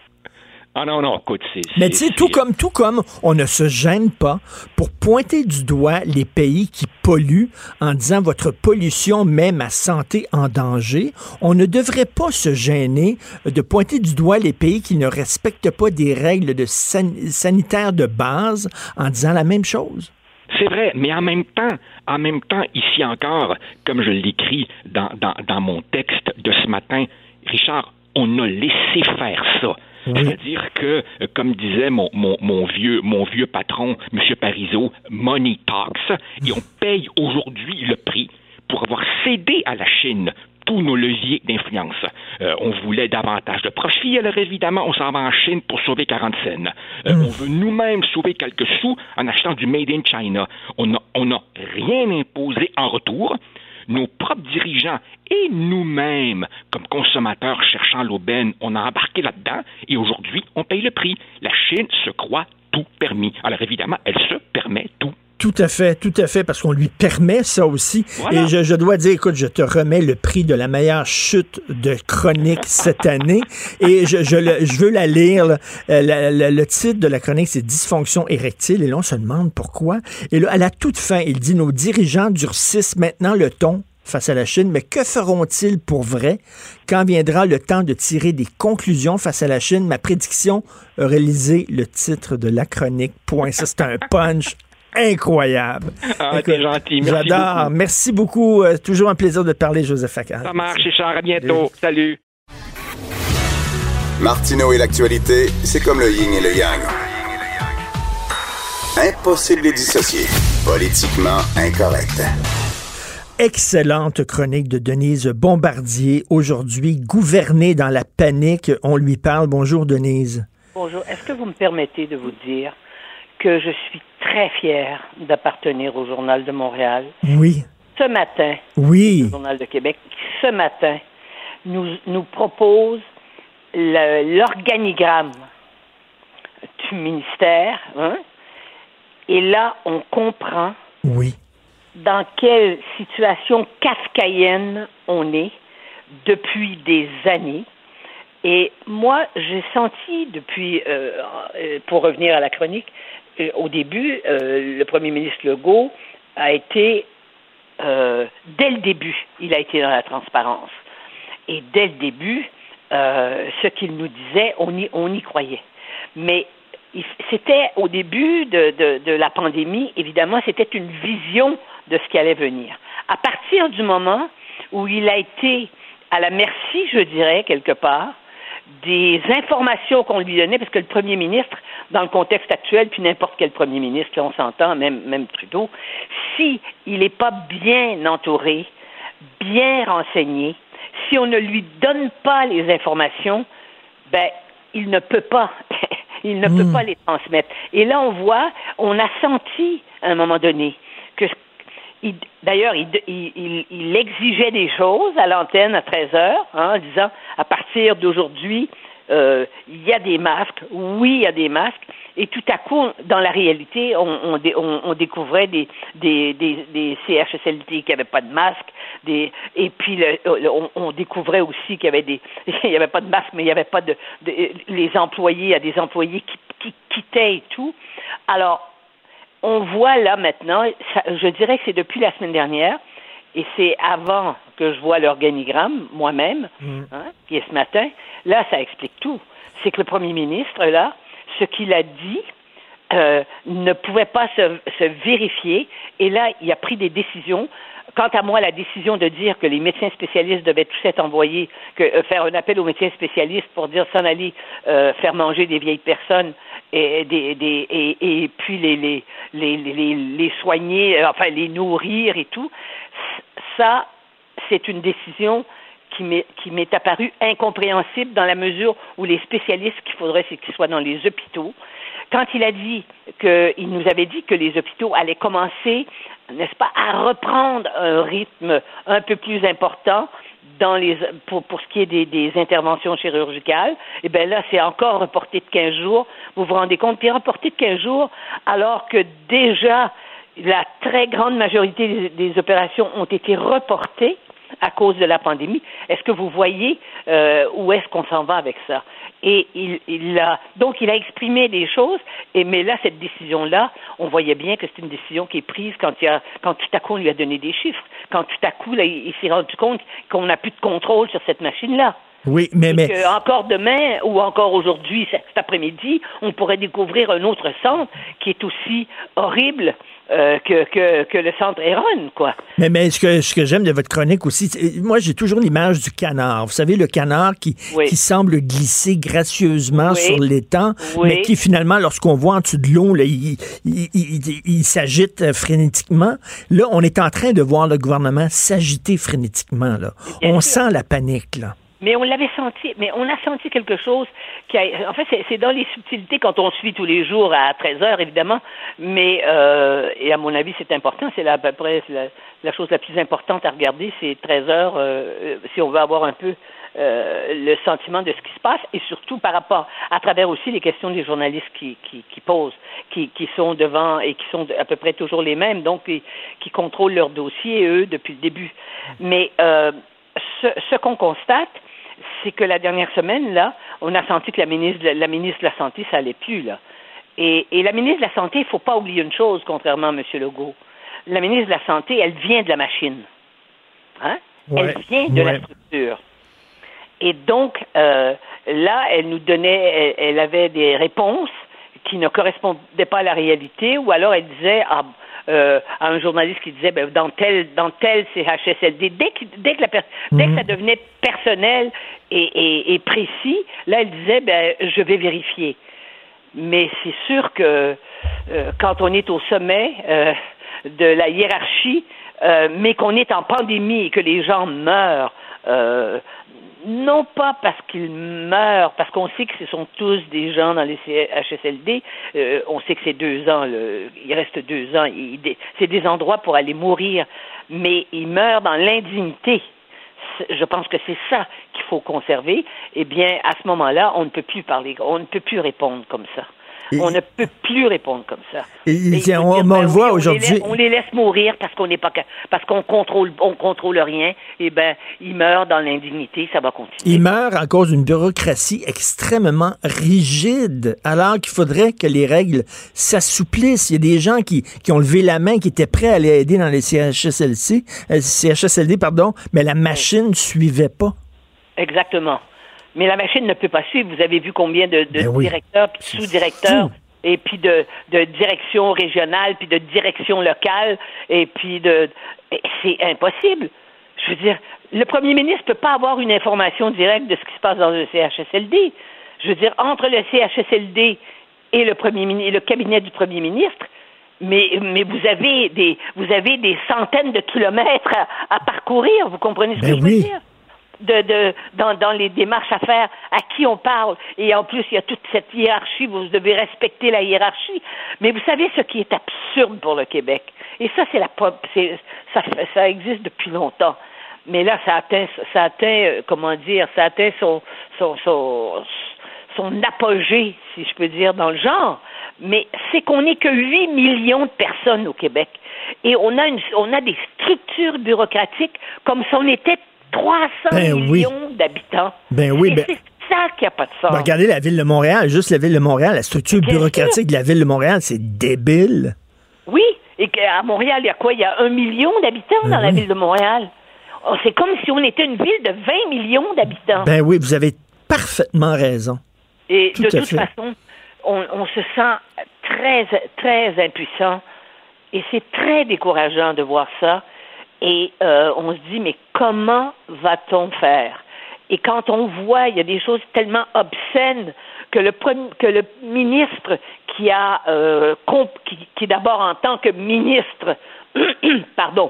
Ah non, non, écoute, c'est... Mais tu sais, tout comme, tout comme on ne se gêne pas pour pointer du doigt les pays qui polluent en disant votre pollution met ma santé en danger, on ne devrait pas se gêner de pointer du doigt les pays qui ne respectent pas des règles de san- sanitaires de base en disant la même chose. C'est vrai, mais en même temps, en même temps, ici encore, comme je l'écris dans, dans, dans mon texte de ce matin, Richard, on a laissé faire ça. Oui. C'est-à-dire que, comme disait mon, mon, mon, vieux, mon vieux patron, M. Parizeau, money talks, et on paye aujourd'hui le prix pour avoir cédé à la Chine tous nos leviers d'influence. Euh, on voulait davantage de profit, alors évidemment, on s'en va en Chine pour sauver quarante cents. Euh, mmh. On veut nous-mêmes sauver quelques sous en achetant du Made in China. On n'a on a rien imposé en retour. Nos propres dirigeants et nous-mêmes, comme consommateurs cherchant l'aubaine, on a embarqué là-dedans et aujourd'hui, on paye le prix. La Chine se croit tout permis. Alors évidemment, elle se permet tout. Tout à fait, tout à fait, parce qu'on lui permet ça aussi. Voilà. Et je, je dois dire, écoute, je te remets le prix de la meilleure chute de chronique cette année. Et je, je, le, je veux la lire. Là. La, la, le titre de la chronique, c'est « Dysfonction érectile ». Et là, on se demande pourquoi. Et là, à la toute fin, il dit « Nos dirigeants durcissent maintenant le ton face à la Chine, mais que feront-ils pour vrai quand viendra le temps de tirer des conclusions face à la Chine? Ma prédiction aurait lisé le titre de la chronique. Point. Ça, c'est un punch incroyable. Ah, t'es gentil. Merci j'adore. beaucoup. Merci beaucoup. Euh, toujours un plaisir de te parler, Joseph Facal. Ça marche, Richard. À bientôt. Salut. Martineau et l'actualité, c'est comme le yin et le yang. Impossible de les dissocier. Politiquement incorrect. Excellente chronique de Denise Bombardier. Aujourd'hui, gouverner dans la panique. On lui parle. Bonjour, Denise. Bonjour. Est-ce que vous me permettez de vous dire que je suis très fière d'appartenir au Journal de Montréal? Oui. Ce matin, oui. le Journal de Québec, ce matin, nous, nous propose le, l'organigramme du ministère, hein? Et là, on comprend oui. dans quelle situation kafkaïenne on est depuis des années. Et moi, j'ai senti depuis, euh, pour revenir à la chronique, euh, au début, euh, le premier ministre Legault a été, euh, dès le début, il a été dans la transparence. Et dès le début, euh, ce qu'il nous disait, on y, on y croyait. Mais c'était au début de, de, de la pandémie, évidemment, c'était une vision de ce qui allait venir. À partir du moment où il a été à la merci, je dirais, quelque part, des informations qu'on lui donnait, parce que le premier ministre, dans le contexte actuel, puis n'importe quel premier ministre, là, on s'entend, même, même Trudeau, si il n'est pas bien entouré, bien renseigné, si on ne lui donne pas les informations, ben, il ne peut pas, il ne mmh. peut pas les transmettre. Et là, on voit, on a senti, à un moment donné, que Il, d'ailleurs, il, il, il exigeait des choses à l'antenne à treize heures, hein, en disant, à partir d'aujourd'hui, euh, il y a des masques, oui, il y a des masques, et tout à coup, dans la réalité, on, on, on, on découvrait des, des, des, des C H S L T qui n'avaient pas de masque, des, et puis le, le, on, on découvrait aussi qu'il y avait des, il n'y avait pas de masque, mais il n'y avait pas de, de, les employés, il y a des employés qui, qui quittaient et tout. Alors, on voit là maintenant, ça, je dirais que c'est depuis la semaine dernière, et c'est avant que je vois l'organigramme, moi-même, mmh. hein, qui est ce matin, là, ça explique tout. C'est que le premier ministre, là, ce qu'il a dit euh, ne pouvait pas se, se vérifier, et là, il a pris des décisions. Quant à moi, la décision de dire que les médecins spécialistes devaient tous être envoyés, que euh, faire un appel aux médecins spécialistes pour dire s'en aller euh, faire manger des vieilles personnes et, des, des, et, et puis les, les, les, les, les soigner, enfin les nourrir et tout, ça, c'est une décision qui m'est, qui m'est apparue incompréhensible dans la mesure où les spécialistes qu'il faudrait, c'est qu'ils soient dans les hôpitaux. Quand il a dit que, il nous avait dit que les hôpitaux allaient commencer, n'est-ce pas, à reprendre un rythme un peu plus important dans les, pour, pour ce qui est des, des interventions chirurgicales, eh bien là, c'est encore reporté de quinze jours. Vous vous rendez compte? Puis reporté de quinze jours, alors que déjà, la très grande majorité des, des opérations ont été reportées à cause de la pandémie. Est-ce que vous voyez euh, où est-ce qu'on s'en va avec ça? Et il, il a, donc, il a exprimé des choses, et, mais là, cette décision-là, on voyait bien que c'est une décision qui est prise quand, il a, quand tout à coup, on lui a donné des chiffres. Quand tout à coup, là, il, il s'est rendu compte qu'on n'a plus de contrôle sur cette machine-là. Oui, mais... Et mais... que encore demain, ou encore aujourd'hui, cet après-midi, on pourrait découvrir un autre centre qui est aussi horrible euh, que, que, que le centre Héron, quoi. Mais, mais ce que, ce que j'aime de votre chronique aussi, moi, j'ai toujours l'image du canard. Vous savez, le canard qui, oui. qui semble glisser gracieusement oui. sur l'étang, oui. mais qui, finalement, lorsqu'on voit en dessous de l'eau, là, il, il, il, il, il s'agite frénétiquement. Là, on est en train de voir le gouvernement s'agiter frénétiquement, là. On sûr. sent la panique, là. Mais on l'avait senti, mais on a senti quelque chose qui a, en fait, c'est, c'est dans les subtilités quand on suit tous les jours à treize heures, évidemment, mais, euh, et à mon avis, c'est important, c'est là, à peu près la, la chose la plus importante à regarder, c'est treize heures, euh, si on veut avoir un peu euh, le sentiment de ce qui se passe, et surtout par rapport, à travers aussi les questions des journalistes qui, qui, qui posent, qui, qui sont devant, et qui sont à peu près toujours les mêmes, donc, qui, qui contrôlent leur dossier, eux, depuis le début. Mais euh, ce, ce qu'on constate, c'est que la dernière semaine, là, on a senti que la ministre, la ministre de la Santé, ça allait plus, là. Et, et la ministre de la Santé, il ne faut pas oublier une chose, contrairement à M. Legault. La ministre de la Santé, elle vient de la machine. Hein? Ouais. Elle vient de Ouais. la structure. Et donc, euh, là, elle nous donnait, elle, elle avait des réponses qui ne correspondaient pas à la réalité, ou alors elle disait à, euh, à un journaliste qui disait, ben, dans tel, dans tel C H S L D, dès que, dès que, la, dès que ça devenait personnel et, et, et précis, là, elle disait, ben, je vais vérifier. Mais c'est sûr que euh, quand on est au sommet euh, de la hiérarchie, euh, mais qu'on est en pandémie et que les gens meurent, euh, non pas parce qu'ils meurent, parce qu'on sait que ce sont tous des gens dans les C H S L D, euh, on sait que c'est deux ans, le, il reste deux ans, il, c'est des endroits pour aller mourir, mais ils meurent dans l'indignité. Je pense que c'est ça qu'il faut conserver. Eh bien, à ce moment-là, on ne peut plus parler, on ne peut plus répondre comme ça. Et on ne peut plus répondre comme ça. Et, et on, dire, ben, on le voit oui, aujourd'hui. On les laisse mourir parce qu'on n'est pas parce qu'on contrôle, on contrôle rien. Et ben, ils meurent dans l'indignité. Ça va continuer. Ils meurent à cause d'une bureaucratie extrêmement rigide, alors qu'il faudrait que les règles s'assouplissent. Il y a des gens qui, qui ont levé la main, qui étaient prêts à aller aider dans les C H S L C, euh, C H S L D, pardon, mais la machine ne suivait pas. Exactement. Mais la machine ne peut pas suivre. Vous avez vu combien de, de ben oui. directeurs, puis de sous-directeurs, et puis de, de direction régionale, puis de direction locale, et puis de... C'est impossible. Je veux dire, le premier ministre ne peut pas avoir une information directe de ce qui se passe dans le C H S L D. Je veux dire, entre le C H S L D et le, premier, le cabinet du premier ministre, mais, mais vous avez des vous avez des centaines de kilomètres à, à parcourir. Vous comprenez ce ben que je veux oui. dire? De, de, dans, dans les démarches à faire, à qui on parle. Et en plus, il y a toute cette hiérarchie, vous devez respecter la hiérarchie. Mais vous savez ce qui est absurde pour le Québec, et ça, c'est la c'est, ça, ça existe depuis longtemps. Mais là, ça atteint, ça atteint, comment dire, ça atteint son, son, son, son apogée, si je peux dire, dans le genre. Mais c'est qu'on n'est que huit millions de personnes au Québec. Et on a, une, on a des structures bureaucratiques comme si on était trois cents ben millions oui. d'habitants. Ben oui, et ben... c'est ça qui n'a pas de sens. Ben regardez la Ville de Montréal, juste la Ville de Montréal, la structure Bien bureaucratique sûr. de la Ville de Montréal, c'est débile. Oui, et qu'à Montréal, il y a quoi? Il y a un million d'habitants ben dans oui. la Ville de Montréal. Oh, c'est comme si on était une ville de vingt millions d'habitants. Ben oui, vous avez parfaitement raison. Et Tout de toute fait. façon, on, on se sent très, très impuissant, et c'est très décourageant de voir ça. Et euh, on se dit, mais comment va-t-on faire? Et quand on voit, il y a des choses tellement obscènes que le, que le ministre qui a, euh, comp- qui, qui d'abord en tant que ministre, pardon,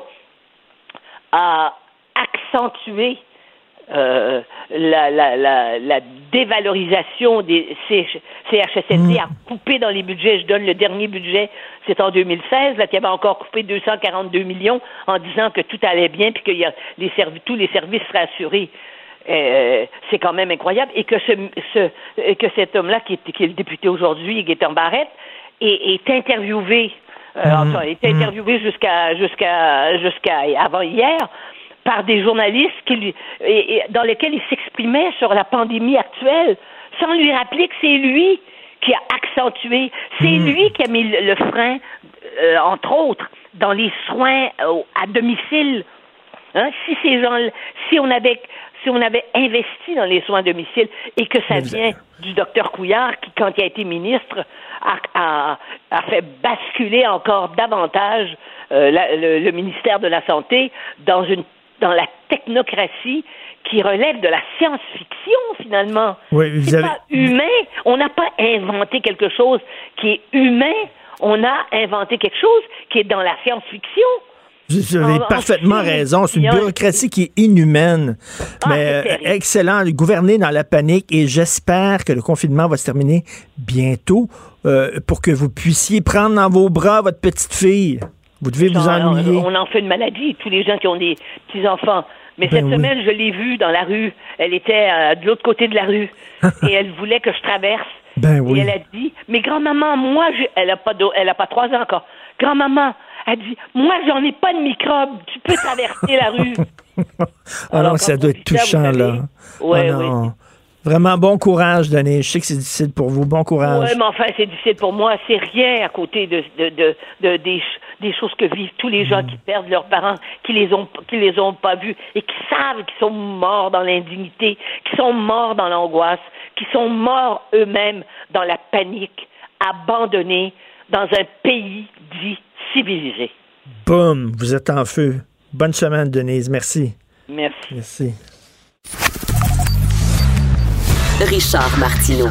a accentué euh, la, la, la, la dévalorisation des C H S L D, mmh. a coupé dans les budgets. Je donne le dernier budget, c'est en deux mille seize, là, qui avait encore coupé deux cent quarante-deux millions en disant que tout allait bien puis que y a les servi- tous les services seraient assurés. Euh, c'est quand même incroyable. Et que ce, ce que cet homme-là, qui est, qui est le député aujourd'hui, Gaétan Barrette, est, est interviewé, euh, mmh. enfin, est interviewé jusqu'à jusqu'à jusqu'à avant hier, par des journalistes qui lui, et, et, dans lesquels il s'exprimait sur la pandémie actuelle, sans lui rappeler que c'est lui qui a accentué, c'est mmh. lui qui a mis le, le frein, euh, entre autres, dans les soins euh, à domicile. Hein? Si ces gens, si on avait, si on avait investi dans les soins à domicile et que ça vient du docteur Couillard, qui, quand il a été ministre, a, a, a fait basculer encore davantage euh, la, le, le ministère de la Santé dans une dans la technocratie qui relève de la science-fiction, finalement. Oui, vous c'est avez... pas humain. On n'a pas inventé quelque chose qui est humain. On a inventé quelque chose qui est dans la science-fiction. Vous avez en, parfaitement en... raison. C'est une bureaucratie qui est inhumaine. Ah, mais euh, excellent. Gouverner dans la panique, et j'espère que le confinement va se terminer bientôt euh, pour que vous puissiez prendre dans vos bras votre petite fille. Vous devez vous ennuyer. On en fait une maladie, tous les gens qui ont des petits-enfants. Mais ben cette oui. semaine, je l'ai vue dans la rue. Elle était euh, de l'autre côté de la rue. Et elle voulait que je traverse. Ben oui. Et elle a dit, mais grand-maman, moi, je... elle a pas elle a pas trois ans encore. Grand-maman, elle dit, moi, j'en ai pas de microbes. Tu peux traverser la rue. oh Alors, non, ça doit être touchant, ça, là. Ouais, oh non. oui. Vraiment, bon courage, Denis. Je sais que c'est difficile pour vous. Bon courage. Oui, mais enfin, c'est difficile pour moi. C'est rien à côté de, de, de, de des, des choses que vivent tous les gens qui perdent leurs parents, qui les ont qui les ont pas vus et qui savent qu'ils sont morts dans l'indignité, qui sont morts dans l'angoisse, qui sont morts eux-mêmes dans la panique, abandonnés dans un pays dit civilisé. Boum, vous êtes en feu. Bonne semaine, Denise. Merci. Merci. Merci. Richard Martineau.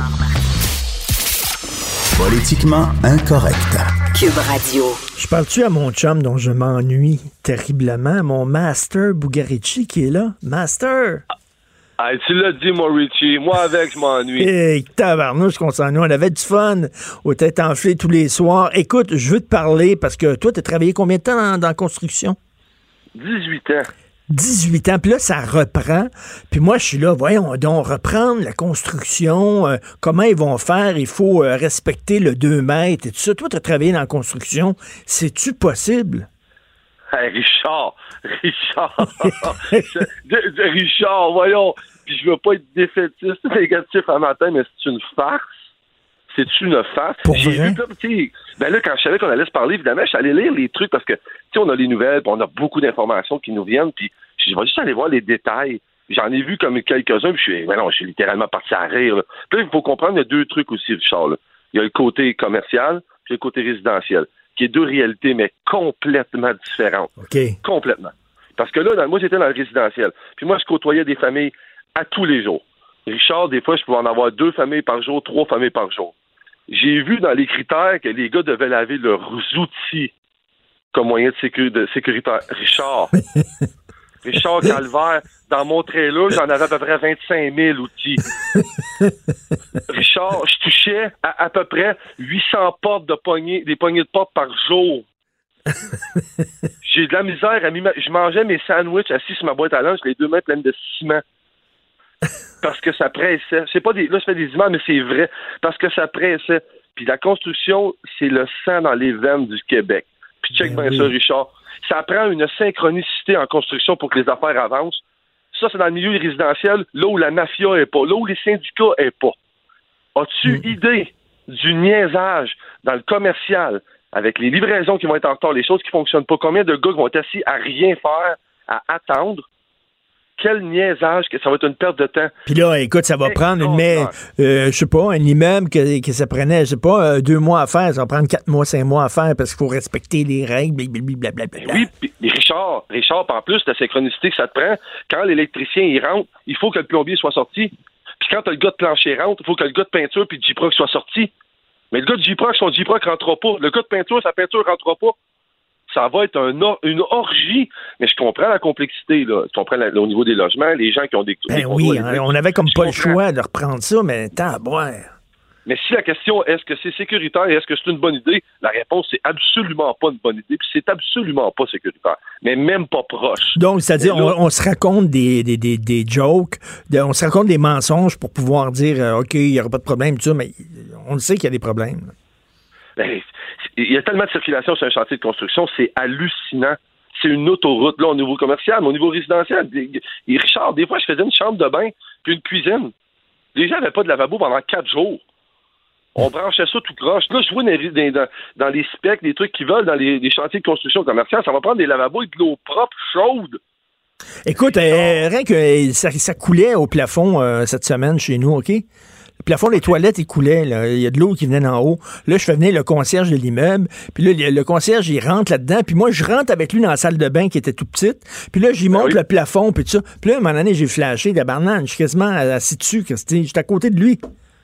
Politiquement incorrect. Cube Radio. Je parle-tu à mon chum dont je m'ennuie terriblement, mon Master Bugarici qui est là? Master! Ah, tu l'as dit, mon Richie. Moi, avec, je m'ennuie. Hey, tabarnouche qu'on s'ennuie. On avait du fun aux têtes enflées tous les soirs. Écoute, je veux te parler parce que toi, tu as travaillé combien de temps dans, dans la construction? dix-huit ans. dix-huit ans, puis là, ça reprend. Puis moi, je suis là, voyons donc, reprendre la construction, euh, comment ils vont faire, il faut euh, respecter le deux mètres et tout ça. Toi, tu as travaillé dans la construction, c'est-tu possible? Hey, Richard, Richard, de, de Richard, voyons, puis je veux pas être défaitiste, négatif en matin, mais c'est une farce. C'est une farce. Pour J'ai vrai? vu, là, t'sais, ben là, quand je savais qu'on allait se parler, évidemment, je suis allé lire les trucs parce que, tu sais, on a les nouvelles, puis on a beaucoup d'informations qui nous viennent, puis je vais juste aller voir les détails. J'en ai vu comme quelques-uns, puis je suis, ben non, je suis littéralement parti à rire. Là. Puis là, il faut comprendre, il y a deux trucs aussi, Richard. Là. Il y a le côté commercial, puis le côté résidentiel, qui est deux réalités, mais complètement différentes. OK. Complètement. Parce que là, dans, moi, j'étais dans le résidentiel. Puis moi, je côtoyais des familles à tous les jours. Richard, des fois, je pouvais en avoir deux familles par jour, trois familles par jour. J'ai vu dans les critères que les gars devaient laver leurs outils comme moyen de, sécu- de sécurité. Richard, Richard Calvaire, dans mon trailer, j'en avais à peu près vingt-cinq mille outils. Richard, je touchais à, à peu près huit cents portes de poignées, des poignées de porte par jour. J'ai de la misère à m'imaginer. Je mangeais mes sandwichs assis sur ma boîte à lunch, les deux mains pleines de ciment. Parce que ça pressait. C'est pas des, là, je fais des images, mais c'est vrai. Parce que ça pressait. Puis la construction, c'est le sang dans les veines du Québec. Puis check bien oui. ça, Richard. Ça prend une synchronicité en construction pour que les affaires avancent. Ça, c'est dans le milieu résidentiel, là où la mafia est pas, là où les syndicats est pas. As-tu mm. idée du niaisage dans le commercial, avec les livraisons qui vont être en retard, les choses qui fonctionnent pas? Combien de gars qui vont être assis à rien faire, à attendre? Quel niaisage, que ça va être une perte de temps. Puis là, écoute, ça va prendre une, mais, euh, je sais pas, un immeuble que, que ça prenait, je sais pas, euh, deux mois à faire, ça va prendre quatre mois, cinq mois à faire parce qu'il faut respecter les règles, blablabla. Oui, puis Richard, Richard, en plus, la synchronicité que ça te prend, quand l'électricien, il rentre, il faut que le plombier soit sorti. Puis quand t'as le gars de plancher rentre, il faut que le gars de peinture puis de J-Proc soit sorti. Mais le gars de J-Proc, son J-Proc rentrera pas. Le gars de peinture, sa peinture rentrera pas. Ça va être un or- une orgie. Mais je comprends la complexité, là. Je comprends la, au niveau des logements, les gens qui ont des... Ben des oui, des... on avait comme je pas comprends. le choix de reprendre ça, mais tant à boire. Mais si la question est-ce que c'est sécuritaire et est-ce que c'est une bonne idée, la réponse c'est absolument pas une bonne idée, puis c'est absolument pas sécuritaire, mais même pas proche. Donc, c'est-à-dire, là, on, on se raconte des, des, des, des jokes, de, on se raconte des mensonges pour pouvoir dire, euh, OK, il n'y aura pas de problème, tout ça, mais on le sait qu'il y a des problèmes. Ben, il y a tellement de circulation sur un chantier de construction, c'est hallucinant. C'est une autoroute, là, au niveau commercial, mais au niveau résidentiel. Et Richard, des fois, je faisais une chambre de bain puis une cuisine. Les gens n'avaient pas de lavabo pendant quatre jours. On branchait ça tout croche. Là, je vois dans, dans, dans les specs, des trucs qui volent dans les, les chantiers de construction commerciale, ça va prendre des lavabos et de l'eau propre, chaude. Écoute, euh, rien que euh, ça, ça coulait au plafond euh, cette semaine chez nous, OK? Le plafond des toilettes, il coulait. Là. Il y a de l'eau qui venait d'en haut. Là, je fais venir le concierge de l'immeuble. Puis là, le concierge, il rentre là-dedans. Puis moi, je rentre avec lui dans la salle de bain qui était tout petite. Puis là, j'y monte ben oui. le plafond, puis tout ça. Puis là, à un moment donné, j'ai flashé de banane. Je suis quasiment assis dessus. J'étais à côté de lui.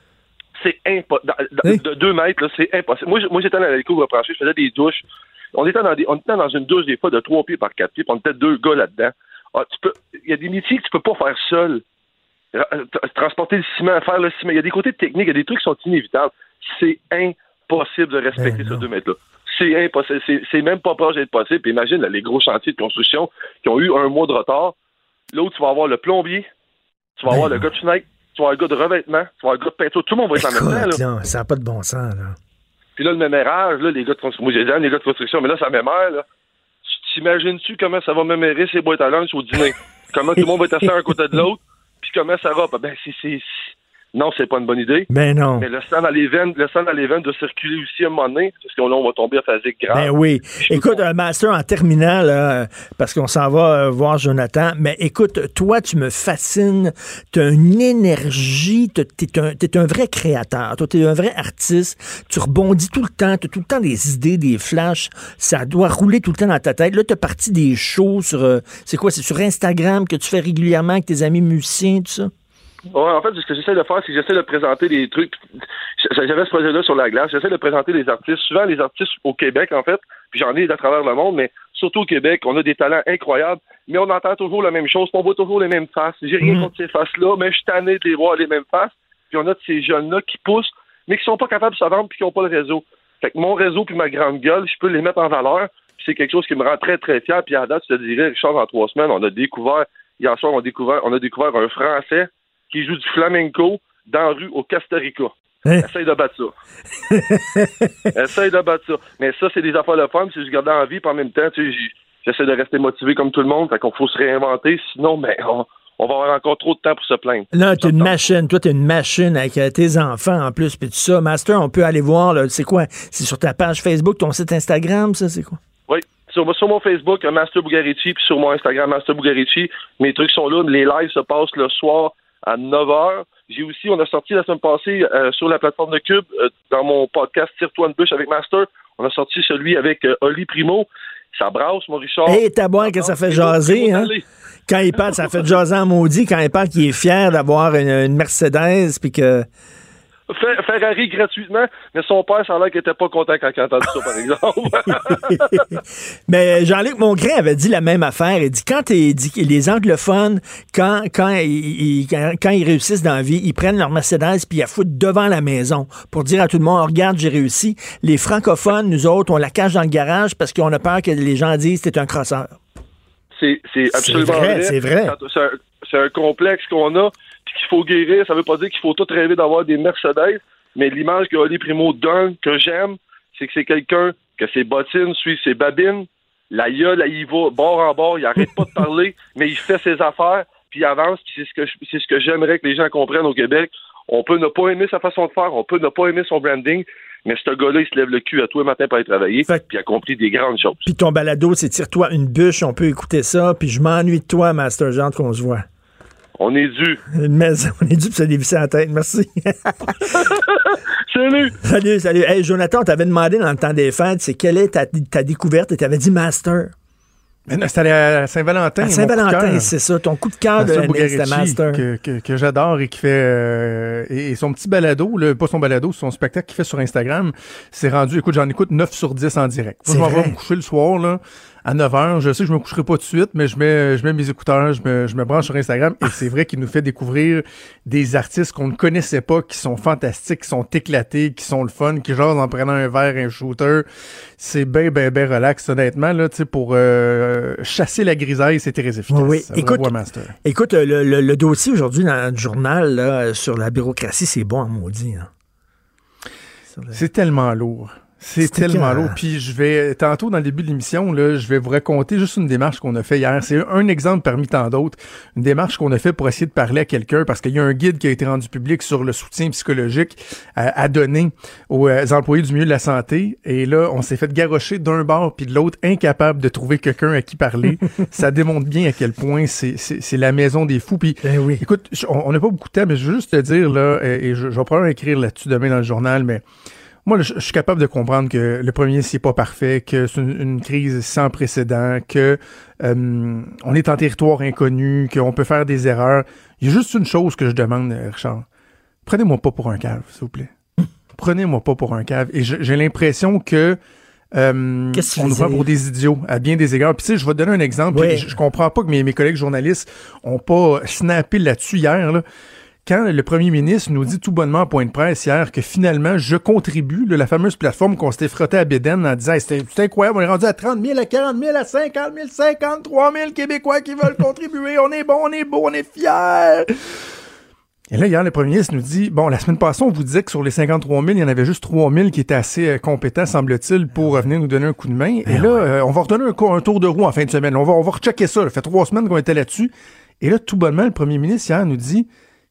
C'est impossible. Oui? De deux mètres, là, c'est impossible. Moi, moi j'étais dans la cour branchée, je faisais des douches. On était, dans des, on était dans une douche, des fois, de trois pieds par quatre pieds. Puis on était deux gars là-dedans. Ah, tu peux, il y a des métiers que tu peux pas faire seul. Transporter le ciment, faire le ciment. Il y a des côtés techniques, il y a des trucs qui sont inévitables. C'est impossible de respecter ben ce deux mètres-là. C'est impossible. C'est, c'est même pas proche d'être possible. Puis imagine là, les gros chantiers de construction qui ont eu un mois de retard. L'autre, tu vas avoir le plombier, tu vas ben avoir non. le gars de fenêtre, tu vas avoir le gars de revêtement, tu vas avoir le gars de peinture. Tout le monde va être en même temps. Là. Là, ça n'a pas de bon sens. Là. Puis là, le mémérage, là, les gars de construction. Moi, j'ai dit, les gars de construction, mais là, ça mémère. Là. T'imagines-tu comment ça va mémérer ces boîtes à lunch au dîner? Comment tout le monde va être assis un côté de l'autre? Puis comment ça va? Ben, c'est, c'est, Non, c'est pas une bonne idée. Ben non. Mais le sang dans les veines, le sang dans les veines doit circuler aussi à un moment donné, parce que là, on va tomber à phasique grave. Ben oui. Écoute, un master en terminant, là, parce qu'on s'en va euh, voir Jonathan, mais écoute, toi, tu me fascines. T'as une énergie, t'es, t'es, un, t'es un vrai créateur. Toi, t'es un vrai artiste. Tu rebondis tout le temps, t'as tout le temps des idées, des flashs. Ça doit rouler tout le temps dans ta tête. Là, t'as parti des shows sur, euh, c'est quoi, c'est sur Instagram que tu fais régulièrement avec tes amis musiciens, tout ça? Ouais, en fait, ce que j'essaie de faire, c'est que j'essaie de présenter des trucs. J'avais ce projet-là sur la glace. J'essaie de présenter les artistes. Souvent, les artistes au Québec, en fait, puis j'en ai à travers le monde, mais surtout au Québec, on a des talents incroyables, mais on entend toujours la même chose, on voit toujours les mêmes faces. J'ai rien mmh. contre ces faces-là, mais je suis tanné de les voir les mêmes faces. Puis on a de ces jeunes-là qui poussent, mais qui sont pas capables de se vendre puis qui n'ont pas le réseau. Fait que mon réseau puis ma grande gueule, je peux les mettre en valeur. Puis c'est quelque chose qui me rend très, très fier. Puis à date, je te dirais, Richard, en trois semaines, on a découvert, hier soir, on a découvert, on a découvert un Français qui joue du flamenco dans la rue au Costa Rica. Hein? Essaye de battre ça. Essaye de battre ça. Mais ça, c'est des affaires de fun, c'est je garde en vie, puis en même temps, tu sais, j'essaie de rester motivé comme tout le monde, fait qu'on faut se réinventer, sinon, ben, on, on va avoir encore trop de temps pour se plaindre. Non, t'es une machine. Toi, t'es une machine avec tes enfants en plus, puis tout ça. Master, on peut aller voir, là, c'est quoi? C'est sur ta page Facebook, ton site Instagram, ça, c'est quoi? Oui. Sur, sur mon Facebook, Master Bugarici, puis sur mon Instagram, Master Bugarici, mes trucs sont là. Les lives se passent le soir à neuf heures. J'ai aussi, on a sorti la semaine passée euh, sur la plateforme de Cube, euh, dans mon podcast Tire-toi une bûche avec Master, on a sorti celui avec euh, Oli Primo. Ça brasse, mon Richard. Hé, hey, t'as boire que ça fait jaser, hein? Quand il parle, ça fait jaser en maudit. Quand il parle qu'il est fier d'avoir une, une Mercedes, puis que... Ferrari gratuitement, mais son père, ça a l'air qu'il était pas content quand il a entendu ça, par exemple. Mais Jean-Luc Mongrain avait dit la même affaire. Il dit, quand il dit les anglophones, quand, quand, ils, quand, quand ils réussissent dans la vie, ils prennent leur Mercedes puis ils la foutent devant la maison pour dire à tout le monde, oh, regarde, j'ai réussi. Les francophones, nous autres, on la cache dans le garage parce qu'on a peur que les gens disent que t'es un crosseur. C'est, c'est absolument c'est vrai. vrai. C'est vrai. C'est un, c'est un complexe qu'on a. Qu'il faut guérir, ça veut pas dire qu'il faut tout rêver d'avoir des Mercedes, mais l'image que Oli Primo donne, que j'aime, c'est que c'est quelqu'un que ses bottines suivent ses babines, la gueule, il va bord en bord, il arrête pas de parler, mais il fait ses affaires, puis il avance, puis c'est ce que je, c'est ce que j'aimerais que les gens comprennent au Québec. On peut ne pas aimer sa façon de faire, on peut ne pas aimer son branding, mais ce gars-là, il se lève le cul à tous les matins pour aller travailler, fait... puis il accomplit des grandes choses. Puis ton balado, c'est Tire-toi une bûche, on peut écouter ça, puis je m'ennuie de toi, Master Jean, qu'on se voit. On est dû. Mais on est dû pour se dévisser la tête. Merci. Salut. Salut, salut. Hey, Jonathan, on t'avait demandé dans le temps des fêtes, c'est quelle est ta, ta découverte et t'avais dit Master. C'était à Saint-Valentin. À Saint-Valentin, c'est ça. Ton coup de cœur de l'année, c'était Master. Que, que, que j'adore et qui fait... Euh, et, et son petit balado, là, pas son balado, son spectacle qu'il fait sur Instagram, c'est rendu... Écoute, j'en écoute neuf sur dix en direct. Moi, je m'en vais me coucher le soir, là, à neuf heures. Je sais que je me coucherai pas tout de suite, mais je mets, je mets mes écouteurs, je me, je me branche sur Instagram. Et c'est vrai qu'il nous fait découvrir des artistes qu'on ne connaissait pas, qui sont fantastiques, qui sont éclatés, qui sont le fun, qui jasent en prenant un verre, un shooter. C'est bien, bien, bien relax, honnêtement, là, tu sais, pour euh, chasser la grisaille, c'est très efficace. Oui, écoute, écoute le, le, le dossier aujourd'hui dans le journal, là, sur la bureaucratie, c'est bon en maudit. Hein. Le... C'est tellement lourd. C'est, c'est tellement lourd. Puis je vais, tantôt dans le début de l'émission, là, je vais vous raconter juste une démarche qu'on a fait hier. C'est un exemple parmi tant d'autres. Une démarche qu'on a fait pour essayer de parler à quelqu'un parce qu'il y a un guide qui a été rendu public sur le soutien psychologique à, à donner aux euh, employés du milieu de la santé. Et là, on s'est fait garrocher d'un bord puis de l'autre, incapable de trouver quelqu'un à qui parler. Ça démontre bien à quel point c'est, c'est, c'est la maison des fous. Puis, ben oui. Écoute, on n'a pas beaucoup de temps, mais je veux juste te dire, là, et, et je, je vais probablement écrire là-dessus demain dans le journal, mais moi, je, je suis capable de comprendre que le premier, c'est pas parfait, que c'est une, une crise sans précédent, que euh, on est en territoire inconnu, qu'on peut faire des erreurs. Il y a juste une chose que je demande, Richard. Prenez-moi pas pour un cave, s'il vous plaît. Prenez-moi pas pour un cave. Et je, j'ai l'impression que euh, on nous prend pour des idiots à bien des égards. Puis tu sais, je vais te donner un exemple. Oui. Je, je comprends pas que mes, mes collègues journalistes ont pas snappé là-dessus hier, là. Quand le premier ministre nous dit tout bonnement à point de presse hier que finalement, je contribue, là, la fameuse plateforme qu'on s'était frotté à Bédène en disant hey, c'était, c'était incroyable, on est rendu à trente mille, à quarante mille, à cinquante mille, cinquante-trois mille Québécois qui veulent contribuer, on est bon, on est beau, on est fiers. Et là, hier, le premier ministre nous dit, bon, la semaine passée, on vous disait que sur les cinquante-trois mille, il y en avait juste trois mille qui étaient assez euh, compétents, semble-t-il, pour euh, venir nous donner un coup de main. Et là, euh, on va redonner un, un tour de roue en fin de semaine. On va, on va rechecker ça. Ça fait trois semaines qu'on était là-dessus. Et là, tout bonnement, le premier ministre hier nous dit,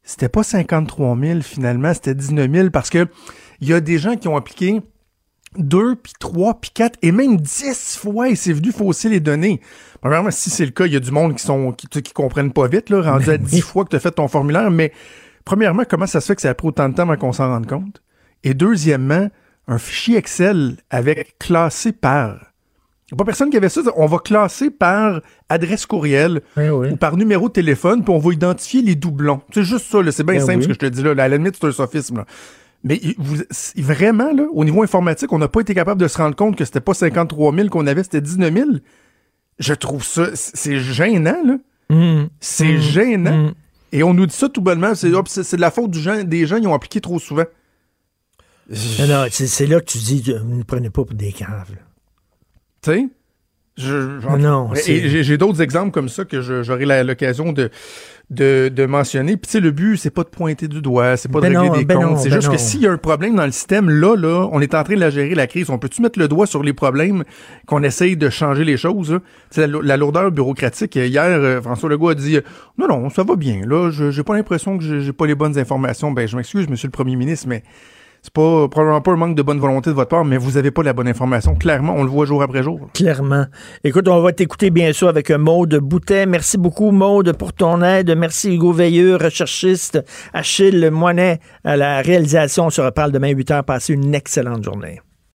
c'était pas cinquante-trois mille finalement, c'était dix-neuf mille parce que il y a des gens qui ont appliqué deux, puis trois, puis quatre, et même dix fois, et c'est venu fausser les données. Premièrement, si c'est le cas, il y a du monde qui sont qui, qui comprennent pas vite, là, rendu à dix fois que tu as fait ton formulaire, mais premièrement, comment ça se fait que ça a pris autant de temps avant qu'on s'en rende compte? Et deuxièmement, un fichier Excel avec classé par... Il n'y a pas personne qui avait ça. On va classer par adresse courriel oui, oui. ou par numéro de téléphone, puis on va identifier les doublons. C'est juste ça, là, c'est bien oui, simple oui. ce que je te dis là. À la limite, c'est un sophisme, là. Mais vous, vraiment, là, au niveau informatique, on n'a pas été capable de se rendre compte que c'était pas cinquante-trois mille qu'on avait, c'était dix-neuf mille. Je trouve ça, c'est gênant, là. Mmh. C'est mmh. gênant. Mmh. Et on nous dit ça tout bonnement, c'est, oh, c'est, c'est de la faute du gens, des gens qui ont appliqué trop souvent. Non, non, c'est, c'est là que tu dis, vous ne prenez pas pour des caves. Tu sais? Je, non, non, et j'ai, j'ai d'autres exemples comme ça que je, j'aurai la, l'occasion de, de, de mentionner. Puis tu sais, le but, c'est pas de pointer du doigt, c'est pas ben de régler non, des ben comptes. Non, c'est ben juste non. que s'il y a un problème dans le système, là, là, on est en train de la gérer, la crise. On peut-tu mettre le doigt sur les problèmes qu'on essaye de changer les choses? Tu sais, la, la lourdeur bureaucratique. Hier, euh, François Legault a dit « Non, non, ça va bien. Là, je, j'ai pas l'impression que j'ai, j'ai pas les bonnes informations. » Ben, je m'excuse, monsieur le premier ministre, mais... C'est pas, probablement pas un manque de bonne volonté de votre part, mais vous n'avez pas la bonne information. Clairement, on le voit jour après jour. Clairement. Écoute, on va t'écouter bien sûr avec Maude Boutet. Merci beaucoup, Maude, pour ton aide. Merci, Hugo Veilleux, recherchiste. Achille Moinet à la réalisation. On se reparle demain huit heures. Passez une excellente journée.